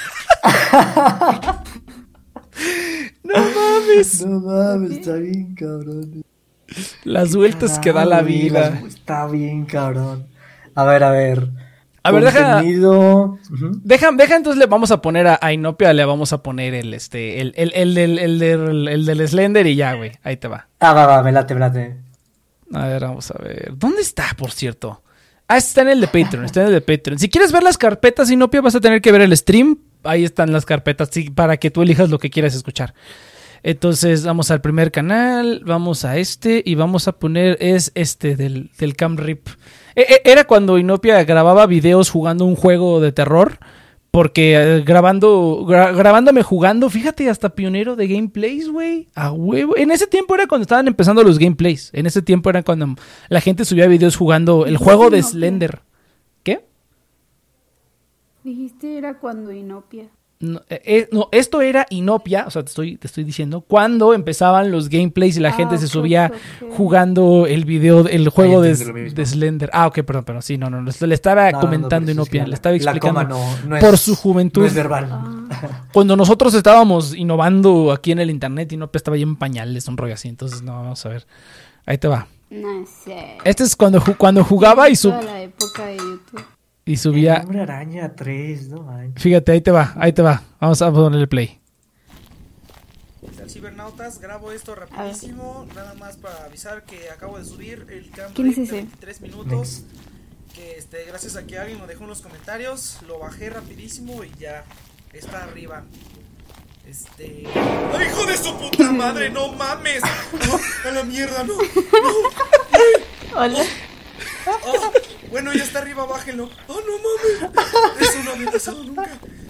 No mames. No mames, está bien cabrón. Las vueltas que da la Carajo, vida. las- Está bien cabrón. A ver, a ver. A ver, deja- Contenido... Ujú. Deja, deja, entonces le vamos a poner a, a Inopia, le vamos a poner el este, el, el, el, del- el, del- el del Slender y ya, güey. Ahí te va. Ah, va, va, me late, me late. A ver, vamos a ver. ¿Dónde está, por cierto? Ah, está en el de Patreon, está en el de Patreon. Si quieres ver las carpetas, Inopia, vas a tener que ver el stream. Ahí están las carpetas, sí, para que tú elijas lo que quieras escuchar. Entonces, vamos al primer canal, vamos a este y vamos a poner, es este del, del Cam Rip. E- e- era cuando Inopia grababa videos jugando un juego de terror, porque eh, grabando, gra- grabándome jugando, fíjate, hasta pionero de gameplays, güey, a huevo. En ese tiempo era cuando estaban empezando los gameplays, en ese tiempo era cuando la gente subía videos jugando el juego de Slender. ¿Qué? Dijiste era cuando Inopia. No, eh, eh, no, esto era Inopia, o sea, te estoy, te estoy diciendo, cuando empezaban los gameplays y la Ah, gente se ok, subía ok. jugando el video, el juego Ahí de, entiendo lo mismo. de Slender. Ah, ok, perdón, pero sí, no, no, le estaba No, comentando no, pero es que Inopia, la- le estaba la explicando coma no- no es- por su juventud. No es verbal. Ah, Cuando nosotros estábamos innovando aquí en el internet, Inopia estaba ya en pañales, un rollo así, entonces no, vamos a ver. Ahí te va. no sé. Este es cuando, ju- cuando jugaba y, sub- Toda la época de YouTube. y El subía. Hombre Araña tres, no manches. Fíjate, ahí te va, ahí te va. Vamos a ponerle play. Cibernautas, grabo esto rapidísimo, nada más para avisar que acabo de subir el cam ¿Quién es de ese? veintitrés minutos, que este, gracias a que alguien lo dejó en los comentarios, lo bajé rapidísimo y ya está arriba. Este... ¡Ay, hijo de su puta madre! ¡No mames! ¡Oh, a la mierda, no! ¡No! Hola. Oh, bueno, ya está arriba, bájenlo. ¡Oh, no mames! Eso no había pasado nunca.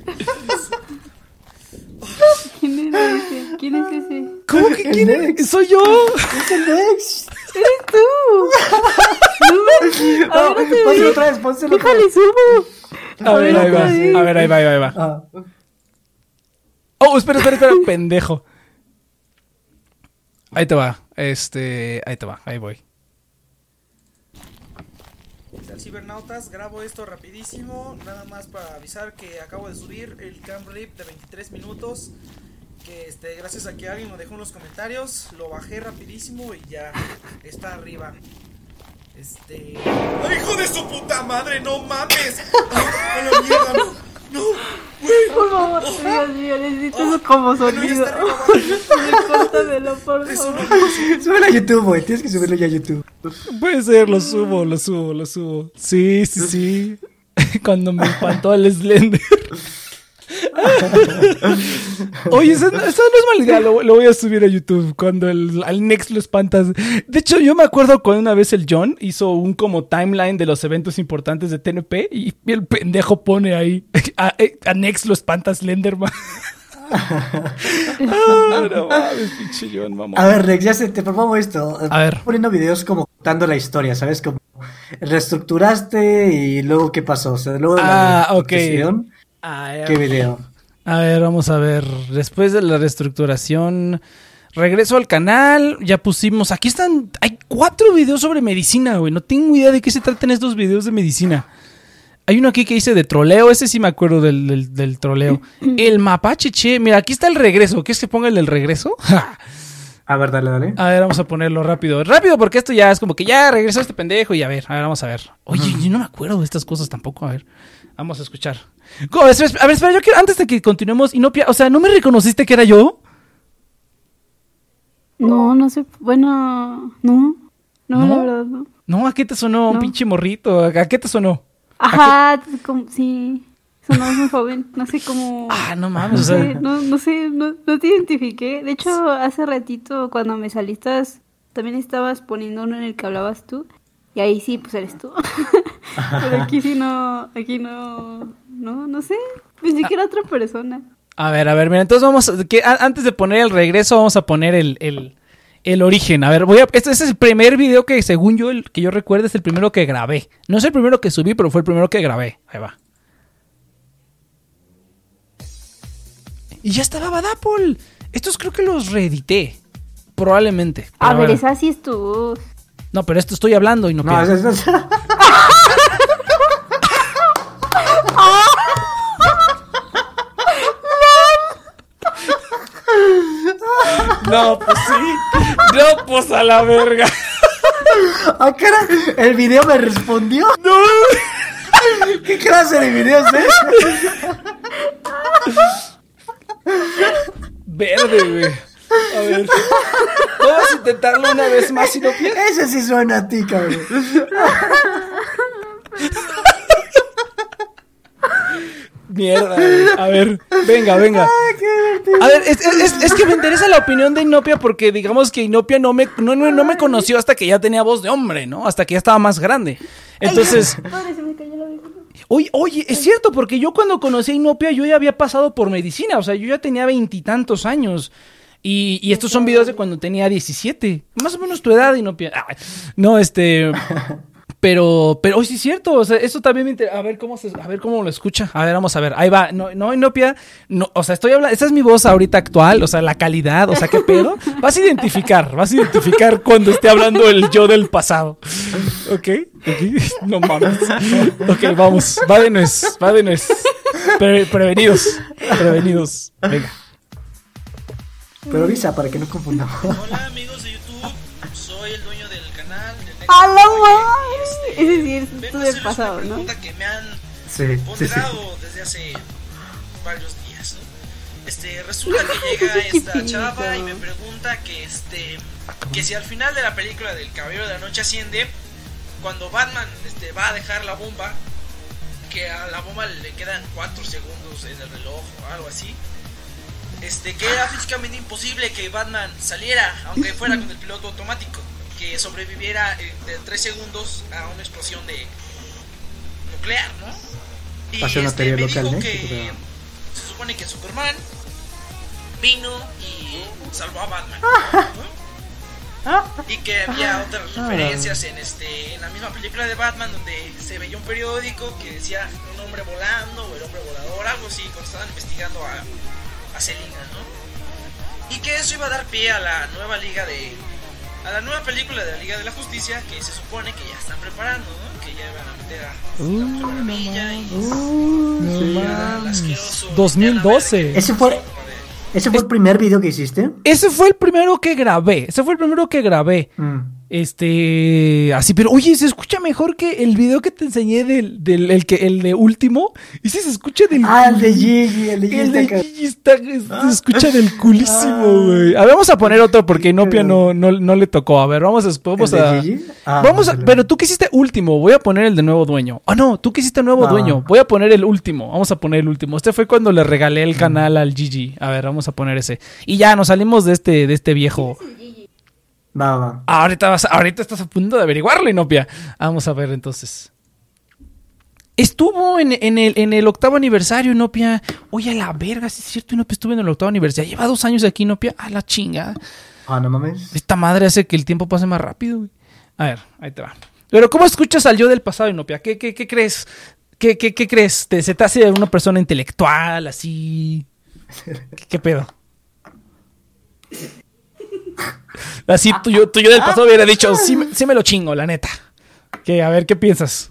¿Quién era ese? ¿Quién es ese? ¿Cómo que quién es? ¡Soy yo! ¡Es el Nex! ¡Eres tú! ¡No me... No, Ahora te pónselo veo. otra vez, pónselo otra ¡Déjale, vez. subo! A ver, ahí va. otra vez. A ver, ahí va, ahí va, ahí va. Ah, Oh, espera, espera, espera, pendejo. Ahí te va. Este, ahí te va, ahí voy. Cibernautas, grabo esto rapidísimo, nada más para avisar que acabo de subir el cam rip de veintitrés minutos, que este, gracias a que alguien lo dejó en los comentarios, lo bajé rapidísimo y ya está arriba. Este... ¡Ay, hijo de su puta madre! ¡No mames! ¡A la mierda, no! ¡No! ¡Güey! Por favor, Dios mío, necesito eso como Bueno, ya sonido. está arriba, bájenlo. Córtamelo, por Eso no favor. súbelo a YouTube, güey. Tienes que subirlo ya a YouTube. Puede ser, lo subo, lo subo, lo subo. Sí, sí, sí. Cuando me espantó el Slender. Oye, eso, eso no es mala idea, lo, lo voy a subir a YouTube cuando el, al Nex lo espantas. De hecho, yo me acuerdo cuando una vez el John hizo un como timeline de los eventos importantes de T N P y el pendejo pone ahí a, a Nex lo espanta Slenderman. Ah, no mames, pinche John, mamá. A ver, Rex, ya se te propongo esto. A ver. Poniendo videos como contando la historia, ¿sabes? Como reestructuraste y luego qué pasó. O sea, luego de la Ah, ok. reestructuración, Ah, ¿qué video? A ver, vamos a ver. Después de la reestructuración, regreso al canal. Ya pusimos. Aquí están. Hay cuatro videos sobre medicina, güey. No tengo idea de qué se tratan estos videos de medicina. Hay uno aquí que dice de troleo. Ese sí me acuerdo del, del, del troleo. El mapache, che. Mira, aquí está el regreso. ¿Quieres que ponga el del regreso? A ver, dale, dale. A ver, vamos a ponerlo rápido. Rápido, porque esto ya es como que ya regresó este pendejo. Y a ver, a ver, vamos a ver. Oye, yo no me acuerdo de estas cosas tampoco. A ver, vamos a escuchar. A ver, espera, a ver, espera, yo quiero, antes de que continuemos, Inopia, o sea, ¿no me reconociste que era yo? No, no sé. Bueno, no. No, ¿No? la verdad no. No, ¿a qué te sonó un No. pinche morrito? ¿A qué te sonó? Ajá, como, sí. Sonaba muy joven. No sé cómo. Ah, no mames, o No sea, sé, no, no sé, no, no te identifiqué. De hecho, hace ratito cuando me saliste, también estabas poniendo uno en el que hablabas tú. Y ahí sí, pues eres tú. Pero aquí sí no, aquí no, no, no sé. Pensé que era otra persona. a ver, a ver, mira, entonces vamos, a- que a- antes de poner el regreso, vamos a poner el, el, el origen. A ver, voy a, este, este es el primer video que, según yo, el que yo recuerdo, es el primero que grabé. No es el primero que subí, pero fue el primero que grabé. Ahí va. Y ya estaba Bad Apple. Estos creo que los reedité. Probablemente. A Pero ver, bueno. esa sí es tu. No, pero esto estoy hablando y no, No, pienso. eso es... No, pues sí. No, pues a la verga. Ah, cara, el video me respondió. No. ¿Qué clase de video es ese? Verde, güey. A ver. Vamos a intentarlo una vez más si no piensas. Ese sí suena a ti, cabrón. Mierda, güey. A ver, venga, venga. A ver, es, es- es que me interesa la opinión de Inopia porque digamos que Inopia no me, no, no, no me conoció hasta que ya tenía voz de hombre, ¿no? Hasta que ya estaba más grande. Entonces, Padre, se me cayó la vieja. oye, oye, es cierto, porque yo cuando conocí a Inopia yo ya había pasado por medicina, o sea, yo ya tenía veintitantos años. Y, y estos son videos de cuando tenía diecisiete. Más o menos tu edad, Inopia. Ah, no, este... Pero, pero, hoy sí es cierto, o sea, eso también me interesa. A ver cómo se, a ver cómo lo escucha. A ver, vamos a ver. Ahí va. No, no, Inopia, no, o sea, estoy hablando, esta es mi voz ahorita actual, o sea, la calidad, o sea, qué pedo. Vas a identificar, vas a identificar cuando esté hablando el yo del pasado. ¿Ok? ¿Ok? No mames. Ok, vamos. Va de nuez, va de nuez. Pre- prevenidos, prevenidos. Venga. Pero avisa para que no confundamos. Hola amigos de YouTube, soy el dueño del canal. del Nexo. ¡A la Oye, madre! Ese sí es vengo tú a del hacerles pasado, una ¿no? pregunta que me han Sí, sí, sí. ponderado desde hace varios días, ¿no? Este, resulta que llega esta Chiquito. chava y me pregunta que este que si al final de la película del Caballero de la Noche Asciende, cuando Batman este, va a dejar la bomba, que a la bomba le quedan cuatro segundos en el reloj o algo así, este, que era físicamente imposible que Batman saliera, aunque fuera con el piloto automático, que sobreviviera eh, de tres segundos a una explosión de nuclear, ¿no? Y Pasó una este, teoría me local, dijo ¿no? que se supone que Superman vino y salvó a Batman, ¿no? Y que había otras referencias en este en la misma película de Batman donde se veía un periódico que decía un hombre volando o el hombre volador, algo así, cuando estaban investigando a, a Selina, ¿no? Y que eso iba a dar pie a la nueva liga de a la nueva película de la Liga de la Justicia, que se supone que ya están preparando, ¿no? Que ya van a meter a Uh, la Maravilla y no y al mames. asqueroso dos mil doce. Linterna Verde, que Ese fue- es como de- ¿Ese fue el primer video que hiciste? Ese fue el primero que grabé. Ese fue el primero que grabé. Mm. Este, así, pero oye, se escucha mejor que el video que te enseñé del, del el que, el de último. Y sí se escucha del. Ah, el de Gigi, el de Gigi El de está acá. Gigi está, es- se escucha del culísimo, güey. A ver, vamos a poner otro porque Inopia no, no, no le tocó. A ver, vamos a. Vamos ¿El de a, Gigi? Ah, vamos a excelente. pero tú que hiciste último, voy a poner el de nuevo dueño. Ah, no, tú que hiciste nuevo Ah. dueño, voy a poner el último. Vamos a poner el último. Este fue cuando le regalé el canal al Gigi. A ver, vamos a poner ese. Y ya nos salimos de este, de este viejo. Va, va. Ahorita, vas, ahorita estás a punto de averiguarlo, Inopia. Vamos a ver entonces. Estuvo en, en, el, en el octavo aniversario, Inopia. Oye, a la verga, sí es cierto, Inopia estuvo en el octavo aniversario. Lleva dos años aquí, Inopia. A la chinga. Ah, no mames. Esta madre hace que el tiempo pase más rápido, güey. A ver, ahí te va. Pero, ¿cómo escuchas al yo del pasado, Inopia? ¿Qué, qué, qué crees? ¿Qué, qué, qué crees? ¿Te, ¿Se te hace una persona intelectual, así? ¿Qué, qué pedo? Así tú yo, tú yo del pasado hubiera dicho, sí, me- sí me lo chingo, la neta. Que, a ver, ¿qué piensas?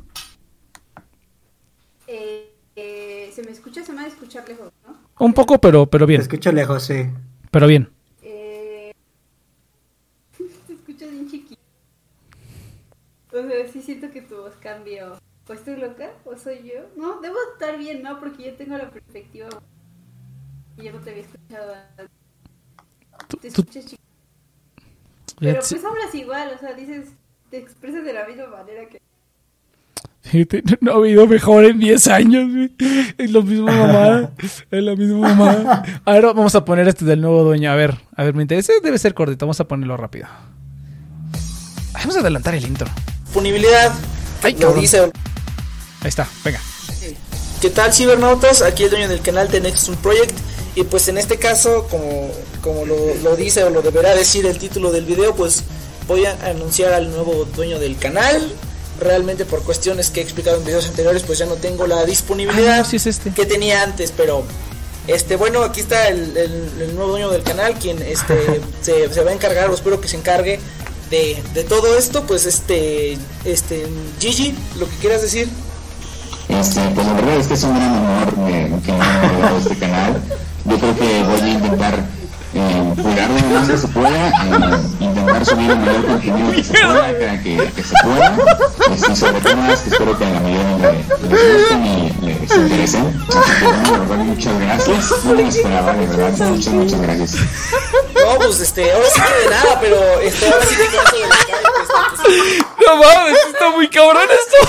Eh, eh, se me escucha, se me va a escuchar lejos, ¿no? Un poco, pero, pero Te bien. escucho lejos, sí. Pero bien. Eh, se escucha bien chiquito. O sea, sí siento que tu voz cambió. ¿O estoy loca? ¿O soy yo? No, debo estar bien, ¿no? Porque yo tengo la perspectiva. Y yo no te había escuchado antes. Tú- Te tú- escuchas chiquito. ya Pero sí- pues hablas igual, o sea, dices, te expresas de la misma manera que... Fíjate, no ha habido mejor en diez años, güey. Es lo mismo, mamá. Es la misma mamá. A ver, vamos a poner este del nuevo dueño. A ver, a ver, me interesa. Debe ser cortito. Vamos a ponerlo rápido. Vamos a adelantar el intro. Disponibilidad. Ay, Lo cabrón. dice. Ahí está, venga. ¿Qué tal, cibernautas? Aquí el dueño del canal The Next One Project. Y pues en este caso, como, como lo, lo dice o lo deberá decir el título del video, pues voy a anunciar al nuevo dueño del canal. Realmente por cuestiones que he explicado en videos anteriores, pues ya no tengo la disponibilidad Ah, sí es este. que tenía antes, pero este bueno, aquí está el, el, el nuevo dueño del canal, quien este se, se va a encargar, o espero que se encargue de, de todo esto. Pues este este Gigi, lo que quieras decir. Este, pues la verdad es que es un gran honor eh, que me hayan agregado a este canal. Yo creo que voy a intentar eh, cuidarlo lo más que se pueda, eh, intentar subir el mayor contenido que se pueda, que, que, que se pueda, este, y sobre temas que espero que a la mayoría le, les gusten y les interesen. Así que bueno, de verdad, muchas gracias. No me esperaba, de verdad, muchas, muchas gracias. No, pues este, ahora sí que de nada, pero este, ahora sí que clase de Skype, este, pues, No mames, está muy cabrón esto.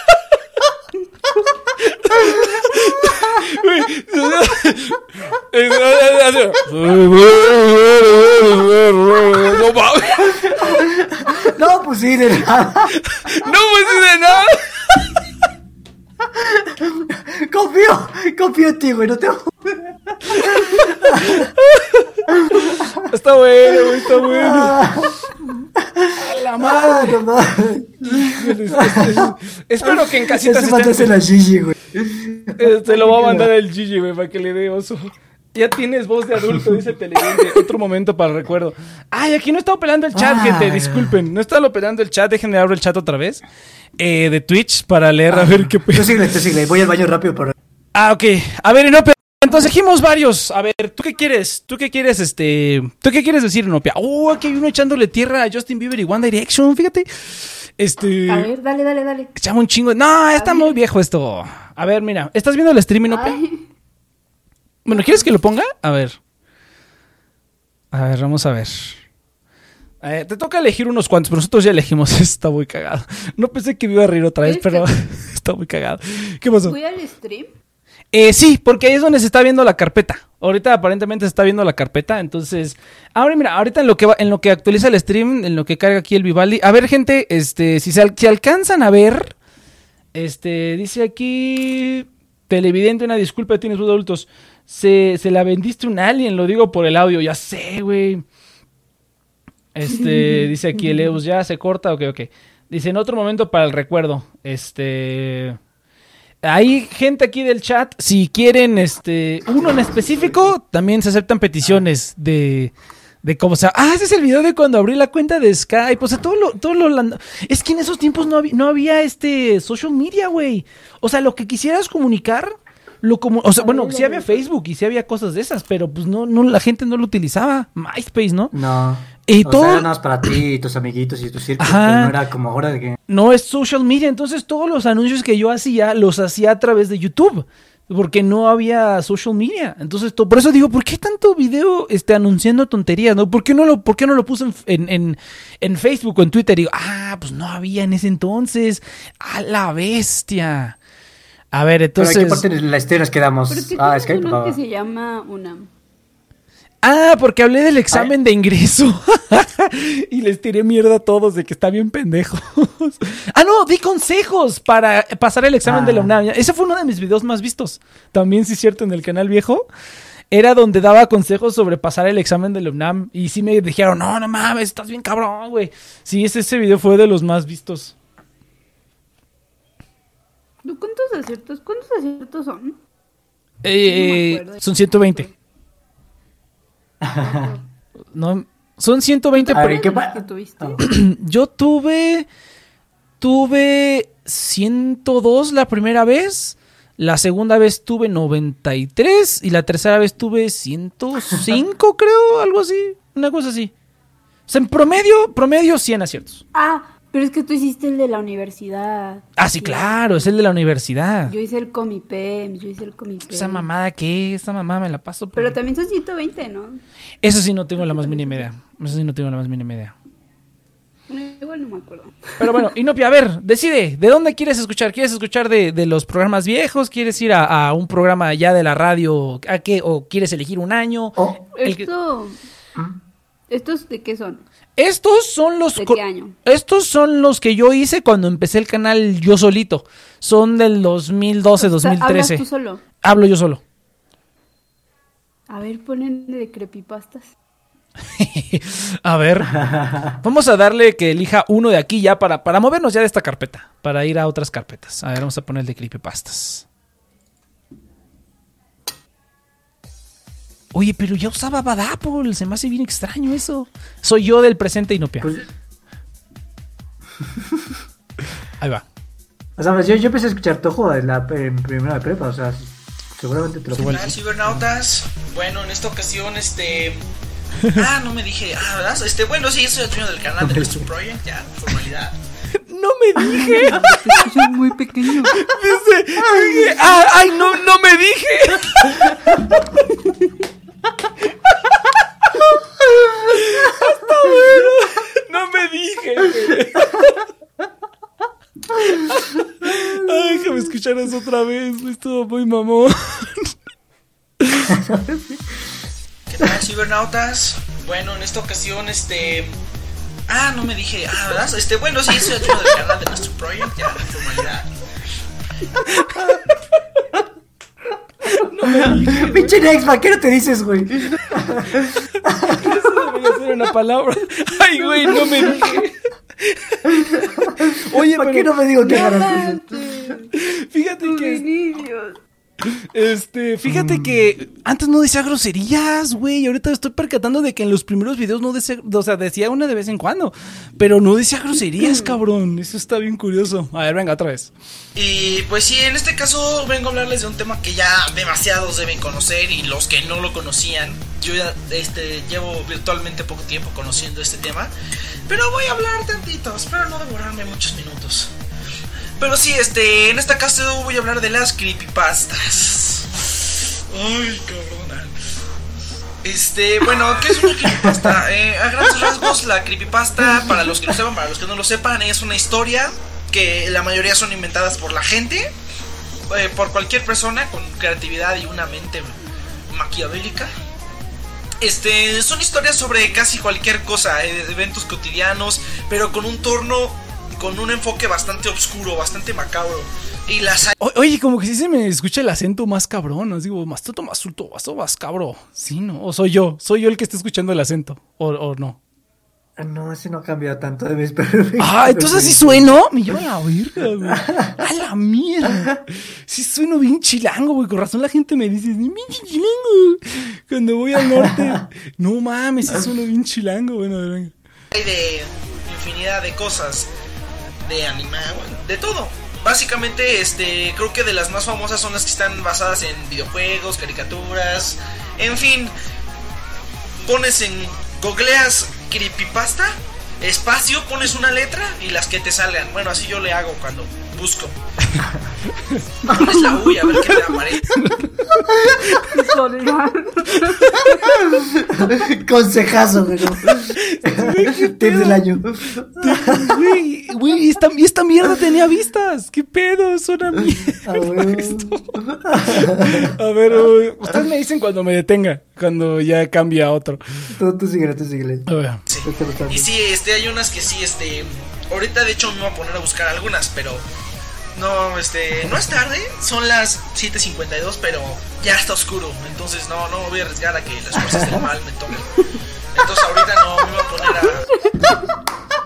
No mames. No, pues sí, de nada. No pues sí de nada. Confío, confío en ti, güey, no te... Está bueno, güey, está bueno. A la Ah, madre. no mames. Espero que en casitas Ese mandaste estén... la Gigi, güey. Te lo va a mandar el Gigi, güey, para que le dé oso. Ya tienes voz de adulto, dice el televidente. Otro momento para el recuerdo. Ay, aquí no está operando el chat, Ay. gente. Disculpen. No está operando el chat. Déjenme abrir el chat otra vez. Eh, de Twitch para leer a ver qué Tú sigue, tú sigue. Voy al baño rápido para... Ah, ok. A ver, Inopia. Entonces dijimos varios. A ver, ¿tú qué quieres? ¿Tú qué quieres, este? ¿Tú qué quieres decir, Inopia? Oh, aquí hay uno echándole tierra a Justin Bieber y One Direction, fíjate. Este... A ver, dale, dale, dale. Echamos un chingo. No, está muy viejo esto. A ver, mira. ¿Estás viendo el stream, Inopia? Ay, Bueno, ¿quieres que lo ponga? A ver. A ver, vamos a ver. Eh, te toca elegir unos cuantos, pero nosotros ya elegimos. Está muy cagado. No pensé que me iba a reír otra vez, ¿Quieres pero está muy cagado. ¿Qué pasó? ¿Voy al stream? Eh, sí, porque ahí es donde se está viendo la carpeta. Ahorita aparentemente se está viendo la carpeta, entonces... Ahora mira, ahorita en lo que va, en lo que actualiza el stream, en lo que carga aquí el Vivaldi. A ver, gente, este, si se al- si alcanzan a ver, este, dice aquí... Televidente, una disculpa, tienes voz de adultos. Se, se la vendiste a un alien, lo digo por el audio, ya sé, güey. Este, dice aquí el Eus, ya se corta, ok, ok. Dice, en otro momento para el recuerdo, este... Hay gente aquí del chat, si quieren, este, uno en específico, también se aceptan peticiones de... De cómo se... Ah, ese es el video de cuando abrí la cuenta de Skype. O sea, todo lo... Todo lo es que en esos tiempos no había, no había este social media, güey. O sea, lo que quisieras comunicar... Lo como, o sea, bueno, sí había Facebook y sí había cosas de esas, pero pues no, no, la gente no lo utilizaba. MySpace, ¿no? No. Y o todo... sea, era nada más para ti y tus amiguitos y tus círculos, Ajá. pero no era como ahora de que... No es social media, entonces todos los anuncios que yo hacía los hacía a través de YouTube, porque no había social media. Entonces, to- por eso digo, ¿por qué tanto video este, anunciando tonterías? ¿No? ¿Por qué no lo, por qué no lo puse en, en, en, en Facebook o en Twitter? Y digo, ah, pues no había en ese entonces. ¡A la bestia! A ver, entonces... ¿Pero en qué parte de la historia nos quedamos? ¿Pero qué Ah, tienes Skype. uno Ah. que se llama UNAM? Ah, porque hablé del examen de ingreso. Y les tiré mierda a todos de que está bien pendejos. Ah, no, di consejos para pasar el examen Ah. de la UNAM. Ese fue uno de mis videos más vistos. También, sí es cierto, en el canal viejo. Era donde daba consejos sobre pasar el examen de la UNAM. Y sí me dijeron, no, no mames, estás bien cabrón, güey. Sí, ese, ese video fue de los más vistos. ¿Cuántos aciertos? ¿Cuántos aciertos son? Eh, No me acuerdo. son ciento veinte. No, son ciento veinte. A ver, por- ¿qué ¿Cuántos pa- que tuviste? Ah. Yo tuve. Tuve ciento dos la primera vez. La segunda vez tuve noventa y tres. Y la tercera vez tuve ciento cinco, creo. Algo así. Una cosa así. O sea, en promedio, promedio cien aciertos. Ah, pero es que tú hiciste el de la universidad. Ah, sí, claro. Es el de la universidad. Yo hice el Comipem, yo hice el Comipem. Esa mamada, ¿qué? Esa mamada me la paso. por- Pero también son ciento veinte, ¿no? Eso sí no tengo la más mínima idea. Eso sí no tengo la más mínima idea. Bueno, igual no me acuerdo. Pero bueno, Inopia, a ver, decide, ¿de dónde quieres escuchar? ¿Quieres escuchar de, de los programas viejos? ¿Quieres ir a, a un programa ya de la radio? ¿A qué? ¿O quieres elegir un año? Oh, El que- Esto... ¿Estos de qué son? Estos son los ¿De co- qué año? Estos son los que yo hice cuando empecé el canal yo solito. Son del dos mil doce, O sea, dos mil trece. ¿hablas tú solo? Hablo yo solo. A ver, ponen de creepypastas. A ver, vamos a darle que elija uno de aquí ya para, para movernos ya de esta carpeta, para ir a otras carpetas. A ver, vamos a poner el de creepypastas. Oye, pero ya usaba Bad Apple, se me hace bien extraño eso. Soy yo del presente Inopia. pues, Ahí va. o sea, pues, yo, yo empecé a escuchar Tojo en la en primera de prepa, o sea, seguramente te lo Igual. Hola, cibernautas. Bueno, en esta ocasión, este. Ah, no me dije. Ah, ¿verdad? Este, bueno, sí, soy el dueño del canal de nuestro Project, ya, formalidad. No me dije. Es muy pequeño. Dice, dije, ah, ay, no, no me dije. Está bueno. No me dije. Ay, déjame escuchar eso otra vez. Estuvo muy mamón. ¿Qué tal, cibernautas? Bueno, en esta ocasión, este. Ah, no me dije. Ah, ¿verdad? Este, bueno, sí, soy el dueño del canal de nuestro Project, ya, formalidad. Pinche Nex, ¿para qué no te dices, güey? Eso debería ser una palabra. Ay, güey, no me dije. Oye, ¿Para pero qué no me digo que hagas cosas? fíjate que Inicios. Este, fíjate que antes no decía groserías, güey. Ahorita me estoy percatando de que en los primeros videos no decía, o sea, decía una de vez en cuando, pero no decía groserías, cabrón. Eso está bien curioso. A ver, venga, otra vez. Y pues sí, en este caso vengo a hablarles de un tema que ya demasiados deben conocer y los que no lo conocían. Yo ya este, llevo virtualmente poco tiempo conociendo este tema, pero voy a hablar tantito, espero no demorarme muchos minutos. Pero sí, este, en esta caso voy a hablar de las creepypastas. Ay, cabrona. Este, bueno, ¿qué es una creepypasta? Eh, a grandes rasgos, la creepypasta, para los que lo sepan, para los que no lo sepan, es una historia que la mayoría son inventadas por la gente, eh, por cualquier persona con creatividad y una mente maquiavélica. Este, son historias sobre casi cualquier cosa, eh, eventos cotidianos, pero con un torno, con un enfoque bastante oscuro, bastante macabro. Y las hay... O- oye, como que sí se me escucha el acento más cabrón. Así digo, más toto, más sulto, más más cabro. Sí, ¿no? O soy yo, soy yo el que está escuchando el acento. O, o no. No, ese no ha cambiado tanto de vez, pero... Ah, entonces así sueno. Me lleva a la verga, güey. A la mierda. Sí sueno bien chilango, güey. Con razón la gente me dice, bien chilango. Cuando voy al norte. No mames, sí sueno bien chilango. Bueno, a ver, venga. hay de infinidad de cosas, de anime, de todo. Básicamente, este, creo que de las más famosas son las que están basadas en videojuegos, caricaturas, en fin. Pones en, googleas creepypasta, espacio, pones una letra y las que te salgan. Bueno, así yo le hago cuando busco. Pones la U y a ver qué te aparece. Consejazo, güey. Tip del año. Güey, güey, esta, esta mierda tenía vistas. ¿Qué pedo? Es una mierda. Ah, güey. A ver, uy, ustedes me dicen cuando me detenga, cuando ya cambia a otro. Tú, tú síguele, tú síguele. A ver. Sí. Tú te lo sabes. Y sí, este, hay unas que sí, este, ahorita de hecho me voy a poner a buscar algunas, pero no, este, no es tarde, son las siete cincuenta y dos, pero ya está oscuro, entonces no, no me voy a arriesgar a que las fuerzas del mal me tomen. Entonces ahorita no me voy a poner a...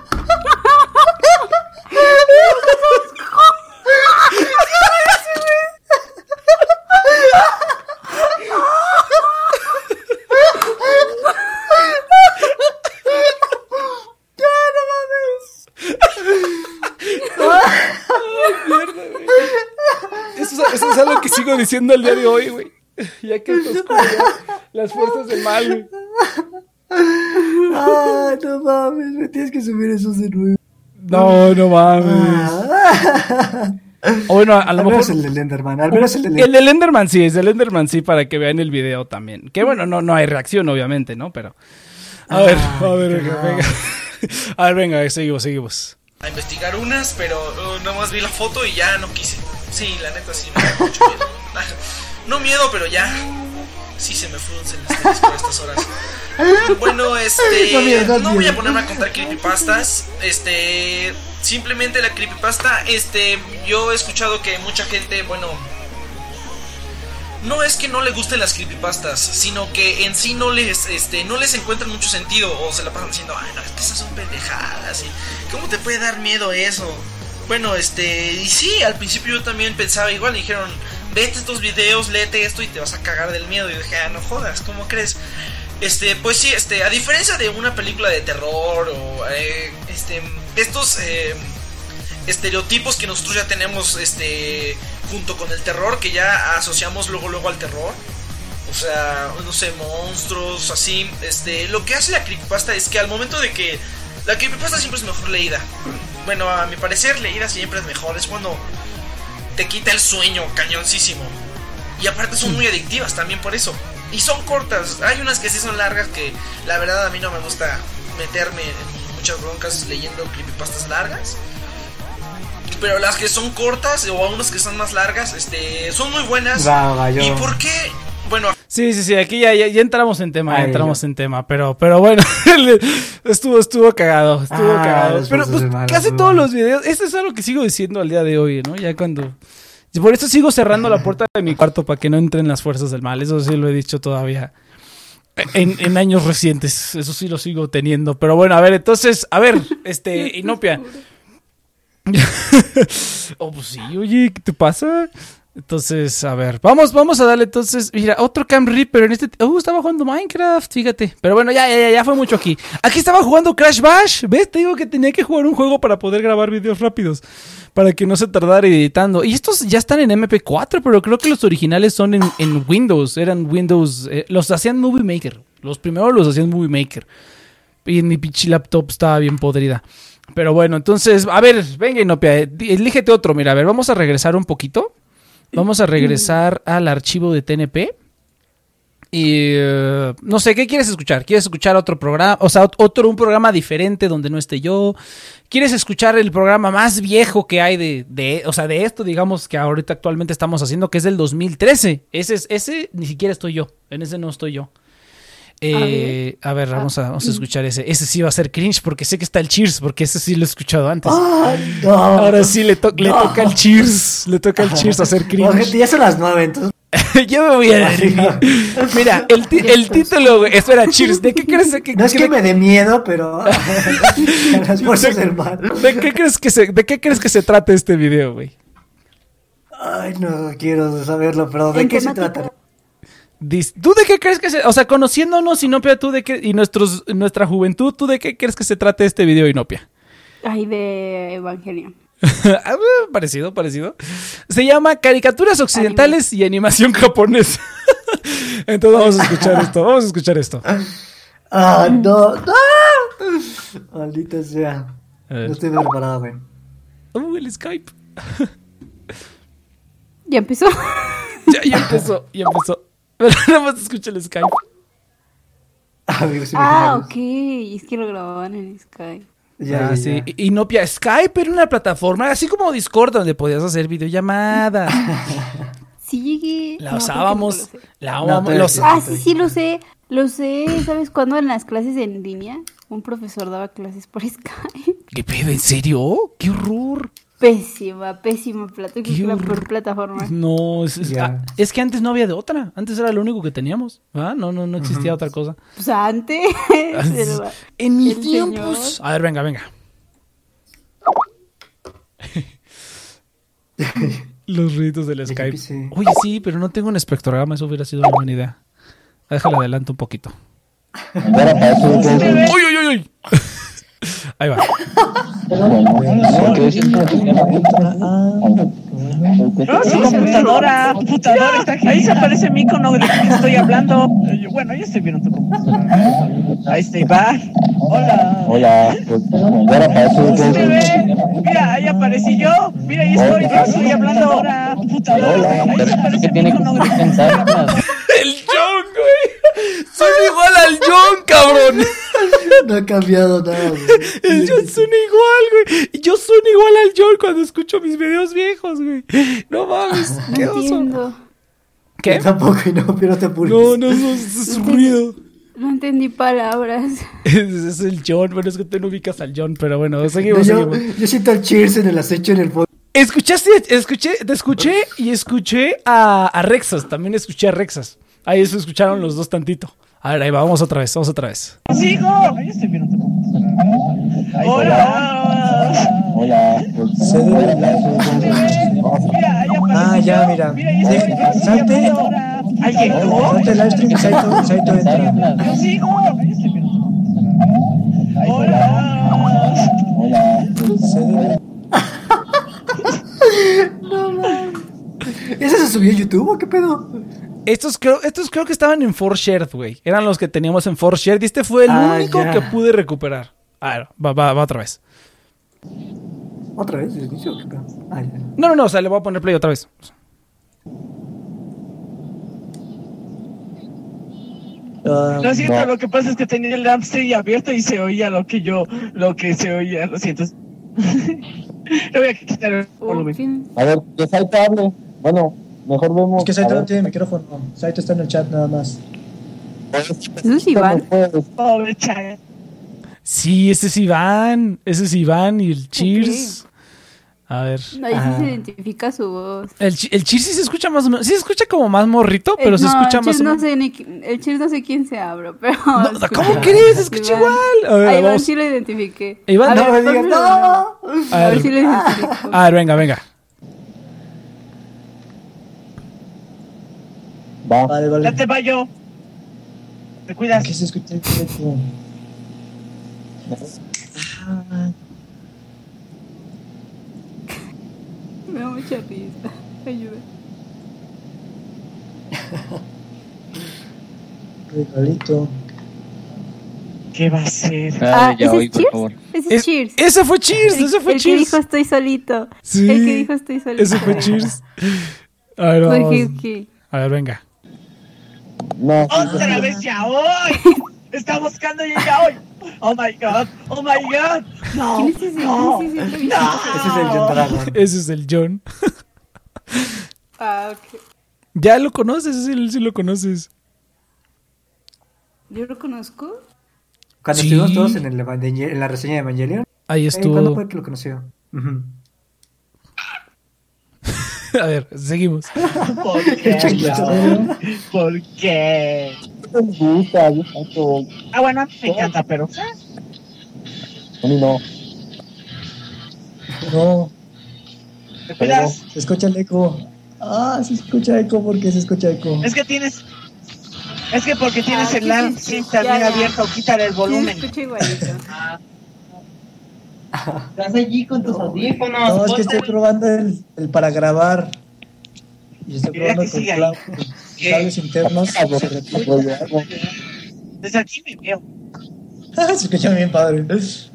Eso, es- eso es algo que sigo diciendo el día de hoy, güey. Ya que está oscuro, ya, las fuerzas del mal, güey. Ah, no mames, me tienes que subir esos de nuevo. No, no mames. Ah. O bueno, a, a lo Al menos mejor... el de Enderman, al menos el de El Enderman. del Enderman sí, es el Enderman sí, para que vean el video también. Que bueno, no, no hay reacción, obviamente, ¿no? Pero... A ver, Ah, a ver, qué venga, venga. A ver, venga, seguimos, seguimos. A investigar unas, pero uh, nomás vi la foto y ya no quise. Sí, la neta sí me da mucho miedo. No miedo, pero ya sí se me fruncen las tetas por estas horas. Bueno, este No, mira, no, no mira. voy a ponerme a contar creepypastas. Este simplemente la creepypasta, este yo he escuchado que mucha gente, bueno, no es que no le gusten las creepypastas, sino que en sí no les, este, no les encuentran mucho sentido, o se la pasan diciendo, ay, no, es que esas son pendejadas, y ¿cómo te puede dar miedo eso? Bueno, este, y sí, al principio yo también pensaba igual, y dijeron, vete estos videos, léete esto y te vas a cagar del miedo, y dije, ah, no jodas, ¿cómo crees? Este, pues sí, este, a diferencia de una película de terror, o, eh, este, estos, eh, estereotipos que nosotros ya tenemos, este, junto con el terror, que ya asociamos luego luego al terror, o sea, no sé, monstruos, así, este, lo que hace la creepypasta es que al momento de que la creepypasta siempre es mejor leída, bueno, a mi parecer leída siempre es mejor, es cuando te quita el sueño cañoncísimo, y aparte son muy adictivas también por eso, y son cortas, hay unas que sí son largas que la verdad a mí no me gusta meterme en muchas broncas leyendo creepypastas largas. Pero las que son cortas o unas que son más largas, este, son muy buenas. Va, va, yo- ¿Y por qué? Bueno, Sí, sí, sí, aquí ya, ya, ya entramos en tema, ya Ay, entramos yo- en tema, pero, pero bueno, estuvo, estuvo cagado, estuvo Ah, cagado. las Pero cosas pues, de malas, casi muy todos buenas. los videos, esto es algo que sigo diciendo al día de hoy, ¿no? Ya cuando... Por eso sigo cerrando la puerta de mi cuarto para que no entren las fuerzas del mal, eso sí lo he dicho todavía. En, en años recientes, eso sí lo sigo teniendo. Pero bueno, a ver, entonces, a ver, este, Inopia. Oh, pues sí, oye, ¿qué te pasa? Entonces, a ver, vamos, vamos a darle entonces, mira, otro Cam Reaper en este, uh, estaba jugando Minecraft, fíjate, pero bueno, ya, ya, ya, ya fue mucho aquí. Aquí estaba jugando Crash Bash, ¿ves? Te digo que tenía que jugar un juego para poder grabar videos rápidos, para que no se tardara editando. Y estos ya están en eme pe cuatro, pero creo que los originales son en, en Windows, eran Windows, eh, los hacían Movie Maker, los primeros los hacían Movie Maker. Y en mi pinche laptop estaba bien podrida. Pero bueno, entonces, a ver, venga Inopia, eh, elígete otro, mira, a ver, vamos a regresar un poquito. Vamos a regresar al archivo de te ene pe. Y eh, no sé, ¿qué quieres escuchar? ¿Quieres escuchar otro programa? O sea, otro, un programa diferente donde no esté yo. ¿Quieres escuchar el programa más viejo que hay de, de, o sea, de esto, digamos, que ahorita actualmente estamos haciendo, que es del dos mil trece? Ese, es, ese ni siquiera estoy yo. En ese no estoy yo. Eh, a ver, vamos a, vamos a escuchar ese. Ese sí va a ser cringe porque sé que está el Cheers, porque ese sí lo he escuchado antes. Ah, no. Ahora sí le, to- le No. toca el Cheers. Le toca el Cheers hacer No, cringe. gente, ya son las nueve, entonces. Yo me voy a decir. Mira, el, ti- el título, güey. Espera, Cheers. ¿De qué crees que, No es que de- me dé miedo, pero. Las fuerzas del mal. ¿De qué crees que se, de qué crees que se trata este video, güey? Ay, no quiero saberlo, pero ¿de ¿En qué se temática? trata? Dis- ¿Tú de qué crees que se, o sea, conociéndonos, Inopia, tú de qué, y nuestros, nuestra juventud, ¿tú de qué crees que se trate este video, Inopia? Ay, de Evangelion. Ah, parecido, parecido. Se llama Caricaturas Occidentales y Animación Japonesa. Entonces vamos a escuchar esto, vamos a escuchar esto. Ah, no, no. Maldita sea. A ver. No estoy preparado, güey. Uh, el Skype. ¿Ya empezó? Ya, ya empezó, ya empezó. Pero nada más escucha el Skype. A ver si me Ah, entiendes. ok. Es que lo grababan en Skype. Ya, Ah, ya, sí. ya. Y Inopia, Skype era una plataforma, así como Discord, donde podías hacer videollamadas. Sí llegué. La No, usábamos, creo que no lo sé. la No, usábamos, pero los- sí. Ah, sí, sí, lo sé. Lo sé. ¿Sabes cuándo en las clases en línea? Un profesor daba clases por Skype. ¿Qué pedo? ¿En serio? ¡Qué horror! Pésima, pésima plata. Qué Que es la horror. peor plataforma. No, es, es- Ya. ah, es que antes no había de otra. Antes era lo único que teníamos. ¿Ah? No, no, no existía otra cosa. Pues antes. pero- En mis el tiempos. señor. A ver, venga, venga. Los ruidos del Ya Skype. empecé. Oye, sí, pero no tengo un espectrograma. Eso hubiera sido una buena idea. Déjale adelanto un poquito. ¡Uy, uy, uy, uy! Ahí va. No, su computadora, computadora está aquí. Ahí se aparece mi icono de que estoy hablando. Eh, yo- Bueno, yo estoy viendo tu computadora. Ahí está Iván. Hola. Hola, ¿Sí me ve? Mira, ahí aparecí yo. Mira, ahí estoy, yo estoy hablando. Hola, computadora. Ahí se aparece mi icono de que estoy hablando. ¡El John, güey! ¡Soy igual al John, cabrón! No ha cambiado nada, güey. El John suena igual, güey. Yo sueno igual al John cuando escucho mis videos viejos, güey. No mames, qué No oso. entiendo. ¿Qué? Yo tampoco, y no, pero no te apures. No, no, no, es es un ruido. No entendí palabras. Ese es el John. Bueno, es que tú no ubicas al John, pero bueno, No, seguimos, yo, seguimos. yo siento el cheers en el acecho en el fondo. Escuchaste, escuché, te escuché y escuché a, a Rexas. También escuché a Rexas. Ahí eso escucharon los dos tantito. A ver, ahí va, vamos otra vez, vamos otra vez. ¡Sigo! Ahí estoy viendo tu computadora. ¡Hola! Hola. Mira, ahí apareció. Ah, ya, mira. Mira, ahí está mi Salte. computadora. ¿Alguien llegó? Salte el live stream y Saito, Saito entra. ¡Yo sigo! Ahí estoy viendo tu computadora. ¡Hola! Hola. No mames. ¿Ese se subió a YouTube o qué pedo? Estos creo, estos creo que estaban en four shared, güey. Eran los que teníamos en four shared y este fue el Ah, único ya. que pude recuperar. A ver, va, va, va otra vez. ¿Otra vez? ¿Desde inicio o qué pedo? Ah, ya. No, no, no, o sea, le voy a poner play otra vez. Ah, Lo siento, No. lo que pasa es que tenía el Amstrad abierto y se oía lo que yo, lo que se oía, lo siento. Le voy a quitar el volumen. ¿Quién? A ver, que Saito hable. Bueno, mejor vemos. es que a Saito ver. no tiene micrófono. Saito está en el chat nada más. ¿Eso es Iván? Pobre Chay. Sí, ese es Iván. Ese es Iván y el Cheers. A ver. Ahí sí Ah. se identifica su voz. El, chi- el Cheers sí se escucha más o menos. Sí se escucha como más morrito, pero Eh, se no, escucha el más Cheers o no menos. sé ni qui- el Cheers no sé quién se abra, pero... No, escucha- ¿cómo crees? Se escucha Iván. igual. A ver, A Iván vamos. sí lo identifiqué. Iván, a no ver, me digas, pónmelo de no. nuevo. A A ver ver. si lo identifico. A ver, venga, venga. Va. Vale, vale. Ya te va yo. Te cuidas. ¿Qué se escucha el teléfono? Ah, Me da mucha risa. Ayuda. regalito. ¿Qué va a ser? Ah, ya ¿ese oí, es por Cheers? favor. Ese es Es- Cheers. ese fue Cheers, El, ese fue el que Cheers. dijo estoy solito. Sí. El que dijo estoy solito. Ese fue Cheers. A ver, Soy vamos. Husky. A ver, venga. No. ¡Otra vez ya hoy! ¡Está buscando ya hoy! ¡Oh my god! ¡Oh my god! ¡No! ¿Quién es ese? ¡No! ¿Quién es ese? ¡No! Ese es el John Dragon. Ese es el John. Ah, ok. Ya lo conoces, ese sí lo conoces. Yo lo conozco. Cuando Sí. estuvimos todos en, el Evangel- en la reseña de Evangelion. Ahí Eh, ¿Cuándo estuvo. fue que lo conoció? Ujú. A ver, seguimos. ¿Por qué? ¿Por qué? Me gusta, yo Saito. Ah, bueno, me encanta, pero... A mí no. No, ¿Te cuidas? se escucha el eco. Ah, se escucha eco porque se escucha eco. Es que tienes... Es que porque tienes Ah, el sí, LAN sí, sí. sin también Ya, ya. abierto, quítale el Sí, volumen. escucha igualito. Estás allí con tus audífonos. No, es que ponte- estoy probando el, el para grabar. Y estoy Mira probando que con sigue ahí. cla- ¿Qué? cables internos. Se repite. Desde aquí me veo. Ah, se escucha bien padre. Está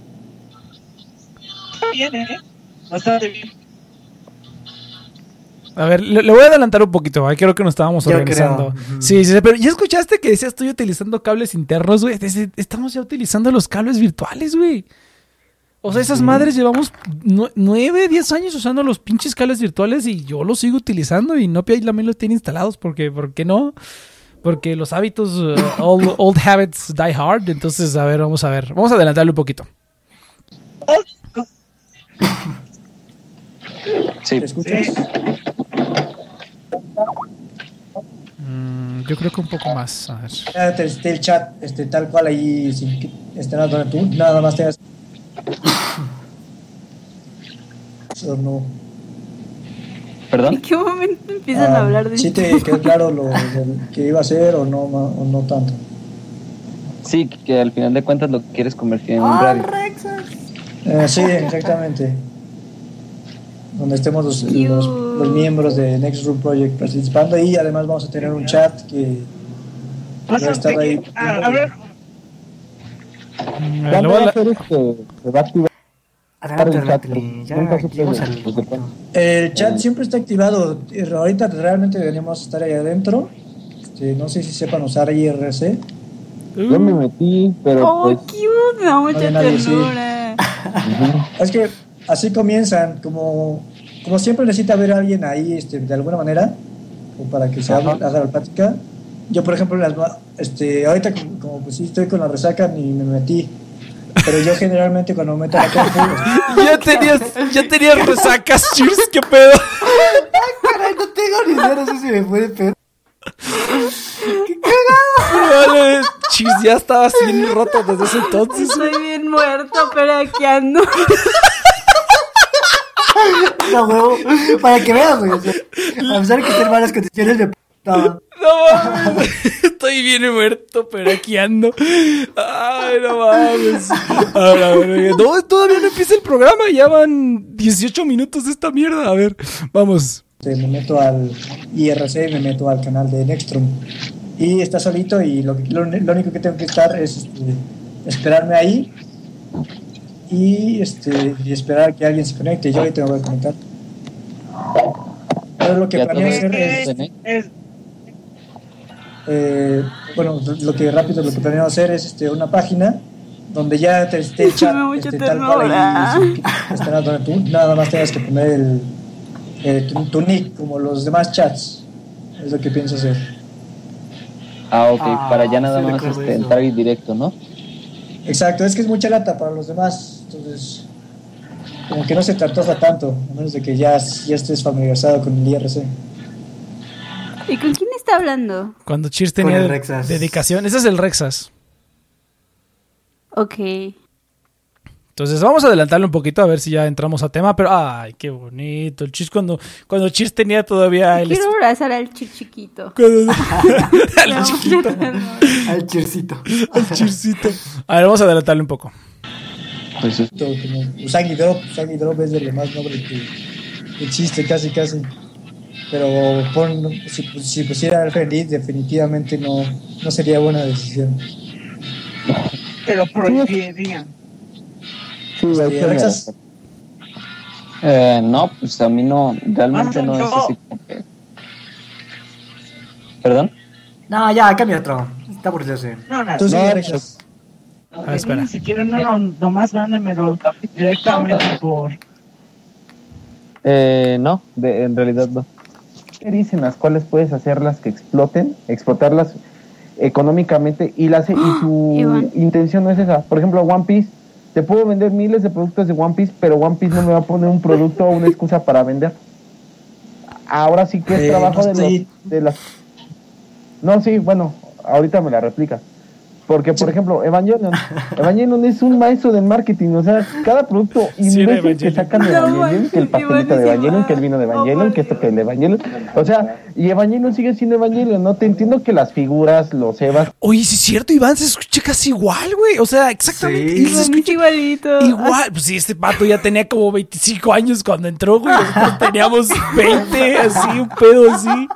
bien, ¿eh? Bastante bien. A ver, le, le voy a adelantar un poquito, ¿eh? Creo que nos estábamos Yo organizando. creo. Ujú. Sí, sí, sí, pero ¿ya escuchaste que decía estoy utilizando cables internos, güey? Desde- Estamos ya utilizando los cables virtuales, güey. O sea, esas madres llevamos nue- nueve, diez años usando los pinches cables virtuales y yo los sigo utilizando y Nokia también los tiene instalados porque, ¿por qué no? Porque los hábitos, uh, old, old habits die hard. Entonces, a ver, vamos a ver. Vamos a adelantarle un poquito. Sí. ¿Te escuchas? Mm, yo creo que un poco más. A ver. Ya te- esté el chat este, tal cual ahí, sin que esté nada donde tú nada más tengas. O no. ¿En ¿Perdón? qué momento empiezan Ah, a hablar de ¿sí esto? te quedó claro lo, lo que iba a hacer o no, ma- o no tanto? Sí, que al final de cuentas lo quieres convertir en un ¡Ah, radio. Rexas! Eh, sí, exactamente. Donde estemos los, los, los miembros de Next Room Project participando y además vamos a tener un chat que va a estar ahí. A, a ver, Mm, le ¿Cuándo voy a va a la- ser este? Se va a activar Adelante, el chat. adelante, ya Nunca supe llegamos de- al de qué punto. pasa. El chat siempre está activado. y Ahorita realmente deberíamos estar ahí adentro. Este, no sé si sepan usar I R C. Yo me metí, pero Oh, pues... cute, me da mucha Oye, nadie, sí. ternura. Es que así comienzan, como, como siempre necesita haber a alguien ahí este, de alguna manera, o para que se Ajá. hable- haga la plática. Yo, por ejemplo, las, ma- este, ahorita como, como, pues sí estoy con la resaca ni me metí, pero yo generalmente cuando me meto a la compu, Ya tenías, ya tenías resacas, Cheers, qué pedo. Caray, no tengo ni idea, no sé si me puede pegar. Vale, Cheers, ya estabas bien roto desde ese entonces. Estoy bien muerto, pero aquí ando. No, huevo, para que veas, güey. O sea, a pesar de que esté en malas condiciones, me estaba. No mames, estoy bien muerto, pero aquí ando. Ay, no mames. Ahora, a ver, no, todavía no empieza el programa, ya van dieciocho minutos de esta mierda. A ver, vamos. este, me meto al I R C y me meto al canal de Nextrum. Y está solito y lo, que- lo, lo único que tengo que estar es este, esperarme ahí y, este, y esperar a que alguien se conecte. Yo ahorita me voy a conectar. Pero lo que Ya planeo todos hacer es... tienen. Es, Eh, bueno, lo que rápido lo que planeo hacer es este, una página donde ya te esté el chat Me da mucha este, tal cual ternura. ahí, sí, este, nada, donde tú nada más tengas que poner el, eh, tu, tu nick como los demás chats. Es lo que pienso hacer. Ah, ok, Ah, para ya nada sí más recuerdo este, eso. entrar y directo, ¿no? Exacto, es que es mucha lata para los demás, entonces como que no se te antoja tanto, a menos de que ya, ya estés familiarizado con el I R C. ¿Y con quién está hablando? Cuando Cheers Con tenía el Rexas. dedicación. Ese es el Rexas. Ok. Entonces vamos a adelantarle un poquito a ver si ya entramos a tema. Pero, ay, qué bonito. El Cheers cuando, cuando Cheers tenía todavía el... Quiero abrazar al chi- chiquito. Cuando- Me da al chiquito. mucha ternura. Al chircito. El Cheersito. A ver, vamos a adelantarle un poco. Pues sí. Todo como Usagi Drop, Usagi Drop es de lo más noble que existe, casi casi. Pero pon, si, si pusiera al Reddit, definitivamente no, no sería buena decisión. te lo prohibirían. Sí, Este, es que me- Rexas, Eh, no, pues a mí no, realmente Ah, no no. es así como que... ¿Perdón? No, ya, cambia otro. Está aburrido ese. No, no, tú sí, no, Rexas. Ah, espera. Ni siquiera no, no, nomás mándemelo directamente por... Eh, no, de, en realidad no. ¿Qué dicen las cuales puedes hacerlas que exploten, explotarlas económicamente y, las, y su Iván. intención no es esa? Por ejemplo, One Piece, te puedo vender miles de productos de One Piece, pero One Piece no me va a poner un producto o una excusa para vender. Ahora sí que es Eh, trabajo no de, estoy- los, de las... No, sí, bueno, ahorita me la replica. Porque, por ejemplo, Evangelion, Evangelion es un maestro del marketing, o sea, cada producto Sí, era imbécil que Evangelion. sacan de No Evangelion, que el manches, pastelito de buenísimo. Evangelion, que el vino de Evangelion, que esto que el de Evangelion, o sea, y Evangelion sigue siendo Evangelion, ¿no? Te entiendo que las figuras, los Evas, Oye, sí es cierto, Iván se escucha casi igual, güey. O sea, exactamente. Sí. y se Iván es escucha igualito. igual. Pues sí, este pato ya tenía como veinticinco años cuando entró, güey. Nosotros teníamos veinte, así, un pedo así.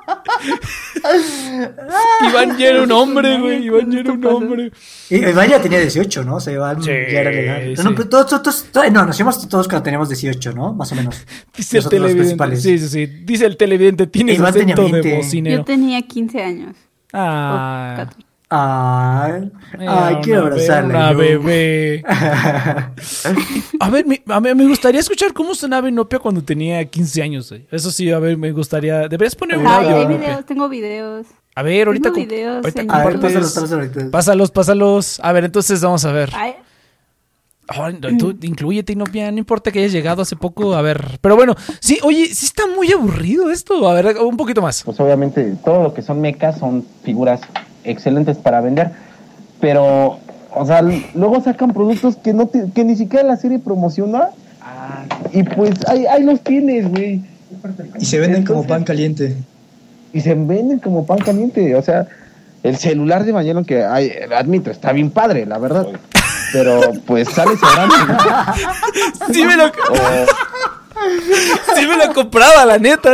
Iván ya era un hombre, güey. Iván ya era un hombre. Y Iván ya tenía dieciocho, ¿no? O sea, Iván Sí, ya era legal. sí. No, pero todos, todos, todos- no, nos íbamos todos cuando teníamos dieciocho, ¿no? Más o menos. Dice el Nosotros los televidente. principales. Sí, sí, sí. Dice el televidente. Tienes Iván tenía acento de veinte. bocinero. Yo tenía quince años. Ah. O catorce. Ay, Era ay, quiero una be- abrazarla. Una yo. bebé. A ver, me, a mí me gustaría escuchar cómo sonaba Inopia cuando tenía quince años. güey. Eso sí, a ver, me gustaría. Deberías poner un Ay, audio. hay Inopia. videos, tengo videos. A ver, ahorita. Tengo co- videos ahorita en A ver, compartes. pásalos, pásalos ahorita. Pásalos, pásalos. A ver, entonces vamos a ver. Ay, Ay, no, tú inclúyete, Inopia. No importa que hayas llegado hace poco. A ver. Pero bueno, sí, oye, sí está muy aburrido esto. A ver, un poquito más. pues obviamente todo lo que son mechas son figuras excelentes para vender, pero, o sea, l- luego sacan productos que no te- que ni siquiera la serie promociona, y pues ahí, ahí los tienes, güey. Y se venden como Entonces- pan caliente. Y se venden como pan caliente, o sea, el celular de Evangelion que, ay, admito, está bien padre, la verdad, pero pues sale sobrando, ¿no? Sí me lo, O- sí me lo compraba, la neta.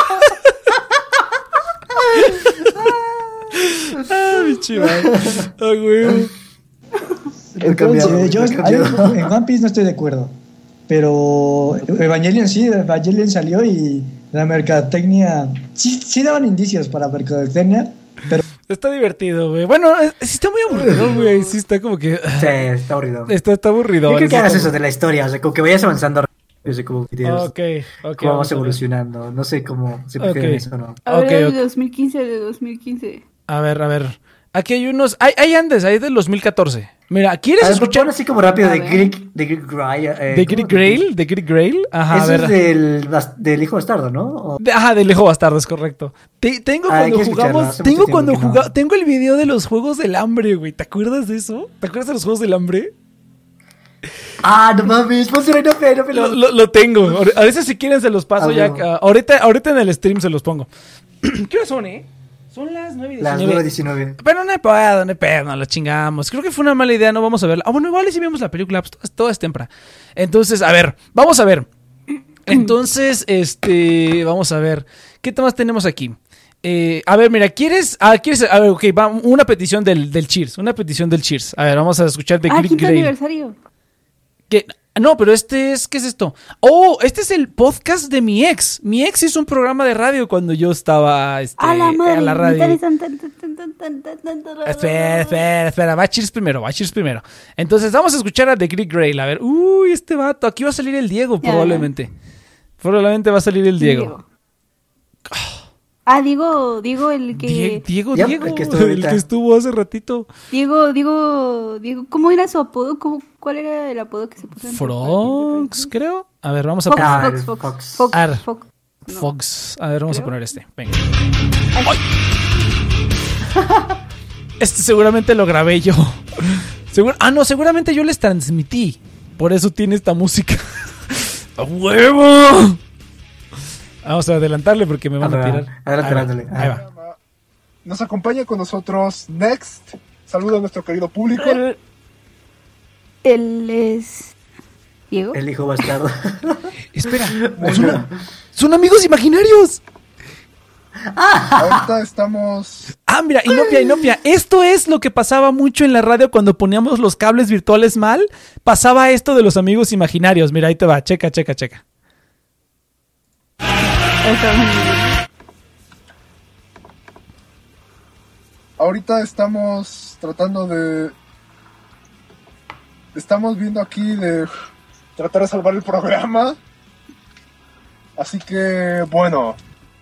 Ah, mi chival. Ah, güey. He cambiado, Eh, yo he ahí cambiado. en One Piece no estoy de acuerdo. Pero Evangelion sí, Evangelion salió y la mercadotecnia sí, sí daban indicios para mercadotecnia, pero Está divertido, güey. Bueno, sí está muy aburrido, güey. Sí está como que... Sí, está aburrido. Está, está aburrido. Yo creo que hagas como... eso de la historia, o sea, como que vayas avanzando. Yo sé cómo videos, Ok, ok. cómo vas evolucionando. No sé cómo se prefieren Ok. eso o no. A ver, Ok, el ok. de dos mil quince, el de dos mil quince. A ver, a ver. Aquí hay unos... Hay, hay andes, hay del dos mil catorce. Mira, ¿quieres A ver, escuchar? pon así como rápido A de ver. Greek, de Greek Grail. Eh, ¿De ¿cómo? Greek Grail? ¿De Greek Grail? Ajá, a Eso ver. es del, bas- del hijo bastardo, ¿no? O- De- ajá, del hijo bastardo, es correcto. Te- tengo Ah, hay cuando que escucharlo, jugamos... hace mucho Tengo tiempo cuando que no. jugamos... Tengo el video de los juegos del hambre, güey. ¿Te acuerdas de eso? ¿Te acuerdas de los juegos del hambre? Ah, no mames, pónselo y no me, no me Lo, lo... lo- lo tengo. Ahor- A veces si quieren se los paso Ah, ya. bueno. ah, ahorita, ahorita en el stream se los pongo. ¿Qué hora son, eh? Son las nueve y Las diecinueve. nueve diecinueve. Pero no hay pedo, no hay pedo, no la chingamos. Creo que fue una mala idea, no vamos a verla. Ah, bueno, igual y si vemos la película, pues todo, todo es temprano. Entonces, a ver, vamos a ver. Entonces, este, vamos a ver. ¿Qué temas tenemos aquí? Eh, a ver, mira, ¿quieres? Ah, ¿quieres? A ver, ok, va, una petición del, del Cheers, una petición del Cheers. A ver, vamos a escuchar de Ah, Greek quinto Grail. aniversario. Que, no, pero este es, ¿qué es esto? Oh, este es el podcast de mi ex. Mi ex hizo un programa de radio cuando yo estaba este, A la madre. a la radio. Tan, tan, tan, tan, tan, tan, tan, tan, tan. Espera, espera, espera, va Cheers primero, va Cheers primero. Entonces vamos a escuchar a The Greek Grail. A ver, uy, este vato, aquí va a salir el Diego Ya, probablemente. Probablemente va a salir el Diego. Diego. Ah, Diego, Diego el que... Die- Diego, Ya, Diego, el el que que, estuvo ahorita. estuvo hace ratito. Diego, Diego, Diego, ¿cómo era su apodo? ¿Cómo, ¿Cuál era el apodo que se puso? en Frogs, creo. A ver, vamos a Fox, poner. Ah, Fox, el Fox, Fox. Fox, Ar. Fox. No. Fox. A ver, vamos a Creo. poner este. Venga. ¡Ay! Este seguramente lo grabé yo. Segur- ah, no, seguramente yo les transmití. Por eso tiene esta música. ¡A huevo! Vamos a adelantarle porque me van a Adelante, tirar. adelante, Ahí va, adelante. ahí va. Nos acompaña con nosotros Next. Saludo a nuestro querido público. Él es... ¿Diego? El hijo bastardo. Espera. Son, son amigos imaginarios. Ahorita estamos. Ah, mira, Inopia, Inopia. Esto es lo que pasaba mucho en la radio cuando poníamos los cables virtuales mal. Pasaba esto de los amigos imaginarios. Mira, ahí te va. Checa, checa, checa. Ahorita estamos tratando de. Estamos viendo aquí de tratar de salvar el programa. Así que, bueno.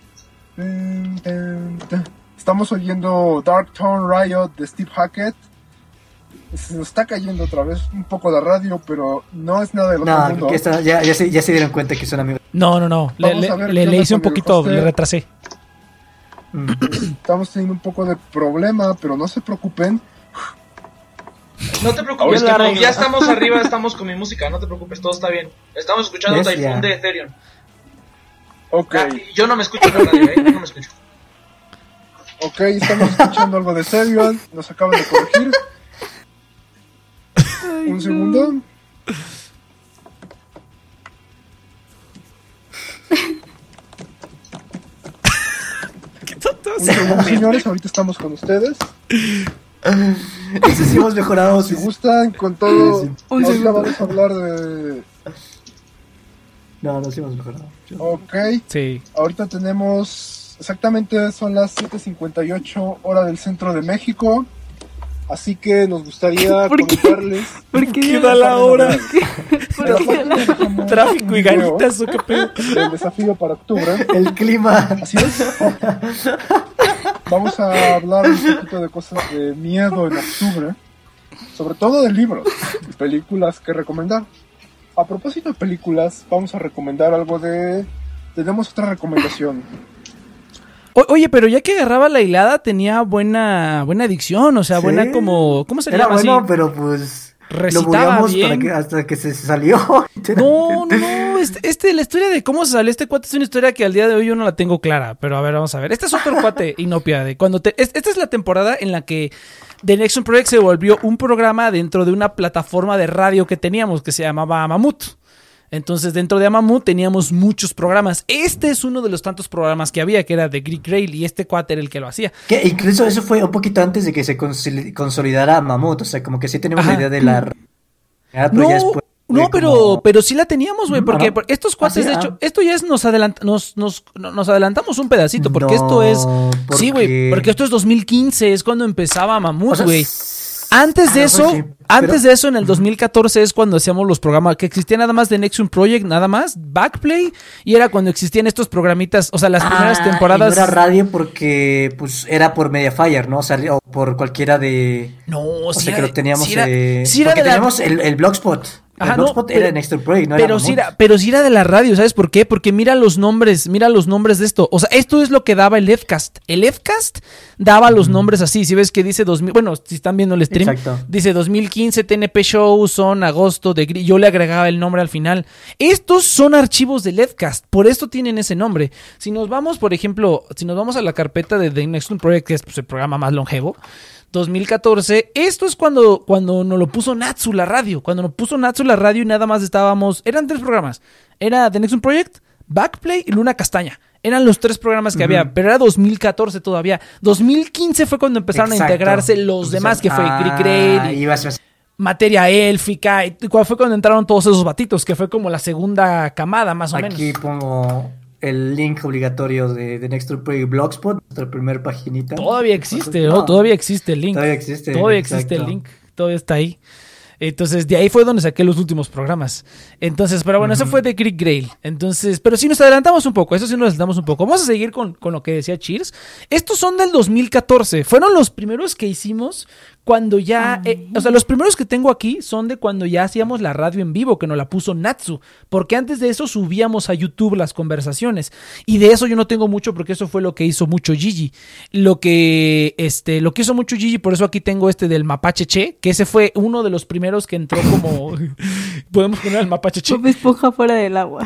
Estamos oyendo Dark Tone Riot de Steve Hackett. Se nos está cayendo otra vez un poco la radio, pero no es nada del otro No, mundo. que esta- ya, ya, se, ya se dieron cuenta que son amigos. No, no, no. Le, Vamos le- a ver le- qué le onda hice un con el poquito, hosteo. le retrasé. Estamos teniendo un poco de problema, pero no se preocupen. No te preocupes, Ahorita que arreglo. ya estamos arriba, estamos con mi música, no te preocupes, todo está bien. Estamos escuchando Bestia. Typhoon de Ethereum. Ok. Ah, yo no me escucho en la radio, ¿eh? Yo no me escucho. Ok, estamos escuchando algo de Serion. Nos acaban de corregir. Un segundo. Un segundo, señores, ahorita estamos con ustedes. Eso sí hemos mejorado. Si gustan, con todo. Sí, sí. Ahorita Un segundo. vamos a hablar de. No, no, sí hemos mejorado. Ok. Sí. Ahorita tenemos. Exactamente, son las siete cincuenta y ocho hora del centro de México. Así que nos gustaría ¿Por qué? comentarles. ¿Por qué ¿Qué da la hora? Pero aparte dejamos Tráfico y un video ganitas, ¿o qué pedo? del desafío para octubre. El clima. Así es. Vamos a hablar un poquito de cosas de miedo en octubre. Sobre todo de libros y películas que recomendar. A propósito de películas, vamos a recomendar algo de... Tenemos otra recomendación. O- oye, pero ya que agarraba la hilada tenía buena buena dicción, o sea, Sí. buena como... ¿Cómo se Era llama bueno, así? pero pues. Recitaba lo bugueamos bien. para que, hasta que se salió. No, no, no. Este, este, la historia de cómo se salió este cuate es una historia que al día de hoy yo no la tengo clara. Pero a ver, vamos a ver. Este es otro cuate, Inopia. De cuando te, es- esta es la temporada en la que The Nexon Project se volvió un programa dentro de una plataforma de radio que teníamos que se llamaba Mamut. Entonces, dentro de Mamut teníamos muchos programas. Este es uno de los tantos programas que había, que era de Greek Grail, y este cuate era el que lo hacía. Que incluso eso fue un poquito antes de que se consoli- consolidara Mamut. O sea, como que sí tenemos Ajá. la idea de la. realidad, pero No, ya después. No, eh, pero, como- pero sí la teníamos, güey, porque Ah, ¿no? porque estos cuates, Ah, sí, de ah. hecho, esto ya es, nos, adelant, nos, nos, nos adelantamos un pedacito, porque No, esto es, sí, porque- güey, porque esto es dos mil quince, es cuando empezaba Mamut, O sea, güey. s- Antes ah, de no, eso, pues sí, antes pero- de eso, en el dos mil catorce es cuando hacíamos los programas, que existía nada más de Nexus Project, nada más, Backplay, y era cuando existían estos programitas, o sea, las primeras Ah, temporadas. y no era radio porque pues era por Mediafire, ¿no? O sea, o por cualquiera de... No, o sí sea, era que de- lo teníamos... sí era- eh, sí era porque de la- teníamos el, el Blogspot. Ajá, el no, Blogspot pero- era de Nextdoor Project, no pero era sí Mamut. era, pero sí era de la radio, ¿sabes por qué? Porque mira los nombres, mira los nombres de esto. O sea, esto es lo que daba el Fcast. El Fcast daba los nombres así. Si ves que dice dos mil, bueno, si están viendo el stream, Exacto. dice dos mil quince T N P Show, son agosto de Gri- yo le agregaba el nombre al final. Estos son archivos del Fcast, por esto tienen ese nombre. Si nos vamos, por ejemplo, si nos vamos a la carpeta de The Next Project, que es pues, el programa más longevo, dos mil catorce, esto es cuando, cuando nos lo puso Natsu la radio, cuando nos puso Natsu la radio y nada más estábamos, eran tres programas, era The Next Project, Backplay y Luna Castaña, eran los tres programas que Ujú. había, pero era dos mil catorce todavía, dos mil quince fue cuando empezaron Exacto. a integrarse los demás, que fue Ah, Greek Raid, y ibas a- Materia Élfica, y cuál fue cuando entraron todos esos batitos, que fue como la segunda camada más o menos. Aquí pongo el link obligatorio de, de Nextdoor Project Blogspot, nuestra primer paginita. Todavía existe, ¿no? Todavía existe el link. Todavía existe. Todavía existe el exacto. link. Todavía está ahí. Entonces, de ahí fue donde saqué los últimos programas. Entonces, pero bueno, eso fue de Greek Grail. Entonces, pero si nos adelantamos un poco, eso sí nos adelantamos un poco. Vamos a seguir con, con lo que decía Cheers. Estos son del dos mil catorce. Fueron los primeros que hicimos cuando ya... eh, o sea, los primeros que tengo aquí son de cuando ya hacíamos la radio en vivo, que nos la puso Natsu. Porque antes de eso subíamos a YouTube las conversaciones. Y de eso yo no tengo mucho porque eso fue lo que hizo mucho Gigi. Lo que, este, lo que hizo mucho Gigi, por eso aquí tengo este del Mapache Che, que ese fue uno de los primeros que entró como... Podemos poner al Mapache Che. Bob Esponja fuera del agua.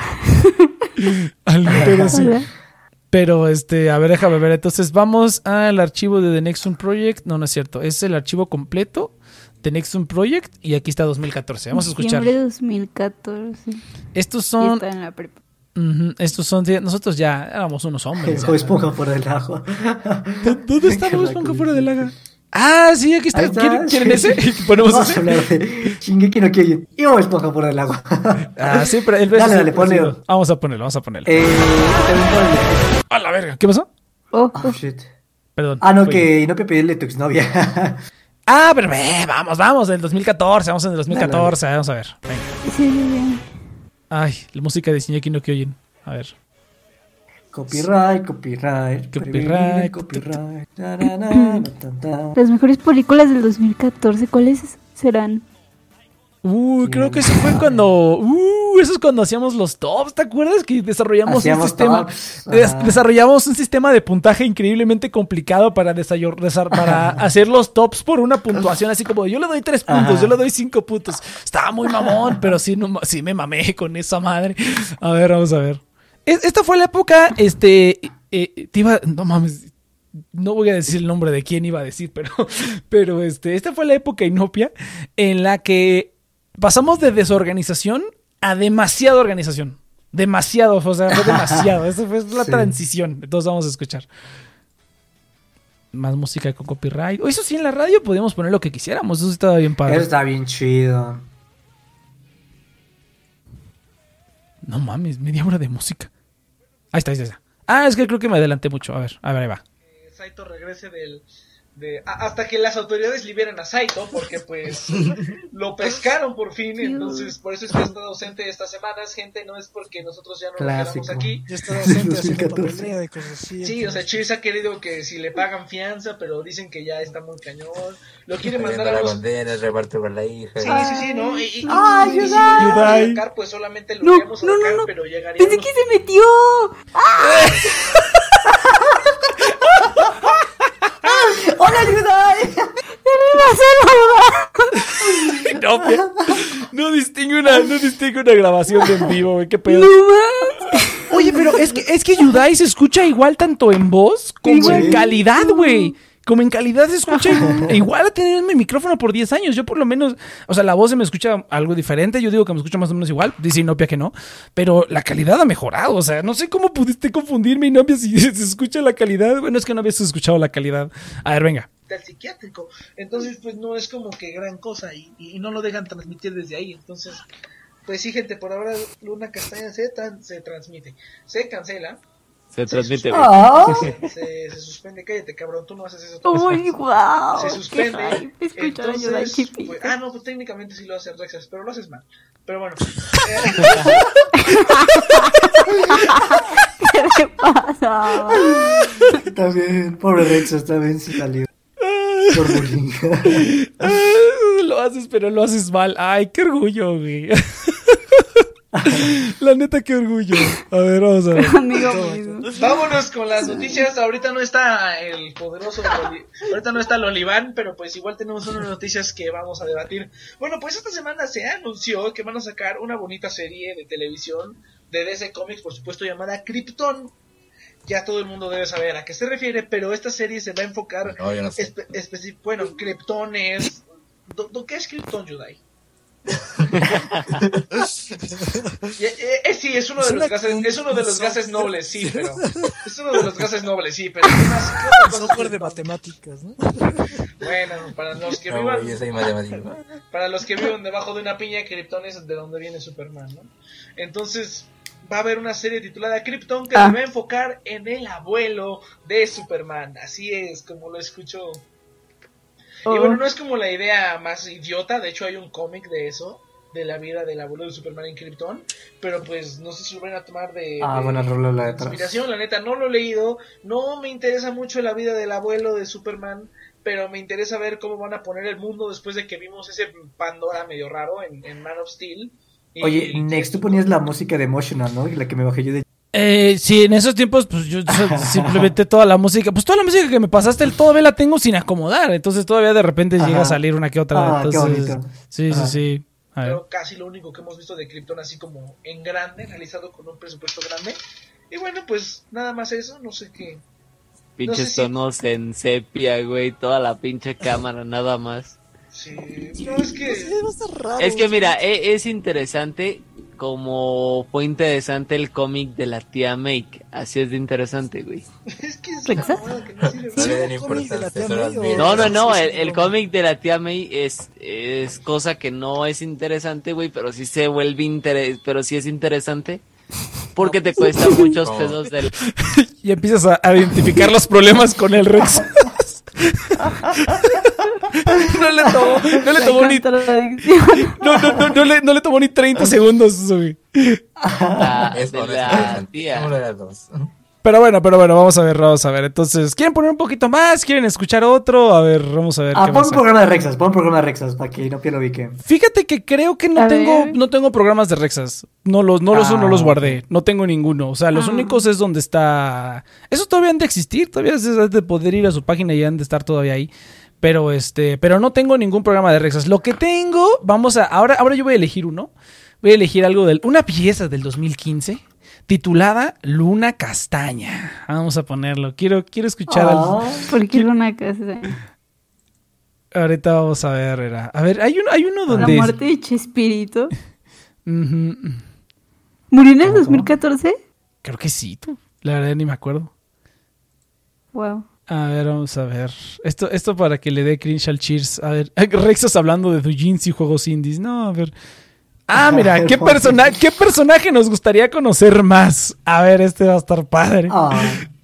Al pero sí. Hola. Pero este, a ver, déjame ver. Entonces vamos al archivo de The Nexus Project. No, no es cierto. Es el archivo completo de Nexus Project y aquí está dos mil catorce. Vamos a escuchar. Diciembre de dos mil catorce. Estos Y son... está en la prepa. Ujú, estos son... Nosotros ya éramos unos hombres. Bob Esponja fuera del agua. ¿Dónde está Bob Esponja fuera del agua? Ah, sí, aquí está. Ahí está. ¿Quieren, quieren ese? ¿Ponemos Vamos ese? a hablar de Shingeki no Kyojin y Bob Esponja fuera del agua. Ah, siempre. El Dale, beso dale, siempre ha ponle. sido- Vamos a ponerlo, vamos a ponerlo. Eh, también ponle. A la verga. ¿Qué pasó? Oh, Oh, shit. Perdón. Ah, no, Fue- que Inopia pedirle a tu exnovia. Ah, pero ve, vamos, vamos, del dos mil catorce, vamos en el dos mil catorce, vamos a ver. Venga. sí, sí, sí. Ay, la música de Shingeki no Kyojin. A ver. Copyright, copyright, Copyright. copyright. Ta, na, na, na, tan, tan. Las mejores películas del dos mil catorce, ¿cuáles serán? Uh, creo que eso fue cuando. Uh, eso es cuando hacíamos los tops. ¿Te acuerdas que desarrollamos Hacíamos un sistema? tops, des- ajá. desarrollamos un sistema de puntaje increíblemente complicado para, desayor- desar- para hacer los tops por una puntuación así como yo le doy tres puntos, Ajá. yo le doy cinco puntos. Estaba muy mamón, pero sí, no, ma- sí me mamé con esa madre. A ver, vamos a ver. Es- Esta fue la época, este, eh, te iba, no mames, no voy a decir el nombre de quién iba a decir, pero, pero este, esta fue la época Inopia en la que pasamos de desorganización a demasiada organización. Demasiado, o sea, fue demasiado. Esa fue la Sí. transición. Entonces vamos a escuchar. Más música con copyright. O eso sí, en la radio podíamos poner lo que quisiéramos. Eso sí estaba bien padre. Eso está bien chido. No mames, media hora de música. Ahí está, ahí está. Ah, es que creo que me adelanté mucho. A ver, a ver, ahí va. que Saito regrese del... De, a- hasta que las autoridades liberen a Saito, porque pues lo pescaron por fin, entonces por eso es que ha estado ausente estas semanas, gente, no es porque nosotros ya no Clásico. lo queramos aquí. Ya está ausente dos mil haciendo catorce. papeleo y cosas así. Sí, o sea, Chase ha querido que si le pagan fianza, pero dicen que ya está muy cañón, lo quiere mandar Pagando a la los... condena, el reparto con la hija. Sí, sí, sí, ¿no? Y, y, y- ¡Ay, y si lo Yudai! llegamos a Yudai. sacar, pues solamente lo No, iríamos a no, no, sacar, no. pero llegaría... Pensé que se metió. ¡Ah! ¡Hola, Yudai! No, no distingue una, no distingue una grabación de en vivo, güey. Qué pedo. No más. Oye, pero es que, es que Yudai se escucha igual tanto en voz como Sí. en calidad, güey. Como en calidad se escucha igual, igual a tener mi micrófono por diez años. Yo por lo menos, o sea, la voz se me escucha algo diferente. Yo digo que me escucha más o menos igual. Dice Inopia que no. Pero la calidad ha mejorado. O sea, no sé cómo pudiste confundirme, Inopia, si se escucha la calidad. Bueno, es que no habías escuchado la calidad. A ver, venga. Al psiquiátrico, entonces pues no es como que gran cosa y, y no lo dejan transmitir desde ahí, entonces pues sí, gente, por ahora Luna Castaña se, tran- se transmite, se cancela. Se transmite, suspende, Ah. se, se, se suspende, cállate, cabrón, tú no haces eso. tú no Uy, haces eso. guau. Se qué suspende. hype escuchar a Yudai Entonces, Chipito. pues, ah, no, pues técnicamente sí lo hace Rexas, pero lo haces mal. Pero bueno. ¿Qué le pasa? Está bien, pobre Rexas, está bien, se salió. Por bullying. Lo haces, pero lo haces mal. Ay, qué orgullo, güey. La neta, qué orgullo. A ver, vamos a ver. Amigo mío. Vámonos con las noticias. Ahorita no está el poderoso Loli- ahorita no está el Oliván, pero pues igual tenemos unas noticias que vamos a debatir. Bueno, pues esta semana se anunció que van a sacar una bonita serie de televisión de D C Comics, por supuesto, llamada Krypton. Ya todo el mundo debe saber a qué se refiere, pero esta serie se va a enfocar No, yo no sé. espe- especi- bueno, Krypton es ¿do- do- ¿qué es Krypton, Yudai? Y- eh, eh, sí, es uno de Es los una- gases, es uno de los un gases software. nobles, sí, pero es uno de los gases nobles, sí, pero ¿qué más? ¿Qué otra cosa es Software de Krypton? matemáticas, ¿no? Bueno, para los que No, vivan, güey, yo soy matemático. para los que viven debajo de una piña, Krypton es de donde viene Superman, ¿no? Entonces va a haber una serie titulada Krypton que Ah. se va a enfocar en el abuelo de Superman, así es como lo escucho. Y Oh. bueno, no es como la idea más idiota, de hecho hay un cómic de eso, de la vida del abuelo de Superman en Krypton, pero pues no sé si lo van a tomar de, Ah, de buena rola la de atrás. inspiración, la neta no lo he leído, no me interesa mucho la vida del abuelo de Superman, pero me interesa ver cómo van a poner el mundo después de que vimos ese Pandora medio raro en, en Man of Steel. Y- Oye, Next, tú ponías la música de Emotional, ¿no? La que me bajé yo de... Eh, sí, en esos tiempos, pues yo so- simplemente toda la música, pues toda la música que me pasaste, todavía la tengo sin acomodar. Entonces todavía de repente Ajá. llega a salir una que otra. Ah, qué entonces, bonito. sí, Ajá. sí, sí. A ver. Pero casi lo único que hemos visto de Krypton así como en grande, realizado con un presupuesto grande. Y bueno, pues nada más eso, no sé qué. Pinches No sé si- tonos en sepia, güey. Toda la pinche cámara, nada más. Sí, no, es que... Es que mira, e- es interesante como fue interesante el cómic de la tía Make. Así es de interesante, güey. Es que es una mamada que no sirve. No le den ¿un cómic de la importancia, tía solo May las o- vi. No, no, no, Sí, el, sí, el sí. cómic de la tía May es, es cosa que no es interesante, güey, pero sí se vuelve interes, pero sí es interesante. Porque te cuesta muchos ¿Cómo? pesos del... Y empiezas a, a identificar los problemas con el Rex. No le tomó, no le tomó ni, no, no, no, no le, no le tomó ni treinta segundos, güey. la, Es de bueno, es la interesante. tía. Uno de las dos. Pero bueno, pero bueno, vamos a ver, vamos a ver. Entonces, ¿quieren poner un poquito más? ¿Quieren escuchar otro? A ver, vamos a ver Ah, qué pon pasa. un programa de Rexas, pon un programa de Rexas para que no pierda ubique. Fíjate que creo que no A tengo, ver. no tengo programas de Rexas. No los, no los, Ah, no los guardé. No tengo ninguno. O sea, los Ah. únicos es donde está. Esos todavía han de existir. Todavía es de poder ir a su página y han de estar todavía ahí. Pero este, pero no tengo ningún programa de Rexas. Lo que tengo, vamos a. Ahora, ahora yo voy a elegir uno. Voy a elegir algo del. Una pieza del dos mil quince. Titulada Luna Castaña. Vamos a ponerlo. Quiero, quiero escuchar al- Ah, ¿Por qué una casa? Ahorita vamos a ver. Era. A ver, hay uno, hay uno La donde. muerte de Chespirito. Ujú. ¿Murió en el ¿Cómo, dos mil catorce? Creo que sí, tú. La verdad ni me acuerdo. Wow. A ver, vamos a ver. Esto, esto para que le dé cringe al Cheers. A ver, Rexos hablando de doujins y juegos indies. No, a ver. Ah, mira, ¿qué, persona ¿qué personaje nos gustaría conocer más? A ver, este va a estar padre. ah,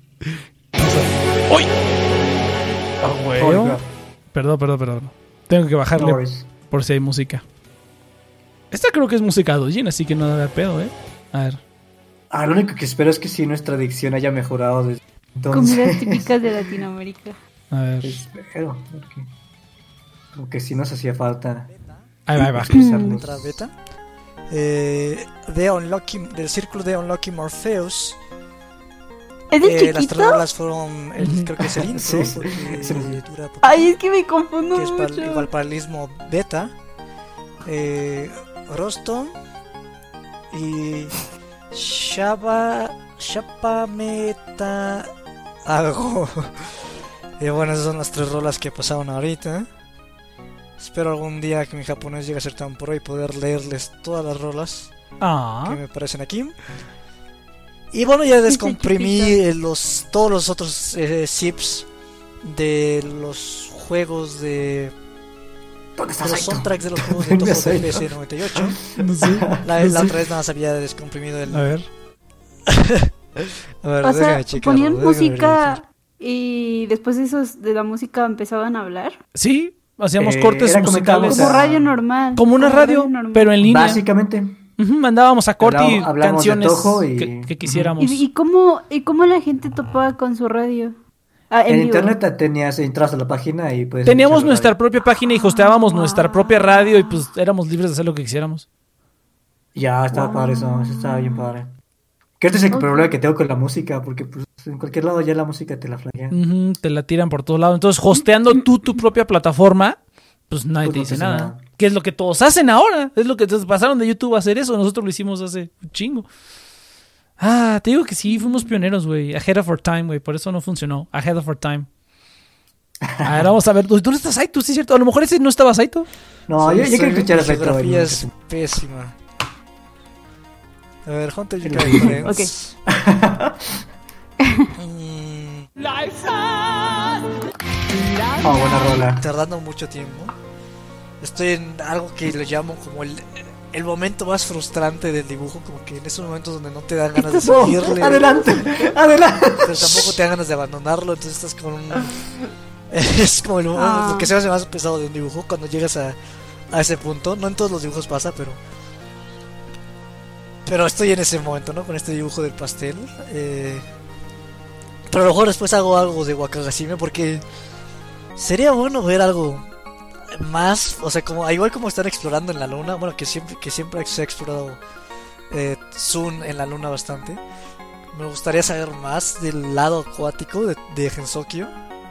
¡Uy! Ah, bueno. Oiga. Perdón, perdón, perdón. Tengo que no bajarle worries. por si hay música. Esta creo que es música doujin, así que no debe haber pedo, ¿eh? A ver. Ah, lo único que espero es que sí nuestra dicción haya mejorado desde Comidas entonces. típicas de Latinoamérica. A ver. Espero, porque como que sí nos hacía falta Ahí va, ahí va. expresarnos. Otra beta. Eh, de Unlucky, del círculo de Unlucky Morpheus. ¿Es de Eh, las tres chiquito? rolas fueron, el, creo que es el intro, Sí, sí. porque Sí. dura poquito, Ay, es que me confundo que es para, mucho. igual para el mismo beta. Eh, Rostom y Shaba Shapa Meta algo. Y bueno, esas son las tres rolas que pasaron ahorita. Espero algún día que mi japonés llegue a ser tan pro y poder leerles todas las rolas que Ah. me aparecen aquí. Y bueno, ya descomprimí eh, los, todos los otros eh, zips de los juegos de ¿Dónde está los Saito? soundtracks de los juegos de ¿Dónde Toho está de Saito? P S noventa y ocho. No sé, La, no la sé. otra vez nada más había descomprimido el... A ver. A ver, O sea, déjame checarlo, ponían déjame música y después de esos de la música empezaban a hablar. Sí, hacíamos Eh, cortes era como musicales. estábamos Como a- radio normal. Como una como radio, normal. pero en línea. Básicamente. Ujú, mandábamos a corte y Hablamos- hablamos de canciones Toho y- que, que quisiéramos. ¿Y, y cómo, ¿Y cómo la gente topaba con su radio? Ah, en En vivo. internet tenías, entras a la página y puedes Teníamos escuchar nuestra radio. propia página y hosteábamos nuestra propia radio y pues éramos libres de hacer lo que quisiéramos. Ya, estaba padre eso, eso estaba bien padre. Que este es el Ok. problema que tengo con la música, porque pues en cualquier lado ya la música te la flaguea. Ujú, te la tiran por todos lados. Entonces, hosteando tú tu propia plataforma, pues nadie Pues te no dice te hace nada. nada. Que es lo que todos hacen ahora. Es lo que entonces pasaron de YouTube a hacer eso. Nosotros lo hicimos hace un chingo. Ah, te digo que sí, fuimos pioneros, güey. Ahead of our time, güey. Por eso no funcionó. Ahead of our time. A ver, vamos a ver. ¿Dónde está Saito? Sí, es cierto. A lo mejor ese no estaba Saito. No, Sí, yo, yo sí, quiero escuchar a mi Saito. geografía güey, es pésima. A ver, Hunter, you Sí. can friends. Mm, Oh, buena rola. tardando mucho tiempo. Estoy en algo que le llamo como el, el momento más frustrante del dibujo, como que en esos momentos donde no te dan ganas de No, seguirle, adelante, adelante. pero tampoco te dan ganas de abandonarlo, entonces estás con un... Es como el, Ah. lo que se hace más pesado de un dibujo cuando llegas a, a ese punto. No en todos los dibujos pasa, pero... Pero estoy en ese momento, ¿no? Con este dibujo del pastel. Eh, pero a lo mejor después hago algo de Wakagashime porque sería bueno ver algo más, o sea, como igual como están explorando en la luna, bueno, que siempre que siempre se ha explorado eh, Tsun en la luna bastante. Me gustaría saber más del lado acuático de, de Gensokyo.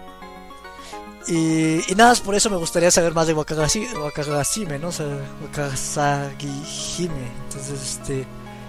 Y, y nada más por eso me gustaría saber más de Wakagashi, Wakagashime, ¿no? O sea, Wakasagihime. Entonces, este...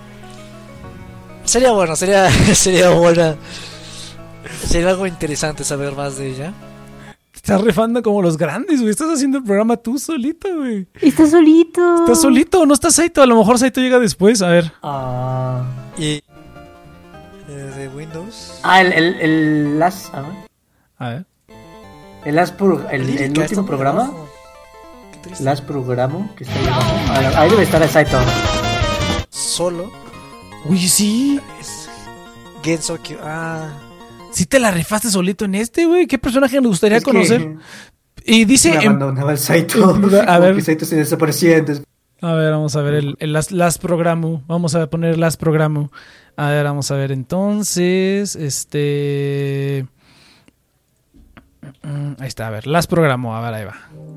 Sería bueno, sería, sería buena. Sería algo interesante saber más de ella. Estás rifando como los grandes, güey. Estás haciendo el programa tú solito, güey. Está solito. Estás solito, no está Saito. A lo mejor Saito llega después. A ver. Ah, Y... eh, de Windows. ah el, el, el last, ah, A ver. el last pro- el, Lírica, el está último muy programa, abajo. Qué triste. last programa que está ahí abajo. Ah, ahí debe estar el Saito. Solo. Uy, sí. Es Gensokyo. Ah... Sí te la rifaste solito en este, güey. ¿Qué personaje nos gustaría Es que conocer? Y dice... me en- abandonaba el Saito. A Como ver. que Saito se desaparecía, entonces A ver, vamos a ver el, el last, last programo. Vamos a poner last programo. A ver, vamos a ver entonces. Este... Mm, Ahí está, a ver. Last programo. A ver, ahí va.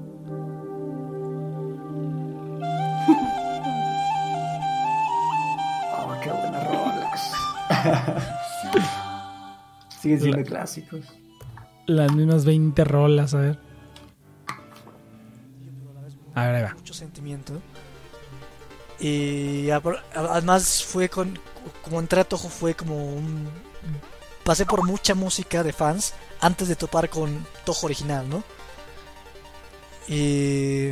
oh, qué buenas rolas. Siguen siendo clásicos. Las mismas veinte rolas, a ver. A ver, ahí va. Mucho sentimiento. Y apar- además fue con... Como entré a Toho fue como un... Pasé por mucha música de fans antes de topar con Toho original, ¿no? Y...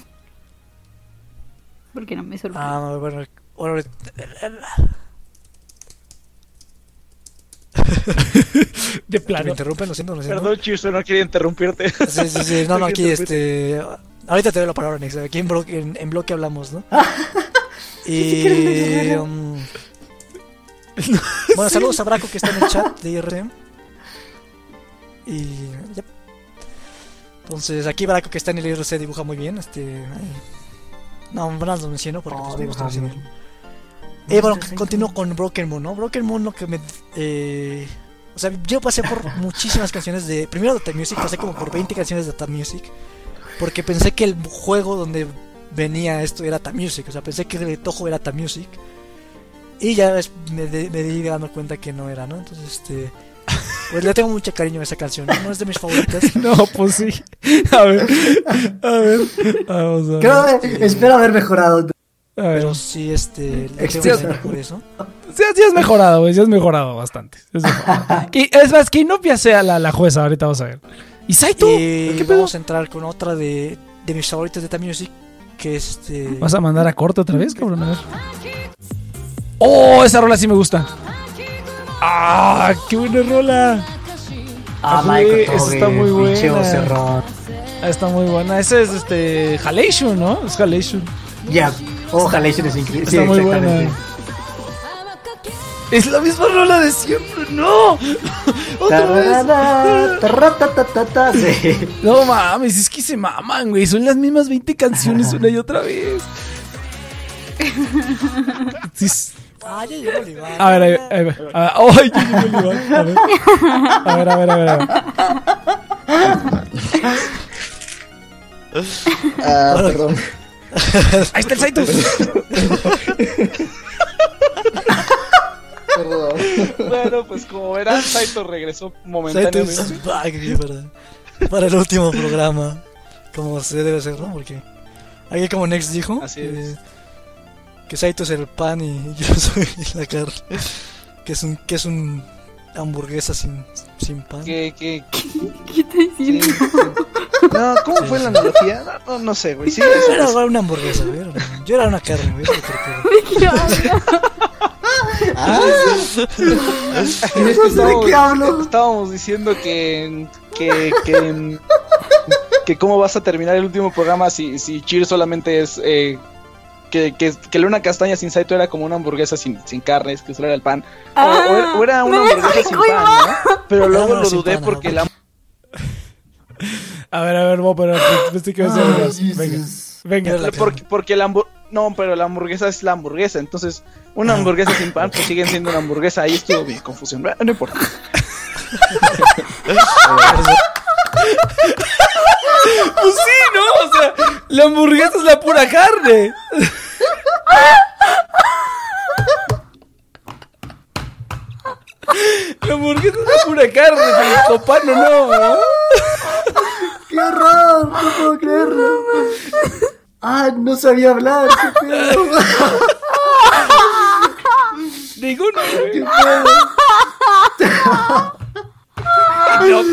Porque no me sorprende. Ah, bueno... bueno, De me plano. interrumpen, lo siento, lo siento. Perdón, Chuso, no quería interrumpirte. Sí, sí, sí. No, no, No aquí quería este... Ahorita te doy la palabra, Nex. Aquí en, blo- en, en bloque hablamos, ¿no? Sí, quieres Y... mencionarlo. um, bueno, saludos a Braco que está en el chat de I R M. Y... ya. Entonces, aquí Braco que está en el I R C dibuja muy bien. Este... ay. No, no lo menciono porque pues, me gusta dibujando. mencionarlo. Y bueno, continúo con Broken Moon, ¿no? Broken Moon lo que me... Eh, o sea, yo pasé por muchísimas canciones de... Primero de Time Music, pasé como por veinte canciones de Time Music. Porque pensé que el juego donde venía esto era Time Music. O sea, pensé que el Toho era Time Music. Y ya ves, me, de- me di dando cuenta que no era, ¿no? Entonces, este... Pues le tengo mucho cariño a esa canción, ¿no? No es de mis favoritas. No, pues sí. A ver. A ver. Vamos a ver. Creo que espero haber mejorado. A ver. Pero sí, este... Le tengo Excelente. cariño por eso. Sí, sí has mejorado, güey. Sí has mejorado bastante. Sí has mejorado. Y es más, que Inopia sea la, la jueza. Ahorita vamos a ver. ¿Y Saito? Y ¿Qué pedo? vamos a entrar con otra de, de mis favoritas de Time Music. Que es este... ¿Vas a mandar a corte otra vez, cabrón? A ver. ¡Oh! Esa rola sí me gusta. ¡Ah! ¡Qué buena rola! Ah, Güey, Michael esa Tobey, está muy pinche buena. vocerrón. Ah, está muy buena. Ese es este Halation, ¿no? Es Halation. Ya, oh, Halation es increíble. Está Sí, muy exactamente. buena. Es la misma rola de siempre, no. Otra Tararara, vez. taratatatata, sí. No mames, es que se maman, güey. Son las mismas veinte canciones una y otra vez. Sí. Ah, ya llegó el Iván. A ver, ahí, ahí va. Ah, ¡ay, ya llegó el Iván! A ver. A ver, a ver, a ver. A ver. Ah, perdón. Ahí está el Saito. Perdón. Bueno, pues como verán, Saito regresó momentáneamente. Saito is back, sí, ¿verdad? Para el último programa. Como se debe hacer, ¿no? Porque aquí como Nex dijo. Así eh, es. Que Saito es el pan y yo soy la carne. Que es un, que es un hamburguesa sin, sin pan. ¿Qué, qué, ¿Qué está diciendo? sí, sí. No, ¿cómo Sí, fue sí. la analogía? No, no, no sé, güey. Sí, Yo eso era una hamburguesa, güey. era- Yo era una carne, güey. ¿De qué habla? Ah, es que estábamos, qué hablo? estábamos diciendo que, que, que, que cómo vas a terminar el último programa si, si Cheer solamente es eh, que, que, que Luna Castaña sin Saito era como una hamburguesa sin, sin carnes, que solo era el pan. O, Ah, o era, o era una me hamburguesa sin explico, pan, ¿no? Pero luego no, lo sin dudé pan, porque no. la... A ver, a ver, vos, pero pensé que iba a ser Ay, más. Venga, Jesus. venga. la Porque, porque la hamburguesa... No, pero la hamburguesa es la hamburguesa, entonces una hamburguesa sin pan pues siguen siendo una hamburguesa. Ahí estuvo mi confusión, no importa. Pues sí, ¿no? O sea, la hamburguesa es la pura carne. La hamburguesa es la pura carne, pero con pan o no, ¿no? ¡Qué horror! No puedo creerlo. Ah, no sabía hablar. ¡Qué pedo! Ninguno, ¡Qué güey. pedo! No,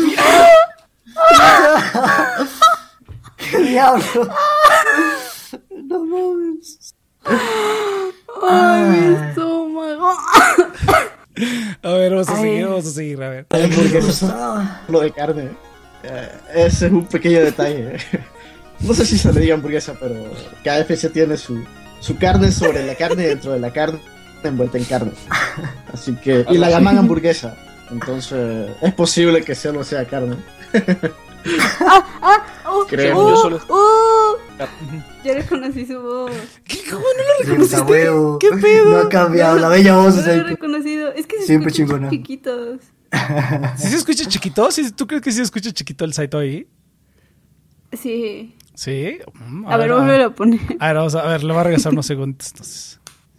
¡Qué diablo! No mames. Ay, mi estómago. a ver, vamos a Ay. seguir, vamos a seguir, a ver. La hamburguesa, lo de carne. Eh, ese es un pequeño detalle. No sé si se le diga hamburguesa, pero K F C tiene su, su carne sobre la carne dentro de la carne envuelta en carne. Así que, y la llaman hamburguesa. Entonces, es posible que solo sea carne. Ah, ah, oh, Creo. oh, Yo solo- oh. Ya reconocí su voz. ¿Qué? ¿Cómo no lo Puta reconociste? huevo. ¿Qué pedo? No ha cambiado. La bella voz No es lo he ahí. reconocido. Es que se Siempre escuchan chingona. chiquitos. ¿Sí se escucha chiquito? ¿Sí, ¿Tú crees que sí se escucha chiquito el Saito ahí? Sí. Sí. Mm, A ver, vuelve a poner. A ver, vamos a, a ver, le voy a regresar unos segundos entonces.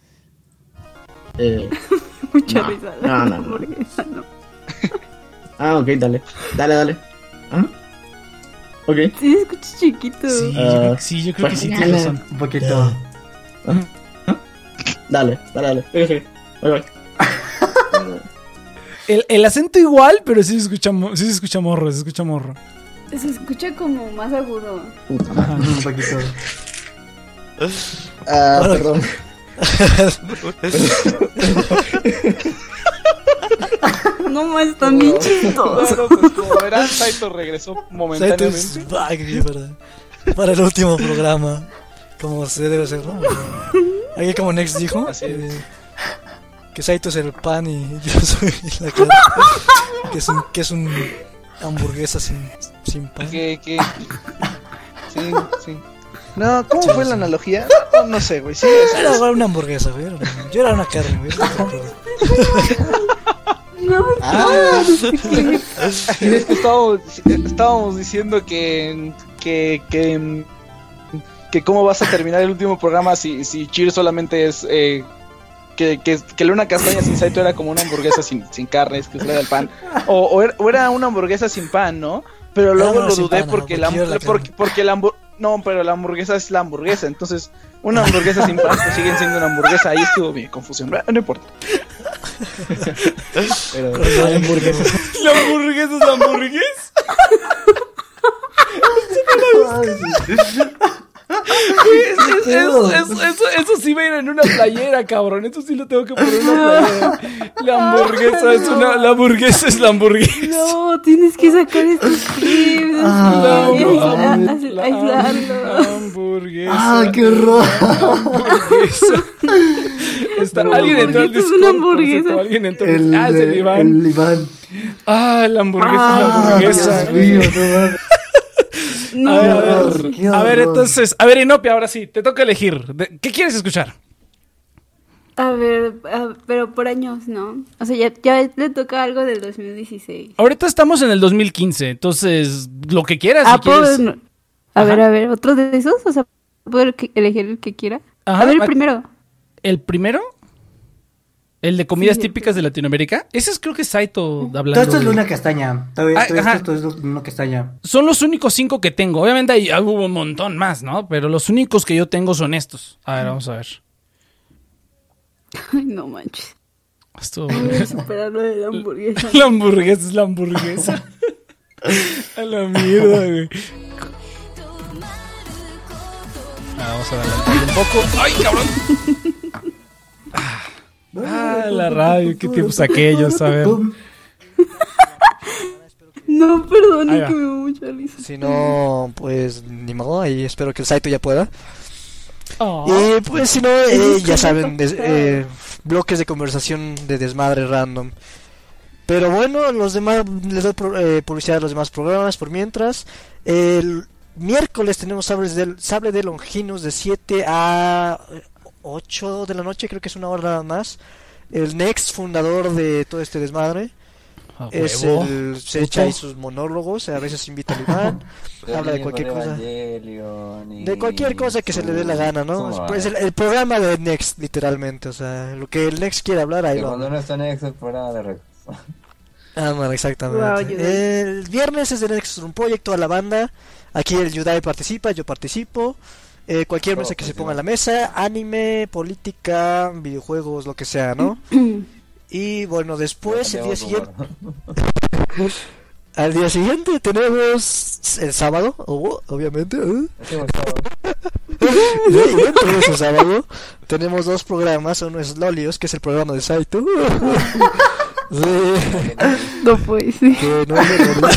Eh, Mucha no, risa. no, no, no. hamburguesa, no. Ah, ok, dale. Dale, dale. ¿Ah? Ok. Sí, se escucha chiquito. Sí, yo Ah, creo que sí, yo creo que sí pues, tienes dale. razón. Un poquito. Dale, dale, dale. Ok, ok. Bye, bye. El, el acento igual, pero sí se escucha, mo- sí se escucha morro, se escucha morro. Se escucha como más agudo. Ajá. Un poquito. Ah, perdón. No más, están bien chistosos. Bueno, pues como verán, Saito regresó Saito momentáneamente. is back, sí, ¿verdad? Para el último programa. Como se debe hacer, ¿no? Aquí como Nex dijo. Así es. eh, que Saito es el pan y yo soy la carne. Que es un, que es un hamburguesa sin, sin pan. Que, que... Sí, sí. No, ¿cómo fue la analogía? No, no sé, güey. Sí, es- Era igual una hamburguesa, güey. era una- Yo era una carne, güey. No, Ah, es que estábamos, estábamos diciendo que, que, que, que cómo vas a terminar el último programa si, si Cheer solamente es eh, que, que, que Luna Castaña sin Saito era como una hamburguesa sin, sin carnes, que solo era el pan. O, o, era, o era una hamburguesa sin pan, ¿no? Pero luego Ah, no, lo sin dudé pan, porque, ajá, la, porque yo era la porque, carne. porque la hamburguesa... No, pero la hamburguesa es la hamburguesa, entonces una hamburguesa sin pan pues siguen siendo una hamburguesa. Ahí estuvo mi confusión, no importa. Pero la hamburguesa. ¿La hamburguesa es la hamburguesa? Es, es, es, es, eso, eso, eso sí va a ir en una playera, cabrón. Eso sí lo tengo que poner en una playera. La hamburguesa es una... La hamburguesa es la hamburguesa. No, tienes que sacar estos clips. Ah, y la, aisla- la, aislarlo. la hamburguesa. ¡Ah, qué horror! La hamburguesa. Está, No, alguien entró al es una Discord. hamburguesa. por cierto, Alguien entró al El, Ah, es el Iván. el Iván. Ah, la hamburguesa Ah, es la hamburguesa. Dios mío, no mames. No, A ver, a Qué ver, horror, qué a ver, horror. entonces, a ver, Inopia, ahora sí, te toca elegir. De- ¿Qué quieres escuchar? A ver, a- pero por años, ¿no? O sea, ya, ya le toca algo del dos mil dieciséis. Ahorita estamos en el dos mil quince, entonces, lo que quieras, Ah, si quieres. ¿puedo- A ver, a ver, ¿otro de esos? O sea, ¿puedo que- elegir el que quiera? Ajá, a ver, el va- primero. ¿El primero? ¿El de comidas Sí, típicas de Latinoamérica? Ese es creo que es Saito hablando. Todo esto es de- Luna Castaña. Todavía, Ah, todavía ajá. esto es Luna Castaña. Son los únicos cinco que tengo. Obviamente hay, hay hubo un montón más, ¿no? Pero los únicos que yo tengo son estos. A ver, vamos a ver. Ay, no manches. Esto... Voy a superar lo de la hamburguesa. La hamburguesa es la hamburguesa. A la mierda, güey. Ah, vamos a adelantar un poco. ¡Ay, cabrón! Ah, la radio, qué tiempos aquellos, a ver. No, perdón, Ahí es va. que me dio mucha risa. Si no, pues ni modo, y espero que el Saito ya pueda. Oh. Y pues si no, eh, ya saben, des- eh, bloques de conversación de desmadre random. Pero bueno, los demás, les doy pro- eh, publicidad a los demás programas por mientras. El miércoles tenemos Sables del, Sable de Longinus de siete a ocho de la noche, creo que es una hora nada más. El Next, fundador de todo este desmadre. A Es huevo. el, se echa ahí sus monólogos, a veces invita al Iván, habla de cualquier cosa. De cualquier cosa que se le dé la gana, ¿no? Es pues el, el programa de Next, literalmente, o sea, lo que el Next quiere hablar, ahí Que lo cuando habla. no está Next el programa de Rex. Ah, bueno, exactamente. Wow, Yudai. El viernes es el Next Room Project, toda la banda. Aquí el Yudai participa, yo participo. Eh, cualquier mesa que se ponga en la mesa, anime, política, videojuegos, lo que sea, ¿no? Y bueno, después, el día siguiente... Al día siguiente tenemos el sábado, ob- obviamente. ¿eh? Y dentro de ese sábado tenemos dos programas. Uno es Lolios, que es el programa de Saito. Sí. No puede ser. Que no es de Lolios.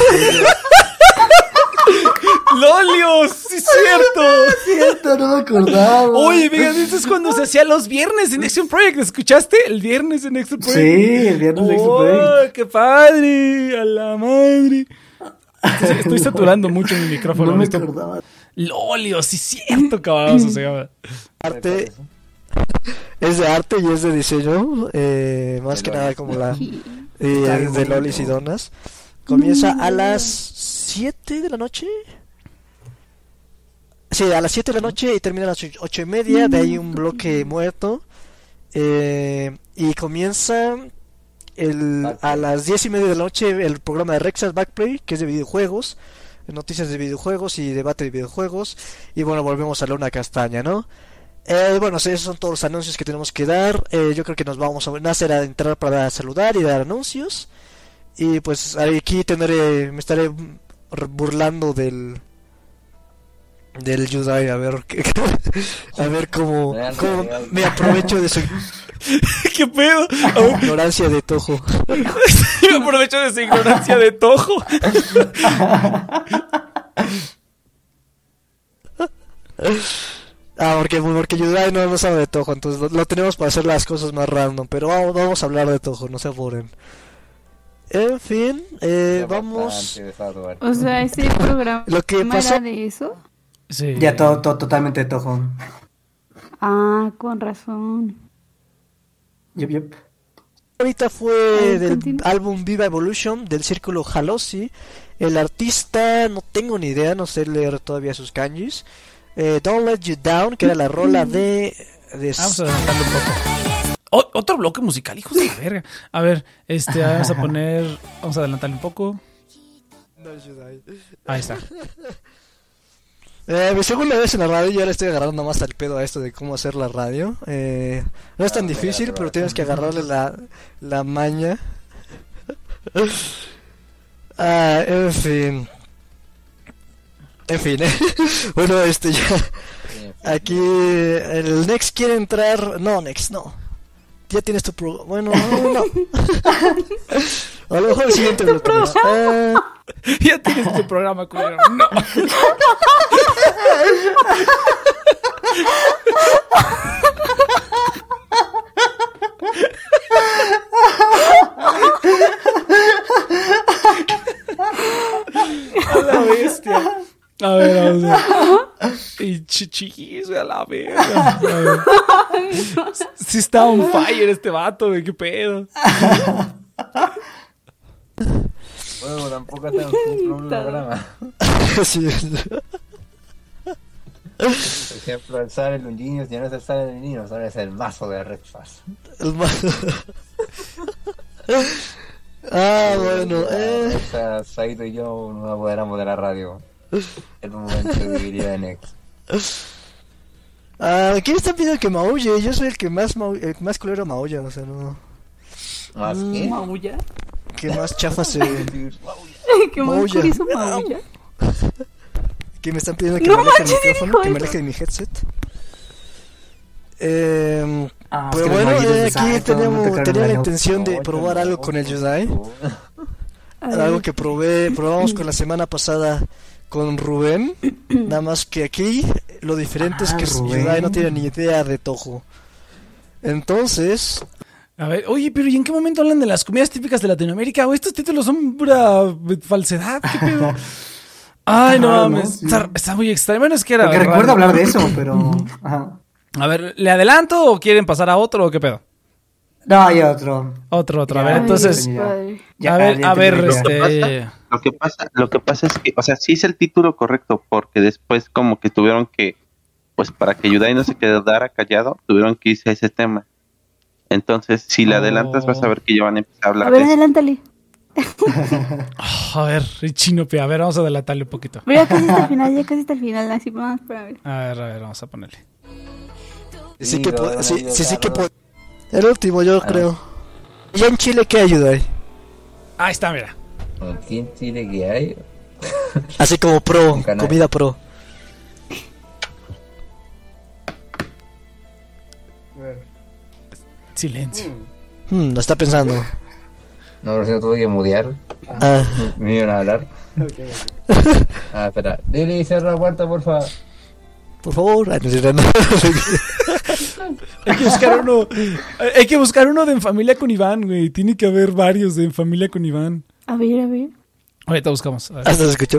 ¡Lolios! ¡Sí es cierto! Cierto, no me acordaba. Oye, vean, eso es cuando se hacía los viernes en Action Project. ¿Escuchaste? El viernes en Action Project. Sí, el viernes en Action ¡Oh, Project. qué padre! ¡A la madre! Estoy, estoy saturando mucho mi micrófono. No me Esto- acordaba. Lolios, sí es cierto, cabrón. Se llama. Arte es de arte y es de diseño, eh, más que nada como la eh, es de lolis y donas. Comienza a las siete de la noche. Sí, a las siete de la noche y termina a las ocho ocho y media. De ahí un bloque muerto. Eh, y comienza el, a las diez y media de la noche el programa de Rexas Backplay, que es de videojuegos, noticias de videojuegos y debate de videojuegos. Y bueno, volvemos a Luna Castaña, ¿no? Eh, bueno, esos son todos los anuncios que tenemos que dar. Eh, yo creo que nos vamos a hacer a entrar para saludar y dar anuncios. Y pues aquí tendré, me estaré burlando del del Yudai, a ver qué- a ver cómo, cómo me aprovecho de su ¿Qué pedo? ignorancia de Tojo. Me aprovecho de su ignorancia de Tojo. Ah, porque, porque Yudai no, no sabe de Tojo, entonces lo, lo tenemos para hacer las cosas más random, pero vamos, vamos a hablar de Tojo, no se apuren. En fin, eh, vamos... O sea, ese programa Lo que pasó- era de eso. Sí. Ya todo, todo totalmente de Tojo. Ah, con razón. Yep, yep. Ahorita fue del álbum Viva Evolution del círculo Halosi. El artista, no tengo ni idea, no sé leer todavía sus kanjis. Eh, Don't Let You Down, que era la rola de... de Vamos a adelantarlo un poco. O- otro bloque musical, hijos de verga. A ver, este, vamos a poner... Vamos a adelantarle un poco. Ahí está. Eh, mi segunda vez en la radio y ahora estoy agarrando más al pedo a esto de cómo hacer la radio. Eh, no es tan difícil, pero tienes que agarrarle la, la maña. Ah, en fin. En fin, eh. Bueno, este ya. Aquí el Next quiere entrar. No, Next, no. Ya tienes tu programa. Bueno, no, no. A lo mejor el siguiente bloque. Eh... Ya tienes tu programa, culero. No. A la bestia. A ver, a ver. Y chichis, a la verga. A ver. Sí está on fire este vato, güey. Qué pedo. Bueno, tampoco tenemos un programa. Sí. Por ejemplo, el Sale Lunginius ya no es el Sale Lunginius, ahora es el mazo de Red Fast. El mazo. Ah, bueno, eh. O sea, Saito y yo nos apoderamos de la radio. El momento que viviría en X. Ah, ¿quién está pidiendo que maulle? Yo soy el que más mau el más culero maulla, o sea, no. ¿Más qué? ¿Maulla? Que más chafa se. ¿Qué más chorizo maulla? Que me están pidiendo que No me aleje el manches, micrófono, dijo que me eso. aleje de mi headset. Eh, Ah, pues es que bueno, los eh, mallitos, aquí exacto, no tenemos, tocaron tenía la la nota. intención de probar algo con el Yudai. Algo que probé, probamos con la semana pasada con Rubén. Nada más que aquí lo diferente es Ah, que Rubén. Yudai no tiene ni idea de Toho. Entonces, A ver, oye, pero ¿y en qué momento hablan de las comidas típicas de Latinoamérica? O estos títulos son pura falsedad. ¿Qué pedo? Ay, no Ajá, mames. ¿no? Sí. Está, está muy extraño. Bueno, es que era. Porque raro. recuerdo hablar de eso, pero. Ajá. A ver, ¿le adelanto o quieren pasar a otro o qué pedo? No, hay otro. Otro, otro. A Ya, ver, entonces. ya, a ver, ya a ver, entendí, ya. este. Lo que pasa, lo que pasa es que, o sea, sí es el título correcto, porque después como que tuvieron que, pues para que Yudai no se quedara callado, tuvieron que irse a ese tema. Entonces, si le adelantas, vas a ver que ya van a empezar a hablar A ver, de eso. adelántale. A ver, chino, pe. A ver, vamos a adelantarle un poquito. Pero ya casi hasta el final, ya casi hasta el final, así vamos para ver. A ver, a ver, vamos a ponerle. sí que po- bueno, sí, yo, sí, sí que Carlos. po- el último yo Ah. creo. ¿Y en Chile qué hay, Yudai? Ahí está, mira. Aquí en Chile que hay. Así como pro, Un canal. comida pro. Silencio. Hmm, lo está pensando. No, pero si no tuve que mudear. Ah. Me iban a hablar. Ah, espera. Dile, cierra la puerta, porfa. Por favor. Ay, no sé, no. Hay que buscar uno. Hay que buscar uno de En Familia con Iván, güey. Tiene que haber varios de En Familia con Iván. A ver, a ver. Ahorita buscamos. A ver. Hasta se escuchó.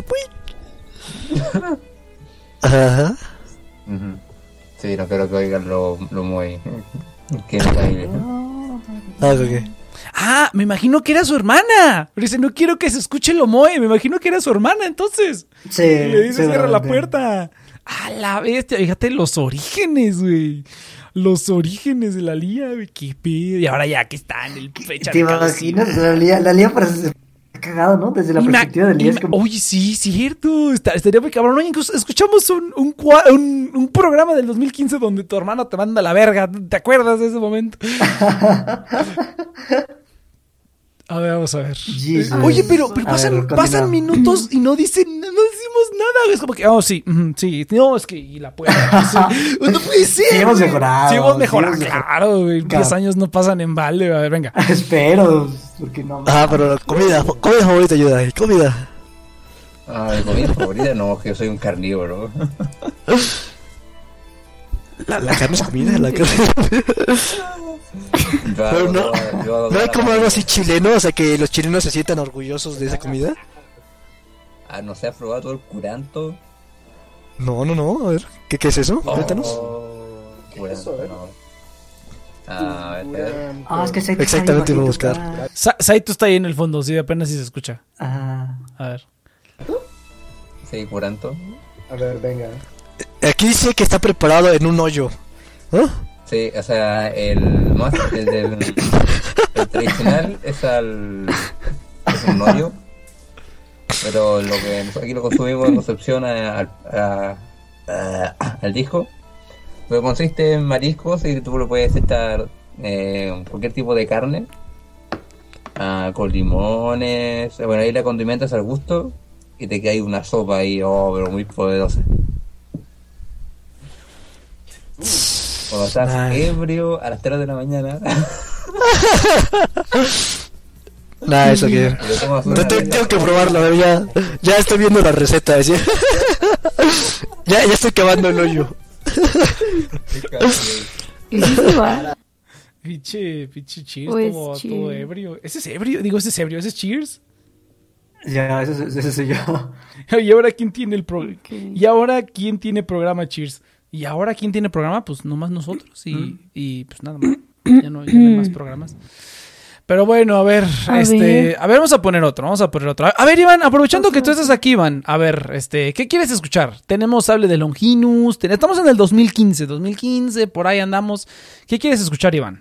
Ajá. Ujú. Sí, no quiero que oigan lo, lo muy. Que no cae. Ah, ok. Ah, me imagino que era su hermana. Pero dice, no quiero que se escuche lo moe. Me imagino que era su hermana, entonces. Sí, Y le dice, cierra la seguramente. puerta. A la bestia. Fíjate los orígenes, güey. Los orígenes de la Lía, güey. Qué pedo. Y ahora ya que está en el fecha ¿Te de imaginas? La Lía, la Lía parece cagado, ¿no? Desde la Ima- perspectiva de Lía es ima- como... Oye, sí, cierto. Está- estaría muy cabrón. Oye, incluso escuchamos un, un, cua- un, un programa del dos mil quince donde tu hermano te manda a la verga. ¿Te acuerdas de ese momento? A ver, vamos a ver. Jesus. Oye, pero, pero A pasan, ver, pasan continúa. minutos y no dicen, no decimos nada. Es como que, oh, sí, ujú, sí. No, es que y la puerta. sí. No puede ser. Sí, hemos güey. mejorado, Sí, hemos sí, mejorado, hemos mejorado. claro, güey. Claro. Diez años no pasan en balde. A ver, venga. Espero, porque no... Ah, pero comida, comida favorita, Yudai. Comida. Ah, mi comida favorita no, que yo soy un carnívoro. La, la carne es comida, la carne. Yo Pero hago no, toda- yo hago no hay toda como la- algo así chileno, o sea que los chilenos se sientan orgullosos de esa comida. Ah, no sé, ¿has probado todo el curanto? No, no, no, a ver, ¿qué, qué es eso? Cuéntanos. Oh, curanto, no. Ah, a ver. Ah, es que Saito Exactamente, está ahí voy a bajito. buscar. Sa- Saito está ahí en el fondo, sí, apenas si se escucha. Ah. A ver. Sí, curanto. A ver, venga. Aquí dice que está preparado en un hoyo. ¿Ah? Sí, o sea, el más, el del el tradicional es al es un hoyo, pero lo que aquí lo consumimos en Concepción a- a- a- a- al disco, lo que consiste en mariscos y tú lo puedes echar eh, cualquier tipo de carne, ah, con limones, bueno, ahí la condimentas al gusto y te queda ahí una sopa ahí, oh, pero muy poderosa. Cuando estás Ay. ebrio a las tres de la mañana. Nah, eso que... Le tomas una Te- te- de- tengo que probarlo, a ver, ya, ya estoy viendo las recetas. Ya, ya, ya estoy cavando el hoyo. Piche, piche Cheers, O es todo, todo Cheers. ebrio. ¿Ese es ebrio? Digo, ese es ebrio, ¿ese es Cheers? Ya, ese, ese soy yo. ¿Y ahora quién tiene el programa? ¿Y ahora quién tiene programa Cheers? ¿Y ahora quién tiene programa? Pues nomás nosotros y, Mm. y pues nada más. Ya no, ya no hay más programas. Pero bueno, a ver, A este, ver. a ver, vamos a poner otro, vamos a poner otro. A ver, Iván, aprovechando que tú estás aquí, Iván, a ver, este, ¿qué quieres escuchar? Tenemos Hable de Longinus, ten- estamos en el dos mil quince, dos mil quince, por ahí andamos. ¿Qué quieres escuchar, Iván?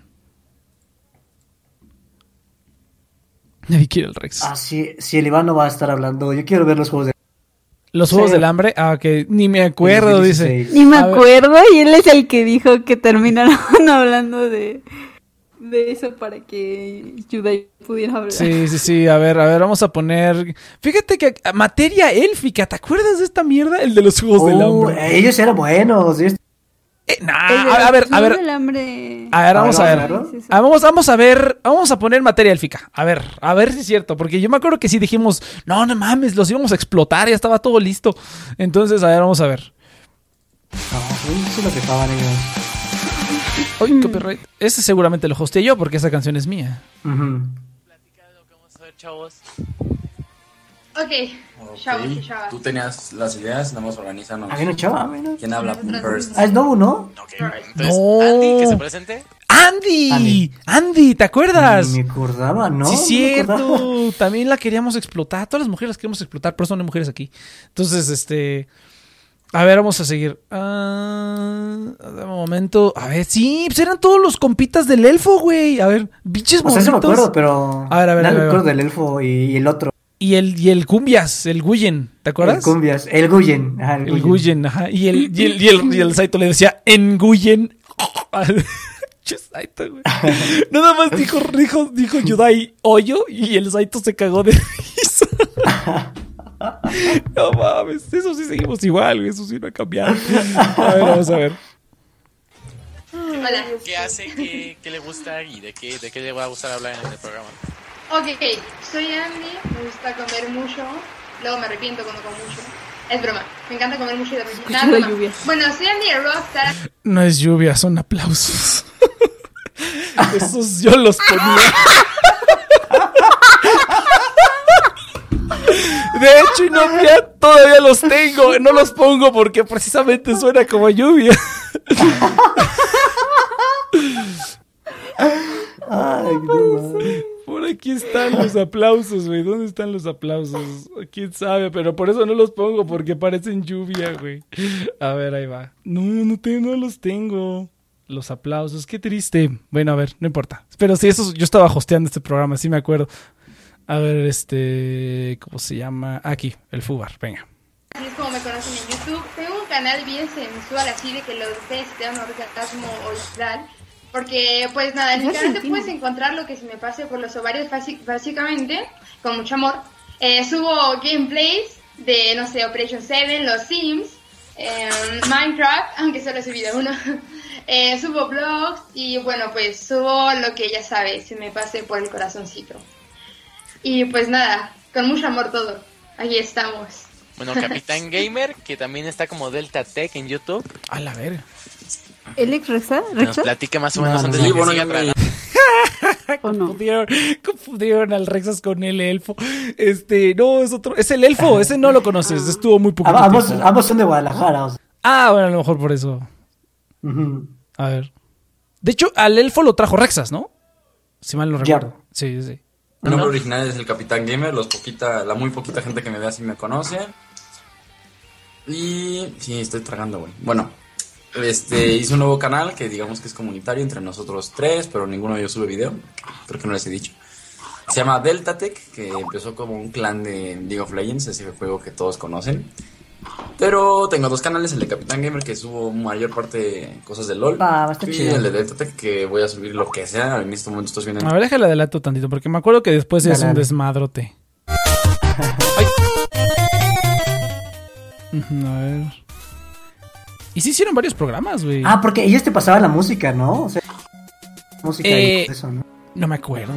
Nadie quiere el Rex. Ah, sí, sí, el Iván no va a estar hablando. Yo quiero ver los juegos de... Los Sí. Juegos del Hambre, ah, que ni me acuerdo, El dice. dieciséis. Ni me A ver. acuerdo y él es el que dijo que terminaron hablando de, de eso para que Yudai pudiera hablar. Sí, sí, sí, a ver, a ver, vamos a poner... Fíjate que ah, materia élfica, ¿te acuerdas de esta mierda? El de los Juegos del Oh, Hambre. ellos eran buenos. ellos- Eh, nah, El de a, a ver, los a ver, Juegos del Hambre. a ver, vamos a ver. A ver, Ah, vamos, vamos a ver, vamos a poner materia élfica. A ver, a ver si es cierto, porque yo me acuerdo que sí dijimos, no, no mames, los íbamos a explotar, ya estaba todo listo. Entonces, a ver, vamos a ver. No, sí, sí lo rifaban ellos. Uy, copyright. Ese seguramente lo hosteé yo porque esa canción es mía. Ujú. Vamos a ver, chavos. Ok, chavos, Ok, chavos. tú tenías las ideas, nada más organizanos. A mí no, chava, a mí no. ¿Quién habla first? Ah, es Nobu, ¿no? Entonces, No. Andy, que se presente. ¡Andy! ¡Andy! Andy, ¿te acuerdas? Ni me acordaba, ¿no? Sí, No me acordaba. cierto. También la queríamos explotar. Todas las mujeres las queríamos explotar, por eso no hay mujeres aquí. Entonces, este... A ver, vamos a seguir. Ah, de momento... A ver, sí, pues eran todos los compitas del elfo, güey. A ver, biches O sea, eso me morritos. acuerdo, pero... A ver, a ver, nada a ver, me a acuerdo ver. del elfo y, y el otro. Y el, y el Cumbias, el Guyen, ¿te acuerdas? El Cumbias, el Guyen. Ajá, el El Guyen. Guyen, ajá. Y el, y el, y el, y el Saito le decía, en Guyen. Che, Saito, güey. Nada más dijo, dijo, dijo Yudai hoyo y el Saito se cagó de risa. No mames, eso sí seguimos igual, güey, eso sí no ha cambiado. A ver, vamos a ver. Hola. ¿Qué hace? ¿Qué, qué le gusta? ¿Y de qué, de qué le va a gustar hablar en el programa? Ok, soy Andy, me gusta comer mucho, luego me arrepiento cuando como mucho. Es broma, me encanta comer mucho y dormir. Escucho Nada, la broma. lluvia. Bueno, soy Andy de Rockstar. No es lluvia, son aplausos. Esos yo los ponía. De hecho, y no, ya todavía los tengo. No los pongo porque precisamente suena como lluvia. Ay, no mames. Por aquí están los aplausos, güey. ¿Dónde están los aplausos? ¿Quién sabe? Pero por eso no los pongo, porque parecen lluvia, güey. A ver, ahí va. No, no, te, no los tengo. Los aplausos, qué triste. Bueno, a ver, no importa. Pero sí, eso, yo estaba hosteando este programa, sí me acuerdo. A ver, este... ¿Cómo se llama? Aquí, el Fubar, venga. Así es como me conocen en YouTube. Tengo un canal bien sensual, así de que los ustedes te dan un orgasmo oral. Porque, pues nada, en mi canal te puedes encontrar lo que se me pase por los ovarios, basi- básicamente, con mucho amor. Eh, subo gameplays de, no sé, Operation siete, los Sims, eh, Minecraft, aunque solo he subido uno. Eh, subo vlogs y, bueno, pues subo lo que ya sabes, se me pase por el corazoncito. Y pues nada, con mucho amor todo. Aquí estamos. Bueno, Capitán Gamer, que también está como Delta Tech en YouTube. A la verga. ¿El ex Rexa? Que nos ¿Rexa? platique más o menos No, antes no, de no. que Sí, siga bueno, atrás. confundieron, confundieron al Rexas con el elfo. Este, no, es otro. Es el elfo, ese no lo conoces. Estuvo muy poco. Am- Ambos, ambos son de Guadalajara. O sea. Ah, bueno, a lo mejor por eso. Ujú. A ver. De hecho, al elfo lo trajo Rexas, ¿no? Si mal no Ya. recuerdo. Sí, sí. Mi nombre original es el Capitán Gamer, los poquita, la muy poquita gente que me ve así me conoce. Y sí, estoy tragando, güey. Bueno, este hice un nuevo canal que digamos que es comunitario entre nosotros tres, pero ninguno de ellos sube video. Creo que no les he dicho. Se llama Deltatech, que empezó como un clan de League of Legends, ese juego que todos conocen. Pero tengo dos canales, el de Capitán Gamer, que subo mayor parte de cosas de LOL. Ah, está y chido. el de Deltatech, que voy a subir lo que sea. En este momento estoy viendo... A ver, déjale adelanto tantito, porque me acuerdo que después es Dale, un dale. desmadrote. Ay. Ujú, a ver. Y sí hicieron varios programas, güey. Ah, porque ellos te pasaban la música, ¿no? O sea, música Eh, y eso, ¿no? No me acuerdo.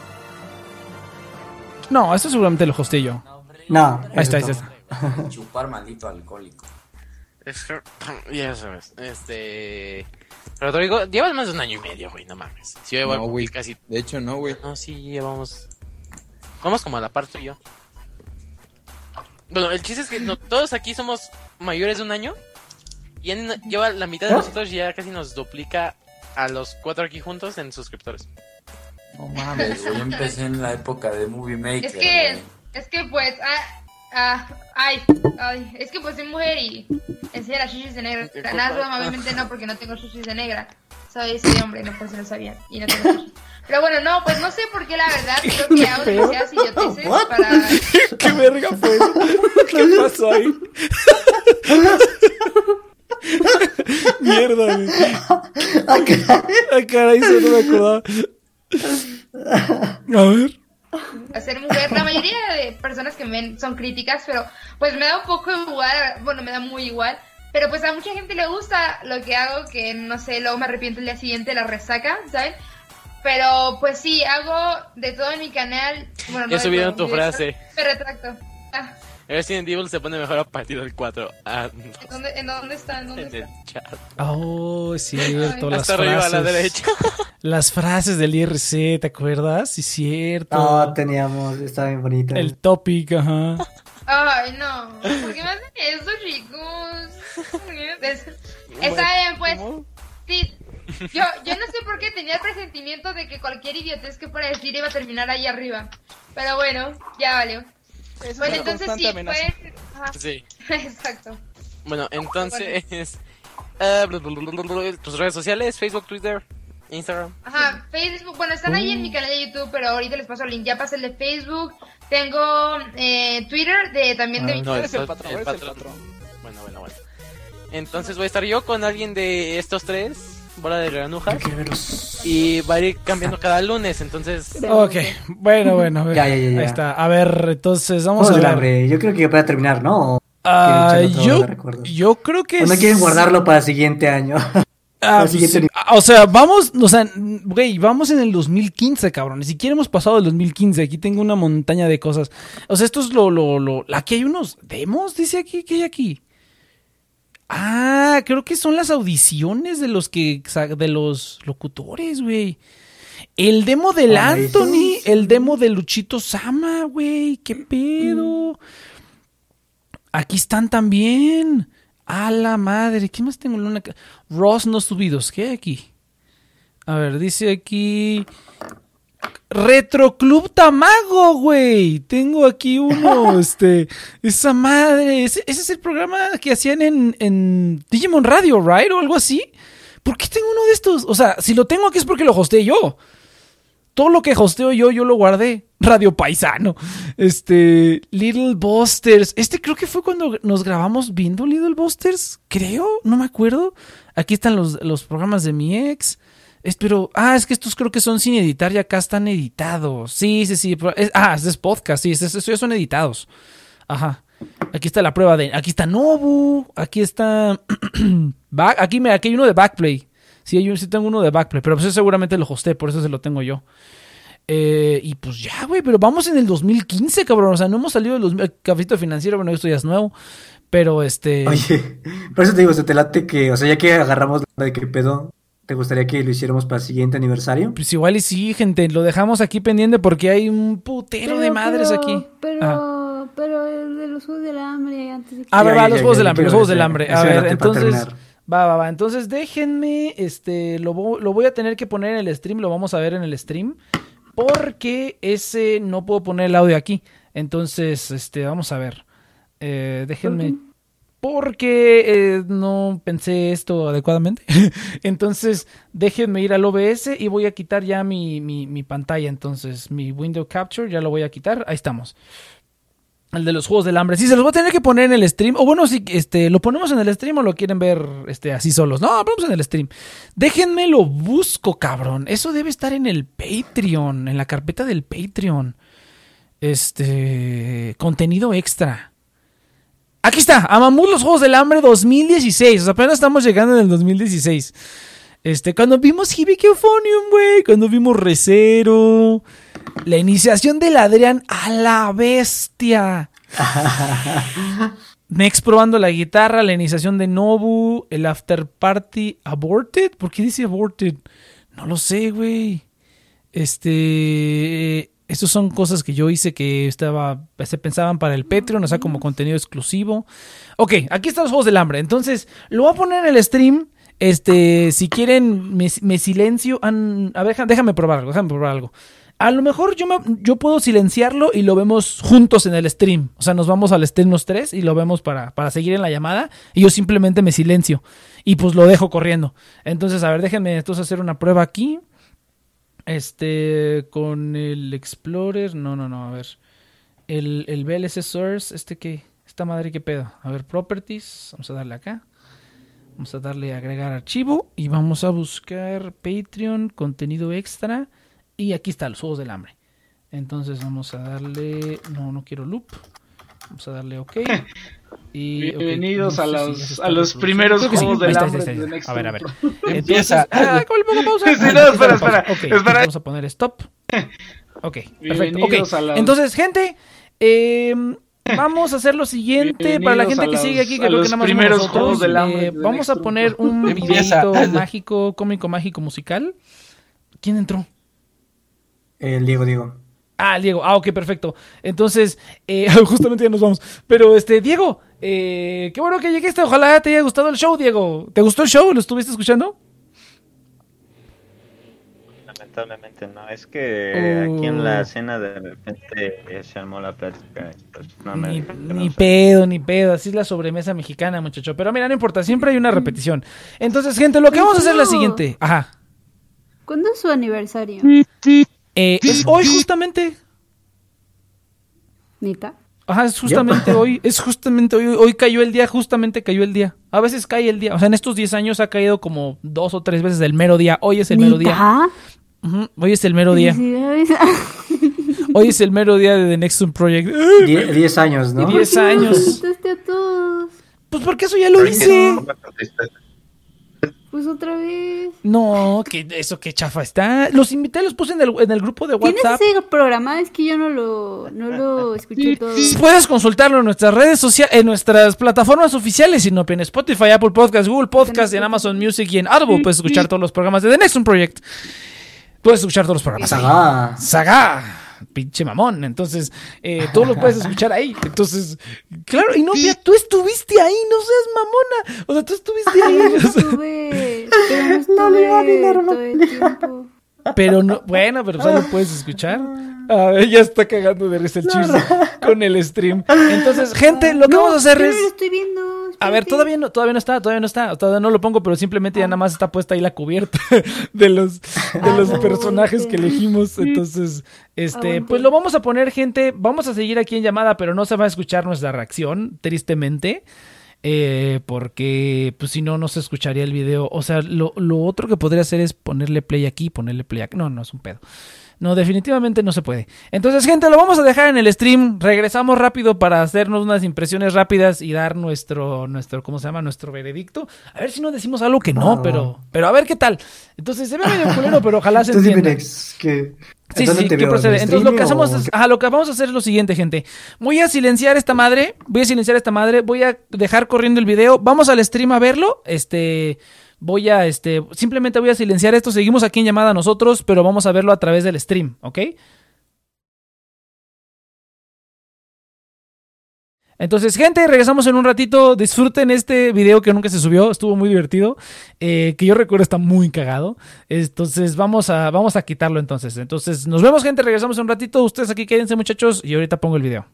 No, esto seguramente lo hosté yo. No. Ahí está, ahí eso está. Chupar maldito alcohólico. Es que, ya sabes, este... Pero te digo, llevas más de un año y medio, güey, no mames. Sí, yo No, voy güey. casi... De hecho, no, güey. No, sí, llevamos... Vamos como a la par tú y yo. Bueno, el chiste es que no, todos aquí somos mayores de un año. Y en, lleva la mitad de nosotros ya casi nos duplica a los cuatro aquí juntos en suscriptores. No mames, yo empecé en la época de Movie Maker. Es que, es que pues, ah, ah, ay, ay, es que pues soy mujer y enseña las chichis de negra. Nada, broma, obviamente no, porque no tengo chichis de negra. Soy, soy hombre, no por si lo sabían. Y no tengo chichis. Pero bueno, no, pues no sé por qué la verdad, creo que hago demasiadas idioteces para... ¿Qué verga fue eso? ¿Qué pasó ahí? Mierda, güey. Ay, caray, eso no me acordaba. A ver. A ser mujer, la mayoría de personas que me ven son críticas, pero pues me da un poco igual, bueno, me da muy igual, pero pues a mucha gente le gusta lo que hago, que no sé, luego me arrepiento el día siguiente, la resaca, ¿saben? Pero pues sí, hago de todo en mi canal. Bueno, no Ya de subieron todo, tu de frase. esto, Me retracto. Ah, Resident Evil se pone mejor a partir del cuatro. Ah, no. ¿en, dónde, ¿En dónde está? ¿En dónde En el está? chat. Oh, es cierto, Ay. las Hasta arriba frases. a la derecha. Las frases del I R C, ¿te acuerdas? Sí, cierto. No, teníamos, estaba bien bonita. El topic, ajá. Ay, no. ¿Por qué me hacen eso, chicos? Es- Está bien, pues. Sí. Yo, yo no sé por qué tenía el presentimiento de que cualquier idiotez que fuera a decir iba a terminar ahí arriba. Pero bueno, ya valió. Es Bueno, una entonces constante sí, amenaza. pues. Ajá. Sí. Exacto. Bueno, entonces... eh, bla, bla, bla, bla, bla, tus redes sociales, Facebook, Twitter, Instagram. Ajá, Facebook, bueno, están ahí en mi canal de YouTube, pero ahorita les paso el link. Ya pasé el de Facebook. Tengo eh, Twitter de también de mi No, Eres el el patrón, el eres el patrón. patrón. Bueno, bueno, bueno. Entonces voy a estar yo con alguien de estos tres, bola de granujas. Y va a ir cambiando cada lunes, entonces... Ok, bueno, bueno. a ver. Ya, ya, ya, ya. Ahí está. A ver, entonces vamos Juegos a del ver. hambre. Yo creo que ya para terminar, ¿no? ¿O Ah, quieren echarle otro yo, de recuerdos? yo creo que ¿O no es- quieren guardarlo para el siguiente año? Ah, Para el siguiente pues, nivel. ah, o sea, vamos, o sea, güey, vamos en el dos mil quince, cabrón. Ni siquiera hemos pasado el dos mil quince. Aquí tengo una montaña de cosas. O sea, esto es lo, lo, lo. Aquí hay unos demos, dice aquí, ¿qué hay aquí? Ah, creo que son las audiciones de los que, de los locutores, güey. El demo del Ah, Anthony, esos. el demo de Luchito Sama, güey, qué pedo. Aquí están también. A la madre, ¿qué más tengo? Una... Ross no subidos, ¿qué hay aquí? A ver, dice aquí... Retro Club Tamago, güey. Tengo aquí uno, este... Esa madre. Ese, ese es el programa que hacían en, en Digimon Radio, ¿right? O algo así. ¿Por qué tengo uno de estos? O sea, si lo tengo aquí es porque lo hosteé yo. Todo lo que hosteo yo, yo lo guardé. Radio Paisano. Este... Little Busters. Este creo que fue cuando nos grabamos viendo Little Busters. Creo, no me acuerdo. Aquí están los, los programas de mi ex. Es, pero, ah, es que estos creo que son sin editar y acá están editados. Sí, sí, sí. pero es- ah, este es podcast, sí, estos ya son editados. Ajá. Aquí está la prueba de... Aquí está Nobu. Aquí está... Back, aquí, me, aquí hay uno de Backplay. Sí, hay un- sí tengo uno de Backplay, pero pues ese seguramente lo hosté, por eso se lo tengo yo. Eh, y pues ya, güey, pero vamos en el dos mil quince, cabrón. O sea, no hemos salido del dos mil... Cafecito Financiero, bueno, esto ya es nuevo. Pero este... Oye, por eso te digo, se te late que, o sea, ya que agarramos la de qué pedo, ¿te gustaría que lo hiciéramos para el siguiente aniversario? Pues igual y sí, gente, lo dejamos aquí pendiente porque hay un putero de madres pero, aquí. Pero, Ah. pero el de los Juegos del Hambre antes de que... A ver, Ya, va, ya, los ya, Juegos ya, del ya Hambre, los quiero Juegos del ese- Hambre. A ese ver, debate para entonces, terminar. va, va, va. Entonces déjenme, este, lo, vo- lo voy a tener que poner en el stream, lo vamos a ver en el stream, porque ese no puedo poner el audio aquí. Entonces, este, vamos a ver. Eh, déjenme... Porque eh, no pensé esto adecuadamente. Entonces, déjenme ir al O B S y voy a quitar ya mi, mi, mi pantalla. Entonces, mi window capture ya lo voy a quitar. Ahí estamos. El de los Juegos del Hambre. Sí, se los voy a tener que poner en el stream. O bueno, si este, lo ponemos en el stream o lo quieren ver este, así solos. No, lo ponemos en el stream. Déjenme lo busco, cabrón. Eso debe estar en el Patreon. En la carpeta del Patreon. Este... Contenido extra. Aquí está, a Mamut los Juegos del Hambre dos mil dieciséis. O sea, apenas estamos llegando en el dos mil dieciséis. Este, cuando vimos Hibiki Euphonium, güey. Cuando vimos Recero. La iniciación del Adrián a la bestia. Next probando la guitarra. La iniciación de Nobu. El After Party Aborted. ¿Por qué dice Aborted? No lo sé, güey. Este... Estas son cosas que yo hice que estaba se pensaban para el Patreon, o sea, como contenido exclusivo. Ok, aquí están los Juegos del Hambre. Entonces, lo voy a poner en el stream. Este, si quieren, me, me silencio. An, a ver, déjame probar algo, déjame probar algo. A lo mejor yo, me, yo puedo silenciarlo y lo vemos juntos en el stream. O sea, nos vamos al stream los tres y lo vemos para, para seguir en la llamada. Y yo simplemente me silencio. Y pues lo dejo corriendo. Entonces, a ver, déjenme entonces hacer una prueba aquí. Este, con el Explorer, no, no, no, a ver, el, el V L C Source, este que, esta madre qué pedo, a ver, Properties, vamos a darle acá, vamos a darle a agregar archivo y vamos a buscar Patreon, contenido extra, y aquí está, los Juegos del Hambre. Entonces vamos a darle, no, no quiero loop, vamos a darle OK. Y, Bienvenidos okay, no a sé los, si a los primeros Juegos sí. del Está, Hambre. está, está, de está. A ver, a ver. Empieza. Ah, ¿cómo le pongo pausa? Sí, no, espera, espera. Okay, espera. vamos a poner stop. Ok, perfecto. Okay. A los... Entonces, gente, eh, vamos a hacer lo siguiente. Para la gente que los, sigue aquí, que creo que nada más somos nosotros, del hambre, eh, vamos a poner un videito mágico, cómico, mágico, musical. ¿Quién entró? El Diego, Diego. Ah, Diego. Ah, ok, perfecto. Entonces, eh, justamente ya nos vamos. Pero, este, Diego, eh, qué bueno que llegaste. Ojalá te haya gustado el show, Diego. ¿Te gustó el show? ¿Lo estuviste escuchando? Lamentablemente no. Es que uh, aquí en la cena de repente se armó la plática. Pues no me ni, no ni sé. pedo, ni pedo. Así es la sobremesa mexicana, muchacho. Pero mira, no importa. Siempre hay una repetición. Entonces, gente, lo que vamos a hacer es la siguiente. Ajá. ¿Cuándo es su aniversario? Eh, es hoy justamente. ¿Nita? Ajá, es justamente hoy, es justamente hoy, hoy cayó el día, justamente cayó el día. A veces cae el día, o sea, en estos diez años ha caído como dos o tres veces el mero día. Hoy es el mero día. Uh-huh. Hoy es el mero día. Hoy es el mero día de The Next One Project. Die- diez años, ¿no? diez años. A todos? Pues porque eso ya lo hice. Pues otra vez. No, que eso que chafa está. Los invité, los puse en el, en el grupo de WhatsApp. ¿Tienes ese programa? Es que yo no lo, no lo escuché todo. Puedes consultarlo en nuestras redes sociales, en nuestras plataformas oficiales, sino en Spotify, Apple Podcasts, Google Podcasts, en Amazon Music y en Audible. Puedes escuchar todos los programas de The Next One Project. Puedes escuchar todos los programas. Saga. Saga. Pinche mamón. Entonces, eh, todos los puedes escuchar ahí. Entonces, claro, y no, mira, tú estuviste ahí, no seas mamona. O sea, tú estuviste ahí. Ay, no estuve, pero no estuve todo el tiempo. Pero no, bueno, pero solo puedes escuchar. A ver, ya está cagando de risa el chiste con el stream. Entonces, gente, lo que No, vamos a hacer pero es. lo estoy viendo. A ver, todavía no, todavía no está, todavía no está, todavía no lo pongo, pero simplemente ya nada más está puesta ahí la cubierta de los, de los personajes que elegimos. Entonces, este, pues lo vamos a poner, gente. Vamos a seguir aquí en llamada, pero no se va a escuchar nuestra reacción, tristemente. Eh, porque pues si no, no se escucharía el video. O sea, lo, lo otro que podría hacer es ponerle play aquí, ponerle play aquí. No, no es un pedo. No, definitivamente no se puede. Entonces, gente, lo vamos a dejar en el stream. Regresamos rápido para hacernos unas impresiones rápidas y dar nuestro, nuestro, ¿cómo se llama? Nuestro veredicto. A ver si no decimos algo que no, Ah. pero, pero a ver qué tal. Entonces, se ve medio culero, pero ojalá se Tú dime, entienda. Nex, que... Sí, ¿dónde sí, te ¿qué veo? procede? ¿En Entonces lo que stream hacemos o- es, ajá, lo que vamos a hacer es lo siguiente, gente. Voy a silenciar esta madre, voy a silenciar esta madre, voy a dejar corriendo el video, vamos al stream a verlo, este, voy a, este, simplemente voy a silenciar esto, seguimos aquí en llamada nosotros, pero vamos a verlo a través del stream, ¿ok? Entonces, gente, regresamos en un ratito. Disfruten este video que nunca se subió. Estuvo muy divertido. Eh, que yo recuerdo está muy cagado. Entonces, vamos a, vamos a quitarlo entonces. Entonces, nos vemos, gente. Regresamos en un ratito. Ustedes aquí quédense, muchachos. Y ahorita pongo el video.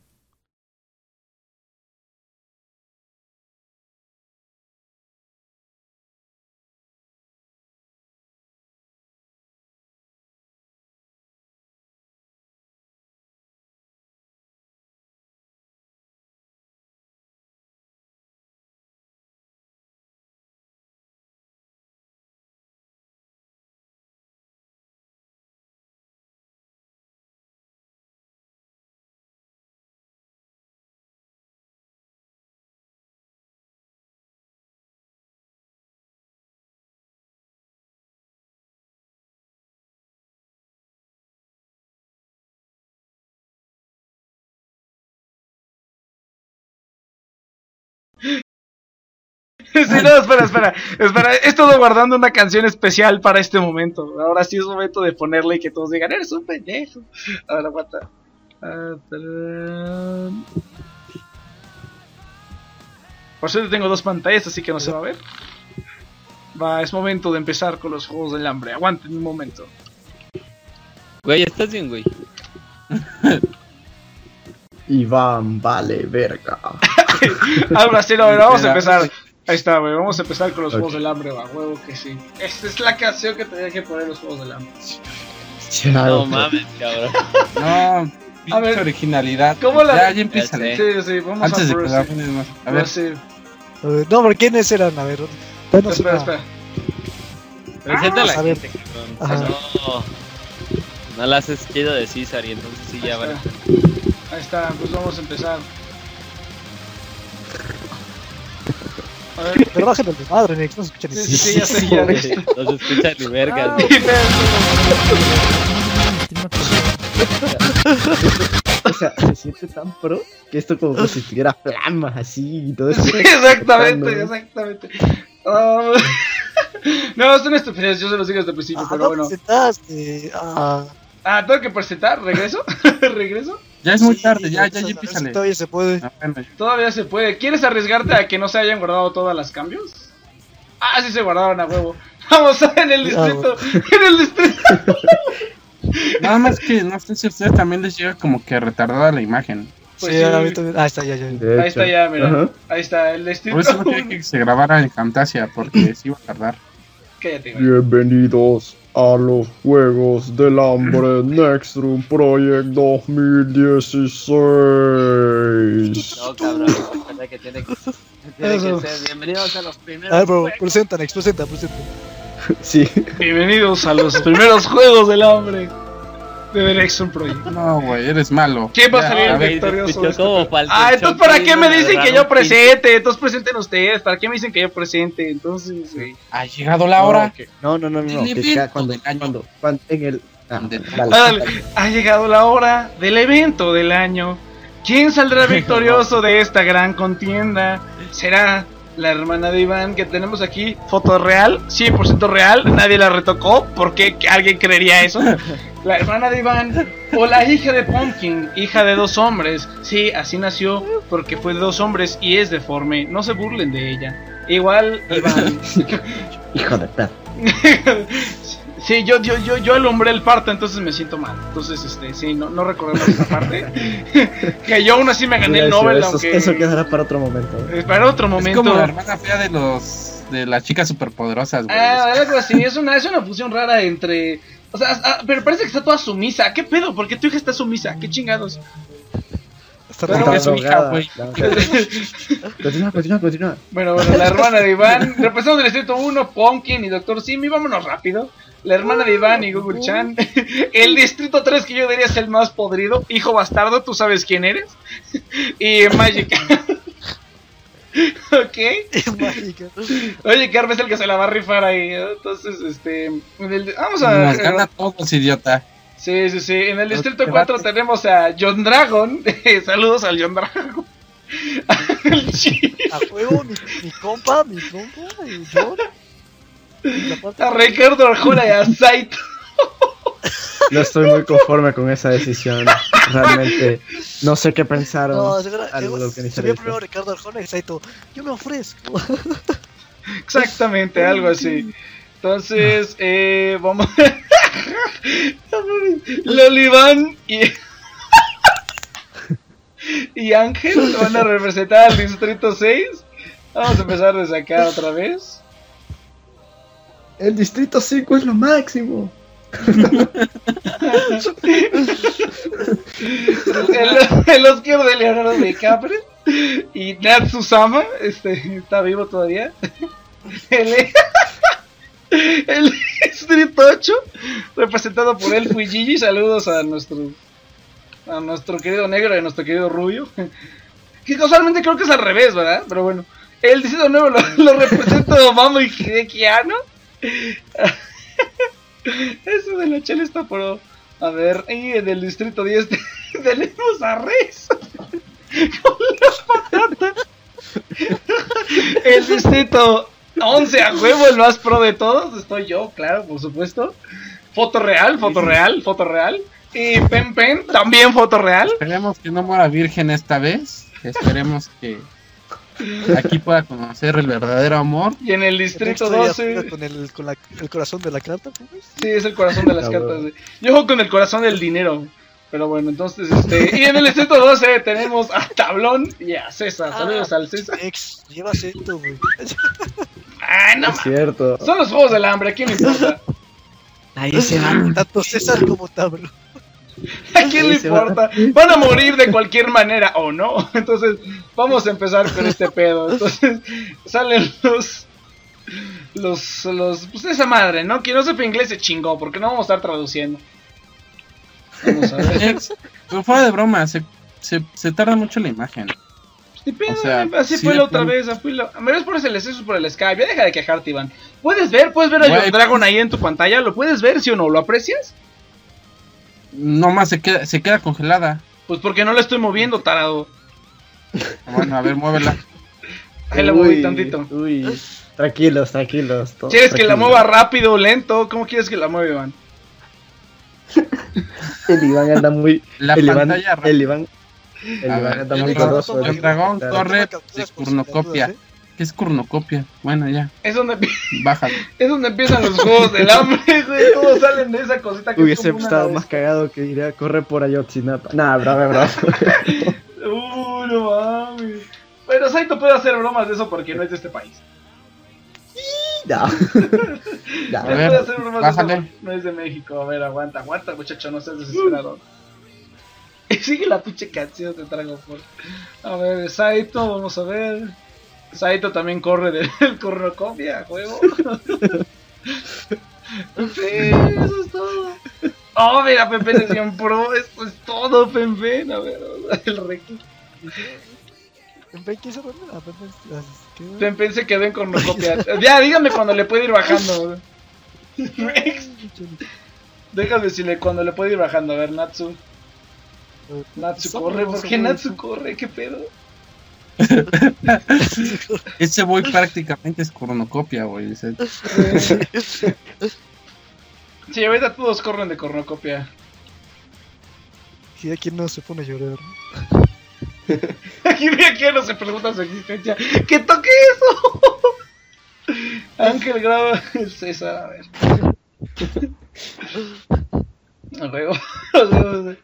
Sí, no, espera, espera, espera, he estado guardando una canción especial para este momento. Ahora sí es momento de ponerle y que todos digan, eres un pendejo. Ahora aguanta. Ah, tarán. Por suerte tengo dos pantallas, así que no se va a ver. Va, es momento de empezar con los Juegos del Hambre. Aguanten un momento. Güey, ¿estás bien, güey? Iván, vale, verga. Ahora sí, no, vamos a empezar. Ahí está, güey, vamos a empezar con los okay. Juegos del Hambre, va, huevo que sí. Esta es la canción que tenía que poner los Juegos del Hambre. No mames, cabrón. No, a ver, originalidad. ¿Cómo la? Ya, ya empieza. Sí, sí, vamos Antes a de que la pones más. A ver. Sí. No, pero ¿quiénes eran? A ver. Bueno, espera, espera. Presenta a la a ver. gente, cabrón. No, no la haces chido de César y entonces sí ya vale. Ahí está, pues vamos a empezar. A ver. Pero bájale el desmadre, Nex, no se escucha ni sí, sí, ya sé, ya sé. No se escucha ni vergas. O sea, se siente tan pro que esto como si tuviera flamas así y todo eso. Sí, exactamente, exactamente. Oh. No, son estupideces, yo se los digo desde el principio, ah, pero no bueno. Presentaste. Ah. ah, tengo que presentar, ¿regreso? ¿Regreso? Ya es muy tarde, ya, ya, ya empieza. Todavía se puede. Todavía se puede. ¿Quieres arriesgarte a que no se hayan guardado todas las cambios? Ah, sí se guardaron a huevo. Vamos a en el distrito, en el distrito. Nada más que no sé si a ustedes también les llega como que retardada la imagen. Pues sí, sí, a mí también. Ah, está ya, ya. Ahí está ya, mira. Uh-huh. Ahí está el distrito. Por eso no quería que se grabara en Camtasia, porque sí iba a tardar. Cállate, güey. Bienvenidos a los Juegos del Hambre Nextrum Project dos mil dieciséis. No, cabrón, recuerda que tiene que, tiene que ser. Bienvenidos a los primeros. A ver, bro, presenta, Nex, presenta, presenta. Sí. Bienvenidos a los primeros Juegos del Hambre de The Nextrum Project. No, güey, eres malo. ¿Quién va a salir el victorioso? Este ah, entonces ¿para qué me dicen que yo presente? Entonces presenten ustedes. ¿Para qué me dicen que yo presente? Entonces, güey. Ha llegado la hora. No, no, no, no. no que cuando, cuando, cuando, en el. Ah, dale. Dale. Ha llegado la hora del evento del año. ¿Quién saldrá victorioso de esta gran contienda? ¿Será la hermana de Iván que tenemos aquí? Foto real, cien por ciento real, nadie la retocó. ¿Por qué alguien creería eso? La hermana de Iván o la hija de Pumpkin, hija de dos hombres. Sí, así nació porque fue de dos hombres y es deforme. No se burlen de ella. Igual Iván. Hijo de perro. Sí, yo, yo, yo, yo alumbré el parto, entonces me siento mal. Entonces, este, sí, no, no recordemos esa parte. Que yo aún así me gané el Nobel, eso, aunque... Eso quedará para otro momento. ¿eh? Para otro momento. Es como la hermana fea de los... de las chicas superpoderosas, güey. Ah, algo así, es una, es una fusión rara entre... O sea, ah, pero parece que está toda sumisa. ¿Qué pedo? ¿Por qué tu hija está sumisa? ¿Qué chingados? Está pero, su hija, güey. Continúa, continúa, continúa. Bueno, bueno, la hermana de Iván, representando el distrito uno, Pumpkin y doctor Simi, vámonos rápido. La hermana de Iván y Google Chan. El distrito tres, que yo diría es el más podrido. Hijo bastardo, tú sabes quién eres. Y Magic. Ok. Oye, Carmen es el que se la va a rifar ahí. Entonces, este. Vamos a. Nos gana todos, idiota. Sí, sí, sí. En el distrito cuatro tenemos a John Dragon. Saludos al John Dragon. A juego, mi, mi compa, mi compa, y John. A Ricardo Arjona y a Saito. No estoy muy conforme con esa decisión. Realmente no sé qué pensaron. No, segura, al organizar sería primero Ricardo Arjona y Saito. Yo me ofrezco. Exactamente, algo así. Entonces, eh, vamos. Loliván y. y Ángel van a representar al distrito seis. Vamos a empezar desde acá otra vez. El distrito cinco es lo máximo. el, el Oscar de Leonardo DiCaprio y Natsusama, este, está vivo todavía. El, el distrito ocho, representado por Elfo y Gigi. Saludos a nuestro a nuestro querido negro y a nuestro querido rubio. Que casualmente creo que es al revés, ¿verdad? Pero bueno. El distrito nuevo lo, lo representa Mamo y Hidekiano. Eso de la chela está por... A ver, y en el distrito diez tenemos a Rex con las patatas. El distrito once a huevo, el más pro de todos. Estoy yo, claro, por supuesto. Foto real, foto real, foto real. Y Pen Pen, también foto real. Esperemos que no muera virgen esta vez. Esperemos que aquí pueda conocer el verdadero amor. Y en el distrito Estoy doce. afuera Con el, con la- el corazón de la carta, pues. Sí, es el corazón de las Ah, cartas. bueno. sí. Yo juego con el corazón del dinero. Pero bueno, entonces, este. Y en el distrito doce tenemos a Tablón y a César. Saludos al César. Ex, lleva acento, güey. Ay, no Es cierto. Son los juegos del hambre, ¿a quién le importa? Ahí se van. Tanto César como Tablo. ¿A quién le Ahí se va. importa? Van a morir de cualquier manera o no. Entonces, vamos a empezar con este pedo. Entonces, salen los. Los. los pues esa madre, ¿no? Quien no sepa inglés se chingó, porque no vamos a estar traduciendo. Vamos a ver. Ex, pero fuera de broma, se, se, se tarda mucho la imagen. Ni pedo, O sea, así sí fue le la otra pongo- vez. Fue la... Me ves por el exceso por el Skype. Ya deja de quejarte, Iván. ¿Puedes ver? ¿Puedes ver a Güey, Your Dragon ahí en tu pantalla? ¿Lo puedes ver, sí o no? ¿Lo aprecias? Nomás se queda, se queda congelada. Pues porque no la estoy moviendo, tarado. Bueno, a ver, muévela. Ahí la Uy, moví tantito. Uy, tranquilos, tranquilos. todos ¿Quieres que la tranquilos. mueva rápido o lento? ¿Cómo quieres que la mueva, Iván? El Iván anda muy. La el Iván, pantalla el Iván, el A Iván ver, anda el muy dragón- goloso. el dragón Claro. corre de curnocopia. ¿Qué es curnocopia? Bueno, ya, Es donde, bájalo. es donde empiezan los juegos del hambre, güey. Todos salen de esa cosita que Hubiese es como una estado nave. más cagado que iría a correr por Ayotzinapa. Nah, bravo, bravo. Uh, no mames. Pero Saito puede hacer bromas de eso porque no es de este país. Ya. Ya. A Él ver, puede hacer bromas de eso bájale. porque no es de México. A ver, aguanta, aguanta, muchacho, no seas desesperado. Y sigue la pinche canción de Dragon Ball. A ver, Saito, vamos a ver. Saito también corre del cornucopia, a juego. Sí, eso es todo. Oh, mira, Pepe decían pro, esto es todo, Pepe. A ver, el recto. Pepe quiso verme. Ah, Pepe, ¿qué? Pepe se quedó en cornucopia. Ya, dígame cuando le puede ir bajando. Déjame decirle cuando le puede ir bajando. A ver, Natsu. Natsu corre, ¿por qué Natsu corre? ¿Qué pedo? Ese boy prácticamente es cronocopia, güey. Ese- Sí, ahorita todos corren de cornucopia. Y aquí no se pone a llorar. Aquí mira que no se pregunta su existencia. ¡Que toque eso! Ángel graba el César, a ver. A juego. A juego.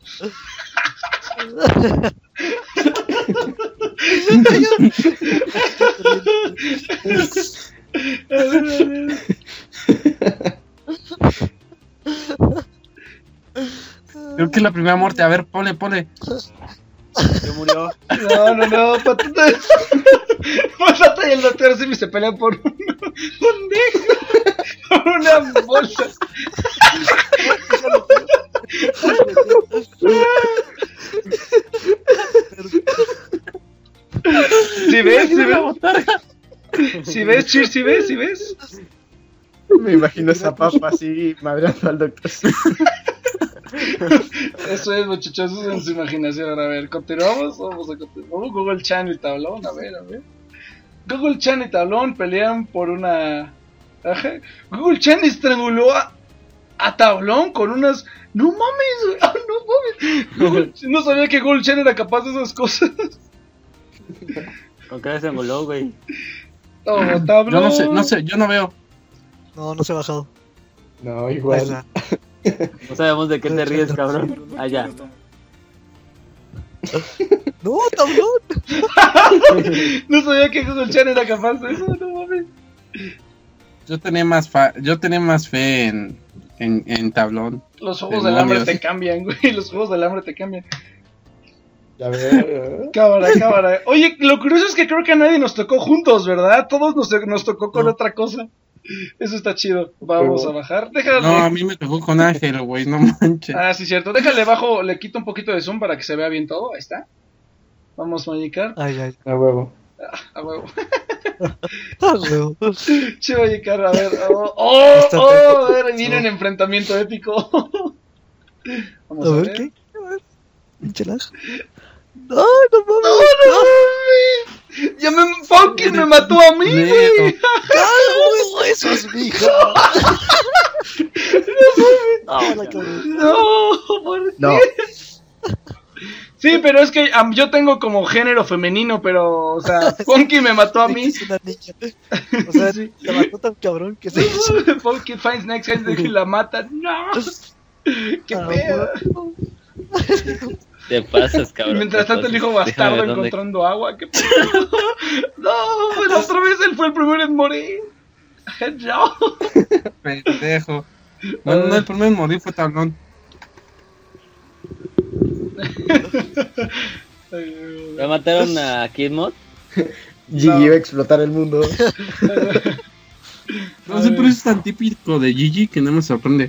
Creo que es la primera muerte. A ver, ponle, ponle. Se murió. No, no, no, Patata. Patata y el doctor Simi se pelean por un, un dejo, por una bolsa. ¿Si ves? ¿Si ves? ¿Si ves, Chir? ¿Si ves? ¿Si ves? Me imagino esa papa así madreando al doctor. Eso es, muchachos, eso es en su imaginación. A ver, continuamos. Vamos a continuar. Vamos, Google Chan y Tablón. A ver, a ver. Google Chan y Tablón pelean por una. Ajá. Google Chan estranguló a, a Tablón con unas. No mames, güey. Ah, no mames. Google- no sabía que Google Chan era capaz de esas cosas. ¿Con qué se engoló, güey? Oh, Tablón. Yo no sé, no sé, yo no veo. No, no se ha bajado. No, igual. Esa. No sabemos de qué te ríes, cabrón. Allá. No, Tablón. No sabía que Google Chan era capaz de eso. No mames. Yo tenía más fa yo tenía más fe en, en, en Tablón. Los juegos del hambre Demonios. te cambian, güey. Los juegos del hambre te cambian. Ya veo. Cámara, cámara. Oye, lo curioso es que creo que a nadie nos tocó juntos, ¿verdad? Todos nos, nos tocó con otra cosa. Eso está chido. Vamos a bajar. Déjale. No, a mí me tocó con Ángel, güey, no manches. Ah, sí, cierto. Déjale bajo, le quito un poquito de zoom para que se vea bien todo. Ahí está. Vamos, Magicar. Ay, ay. A huevo. A huevo. A huevo. Che, Magicar, a ver. Oh, oh, Está oh, a perfecto. ver, viene un enfrentamiento épico. Vamos A a ver, ver. ¿qué? A ver. Pinche lag. No, no mames. No, no mames. Ya me... Funky me mató a mí, güey. No, eso es mi hija. No, la cabrón. No, ¿por qué? No. Sí, pero es que um, yo tengo como género femenino, pero, o sea, Funky me mató a mí. Es una niña. O sea, sí. La mató tan cabrón que se hizo. Funky finds next hand y la mata. No. Qué Ah, pedo. Te pasas, cabrón. Y mientras tanto el hijo bastardo Déjame ver dónde- encontrando agua. Qué pedo. No, pero otra vez él fue el primero en morir. No. Pendejo. Bueno, no, el primer en morir fue Tablón. ¿Ya mataron a Kid Mod? Gigi iba a explotar el mundo. No sé, pero eso es tan típico de Gigi que no me sorprende.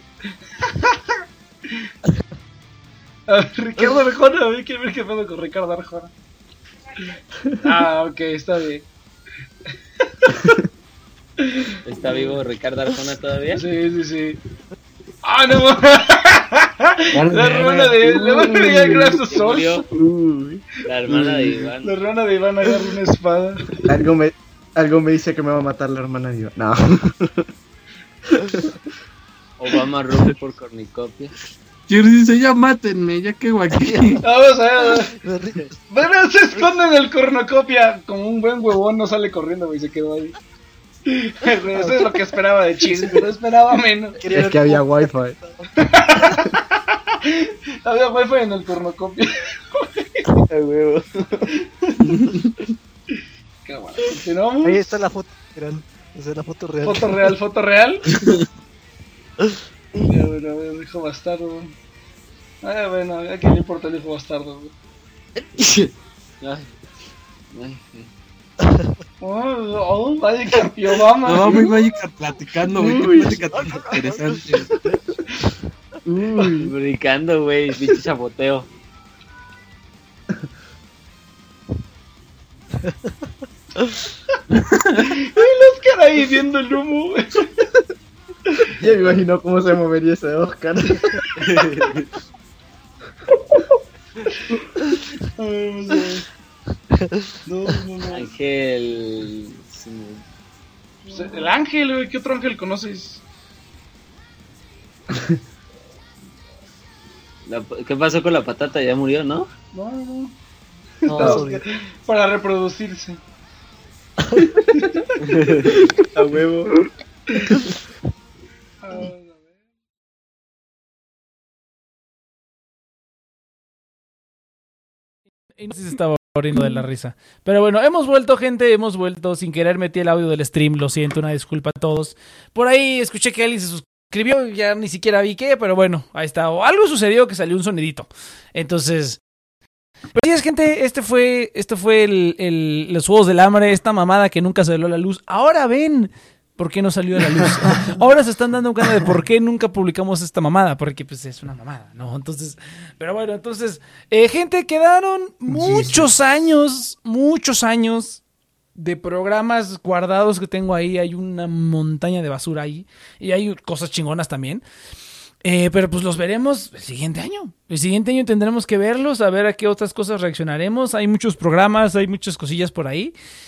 A ver, Ricardo Arjona, a ver, quiero ver qué pedo con Ricardo Arjona. Ah, ok, está bien. ¿Está vivo Ricardo Arjona todavía? Sí, sí, sí. ¡Ah, no! La hermana de... La hermana de Iván Grab su sol. La hermana de Iván. La hermana de Iván agarra una espada. Algo me, algo me dice que me va a matar la hermana de Iván. No. Obama rompe por cornicopia. Chir dice, ya mátenme, ya que aquí. Vamos a ver. Bueno, se esconde en el cornucopia. Como un buen huevón no sale corriendo, güey, se quedó ahí. Eso es lo que esperaba de Chir, pero esperaba menos. Es que había wifi. Había wifi en el cornucopia. Ay, huevo. Qué bueno. Continuamos. Ahí está la foto real. Esa es la foto real. Foto real, foto real. Ya, bueno, a ver, hijo bastardo. Ah, bueno, a quién le importa el hijo bastardo, güey. Ay, ay, Oh, oh, Magic campeón, vamos. No, muy Magic platicando, güey. Qué plática tan interesante. Uy, brincando, güey, pinche chapoteo. Ay, el Oscar ahí viendo el humo, güey. Ya me imagino cómo se movería ese Oscar. Ay, no sé. No, no, no. Ángel. El ángel, güey. ¿Qué otro ángel conoces? La- ¿Qué pasó con la patata? Ya murió, ¿no? No, no. No, Está- sorry. para reproducirse. A huevo. Y no sé si se estaba riendo de la risa. Pero bueno, hemos vuelto, gente, hemos vuelto. Sin querer metí el audio del stream, lo siento, una disculpa a todos. Por ahí escuché que alguien se suscribió, ya ni siquiera vi qué, pero bueno, ahí está. O algo sucedió que salió un sonidito. Entonces... Pero sí es, gente, este fue, este fue el, el, los Juegos del Hambre, esta mamada que nunca salió a la luz. Ahora ven por qué no salió a la luz. Ahora se están dando cuenta de por qué nunca publicamos esta mamada, porque pues es una mamada, ¿no? Entonces, pero bueno, entonces, eh, gente, quedaron muchos años, muchos años de programas guardados que tengo ahí. Hay una montaña de basura ahí y hay cosas chingonas también. Eh, pero pues los veremos el siguiente año. El siguiente año tendremos que verlos, a ver a qué otras cosas reaccionaremos. Hay muchos programas, hay muchas cosillas por ahí.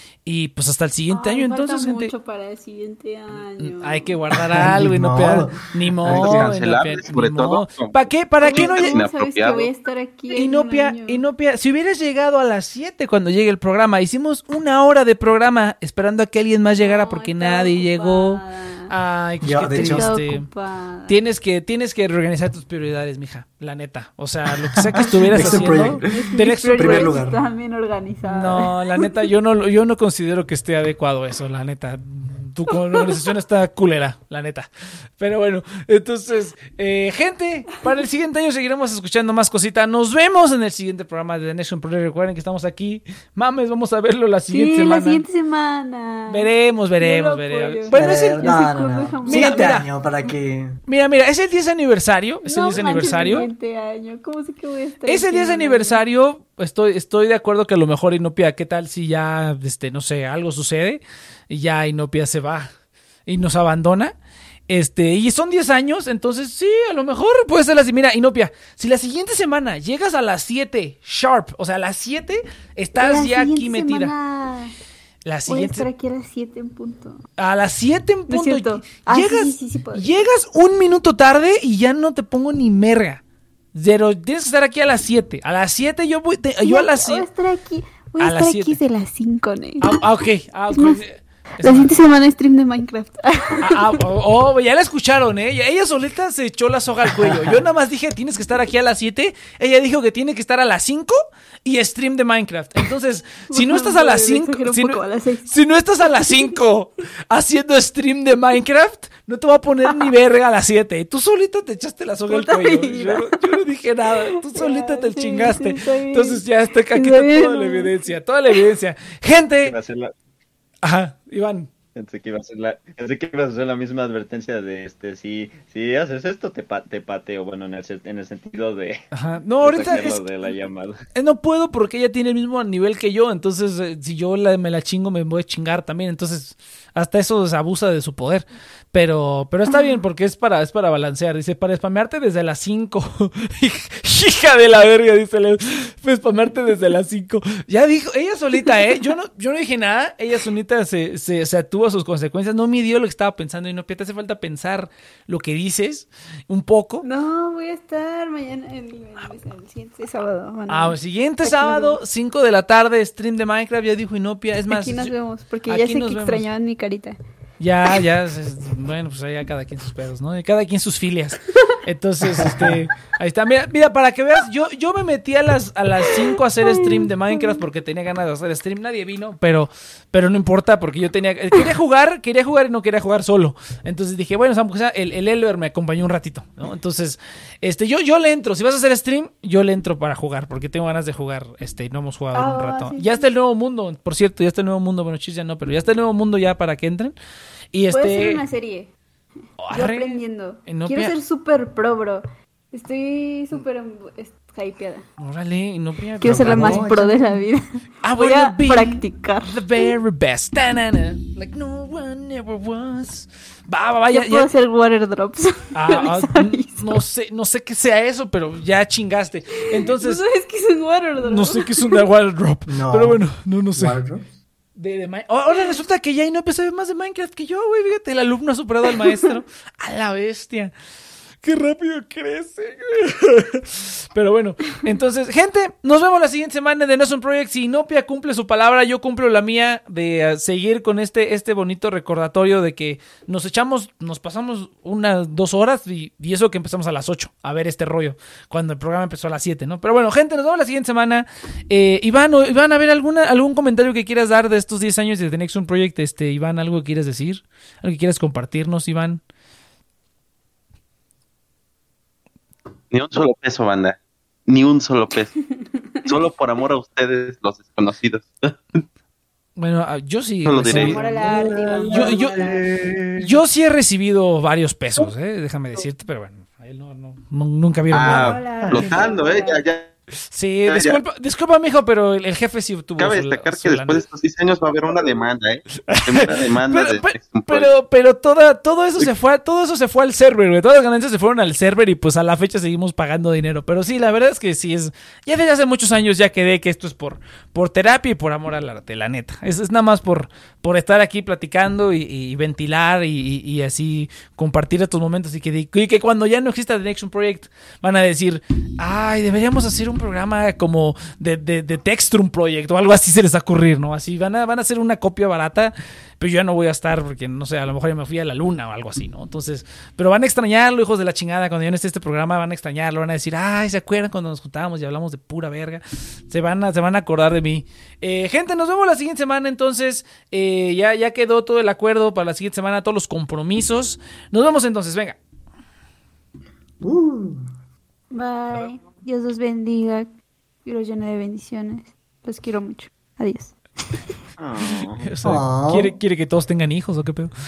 Y pues hasta el siguiente Ay, año, falta entonces, gente. mucho para el siguiente año. Hay que guardar algo y no Ni pegar. modo. Ni Algo modo. cancelable, sobre todo. ¿Para qué? ¿Para qué no ¿Cómo lleg- sabes que voy a estar aquí en un Inopia, año? Inopia, si hubieras llegado a las siete cuando llegue el programa, hicimos una hora de programa esperando a que alguien más llegara porque nadie llegó. Ay, Yo, qué de hecho- triste. Estaba ocupada. Tienes que, tienes que reorganizar tus prioridades, mija, la neta. O sea, lo que sea que estuvieras Next haciendo. Project. The Next Project. Primer lugar. Están bien organizadas. No, la neta, yo no, yo no considero que esté adecuado eso, la neta. Tu organización está culera, la neta. Pero bueno, entonces, eh, gente, para el siguiente año seguiremos escuchando más cositas. Nos vemos en el siguiente programa de The Nation Project. Recuerden que estamos aquí. Mames, vamos a verlo la siguiente Sí, semana. la siguiente semana. Veremos, veremos, Yo lo veremos. apoyo. Bueno, es el, No, no, no. Mira, Siguiente mira. año para que... Mira, mira, es el diez aniversario. Es el No diez manches, aniversario. siguiente año. ¿Cómo sé que voy a estar Es el aquí diez en un aniversario. Estoy, estoy de acuerdo que a lo mejor Inopia, ¿qué tal si ya, este, no sé, algo sucede y ya Inopia se va y nos abandona? Este, y son diez años, entonces sí, a lo mejor puede ser así. Mira, Inopia, si la siguiente semana llegas a las siete sharp, o sea, a las siete estás La ya aquí siguiente metida. semana La Voy a siguiente estar aquí a las siete en punto. A las siete en No es punto. cierto. Ah, llegas, sí, sí, sí, puedo. llegas un minuto tarde y ya no te pongo ni merga. Cero, tienes que estar aquí a las siete. A las siete yo voy, te- Sí, yo a las Voy a siete. estar aquí. Voy a, A las estar aquí siete. de las cinco, ¿no? Ah, ah, ok. Ah, Es ok. más, Es la más. siguiente semana stream de Minecraft. Ah, ah, oh, oh, ya la escucharon, ¿eh? Ella ella solita se echó la soga al cuello. Yo nada más dije, tienes que estar aquí a las siete. Ella dijo que tiene que estar a las cinco y stream de Minecraft. Entonces, si no estás a las cinco, si no, si no estás a las cinco haciendo stream de Minecraft, no te va a poner ni verga a las siete. Tú solita te echaste la soga al Puta cuello. vida. Yo, no- yo no dije nada. Tú solita te sí, chingaste. sí, está bien. Entonces ya está aquí Está está bien, toda la ¿no? evidencia. Toda la evidencia. Gente. Iba a ser la- Ajá, Iván. Pensé que iba a ser la, pensé que iba a ser la misma advertencia de este, si, si haces esto te, pa- te pateo, bueno, en el, se- en el sentido de, Ajá. No, de ahorita sacarlo es- de la llamada. Eh, No puedo porque ella tiene el mismo nivel que yo, entonces eh, si yo la- me la chingo me voy a chingar también, entonces hasta eso se abusa de su poder, pero pero está bien porque es para es para balancear, dice, para spamearte desde las cinco. Hija de la verga, dice Leo, pues spamearte desde las cinco. Ya dijo, ella solita, eh, yo no yo no dije nada, ella solita se se, se atuvo a sus consecuencias, no midió lo que estaba pensando y no, te hace falta pensar lo que dices un poco. No, voy a estar mañana el, el, el siguiente sábado. Bueno, Ah, el siguiente aquí sábado, cinco de la tarde, stream de Minecraft, ya dijo Inopia. Es más, Aquí nos yo- vemos, porque aquí ya sé que nos vemos. extrañaban mi carita. Ya, ya, es- es- bueno, pues allá cada quien sus pedos, ¿no? Y cada quien sus filias. Entonces, este, ahí está. Mira, mira, para que veas, yo, yo me metí a las a las cinco a hacer stream de Minecraft porque tenía ganas de hacer stream. Nadie vino, pero, pero no importa porque yo tenía, eh, quería jugar, quería jugar y no quería jugar solo. Entonces dije, bueno, aunque sea, el, el Elber me acompañó un ratito, ¿no? Entonces, este, yo, yo le entro. Si vas a hacer stream, yo le entro para jugar porque tengo ganas de jugar. Este, no hemos jugado en un Ah, rato. sí, Ya sí. está el nuevo mundo, por cierto, ya está el nuevo mundo. Bueno, chis ya no, pero ya está el nuevo mundo ya para que entren. Y Voy a hacer este. una serie. Yo Arre. aprendiendo. Inopia- Quiero ser súper pro, bro. Estoy súper em- es- hypeada. Órale, Inopia. Quiero ser la más bravo. pro de la vida. I Voy wanna a be practicar. The very best. Ta-na-na. Like no one ever was. Va, va, va, Yo ya, puedo ya. hacer water drops. Ah, ah, no sé, no sé qué sea eso, pero ya chingaste. Entonces, ¿No sabes qué es un water drop? no sé qué es un water drop. No. Pero bueno, no, no sé. ¿Water drops? De, de Mi- Oh, ahora resulta que ya Inopia sabe más de Minecraft que yo, güey. Fíjate, el alumno ha superado al maestro. A la bestia. Qué rápido crece, güey. Pero bueno, entonces, gente, nos vemos la siguiente semana de Nelson Project. Si Inopia cumple su palabra, yo cumplo la mía de uh, seguir con este, este bonito recordatorio de que nos echamos, nos pasamos unas dos horas y, y eso que empezamos a las ocho a ver este rollo, cuando el programa empezó a las siete, ¿no? Pero bueno, gente, nos vemos la siguiente semana. Eh, Iván, o- Iván, a ver, alguna, algún comentario que quieras dar de estos diez años de The Nexon Project, este, Iván, algo que quieras decir, algo que quieras compartirnos, Iván. Ni un solo peso, banda. Ni un solo peso. Solo por amor a ustedes, los desconocidos. Bueno, ah, yo sí. No lo recibí- diré. Amor al arte, Iván. yo, yo, yo sí he recibido varios pesos, ¿eh? Déjame decirte, pero bueno, a él no, no, no- nunca vieron nada. Ah, flotando, ¿eh? Ya, ya. Sí, ya, ya. disculpa, disculpa, mijo, pero el, el jefe sí tuvo Cabe su- destacar su que lana. después de estos seis años va a haber una demanda, ¿eh? Una demanda Pero, de pero, Nexon Project. pero, pero toda, todo eso se fue, a- todo eso se fue al server, güey. Todas las ganancias se fueron al server y pues a la fecha seguimos pagando dinero. Pero sí, la verdad es que sí es, ya desde hace muchos años ya quedé que esto es por, por terapia y por amor al arte, la neta. Es, es nada más por, por estar aquí platicando y, y ventilar y, y- y así compartir estos momentos y que, y que cuando ya no exista The Nexon Project van a decir, ay, deberíamos hacer un programa como de, de, de Textrum Project o algo así se les va a ocurrir, ¿no? Así van a, van a hacer una copia barata, pero yo ya no voy a estar porque, no sé, a lo mejor ya me fui a la luna o algo así, ¿no? Entonces, pero van a extrañarlo, hijos de la chingada, cuando ya no esté este programa van a extrañarlo, van a decir, ay, ¿se acuerdan cuando nos juntábamos y hablamos de pura verga? Se van a, se van a acordar de mí. Eh, gente, nos vemos la siguiente semana, entonces, eh, ya, ya quedó todo el acuerdo para la siguiente semana, todos los compromisos. Nos vemos entonces, venga. Bye. Dios los bendiga. Y los llene de bendiciones. Los quiero mucho. Adiós. O sea, Oh. ¿quiere, ¿Quiere que todos tengan hijos o qué pedo?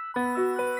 Thank you.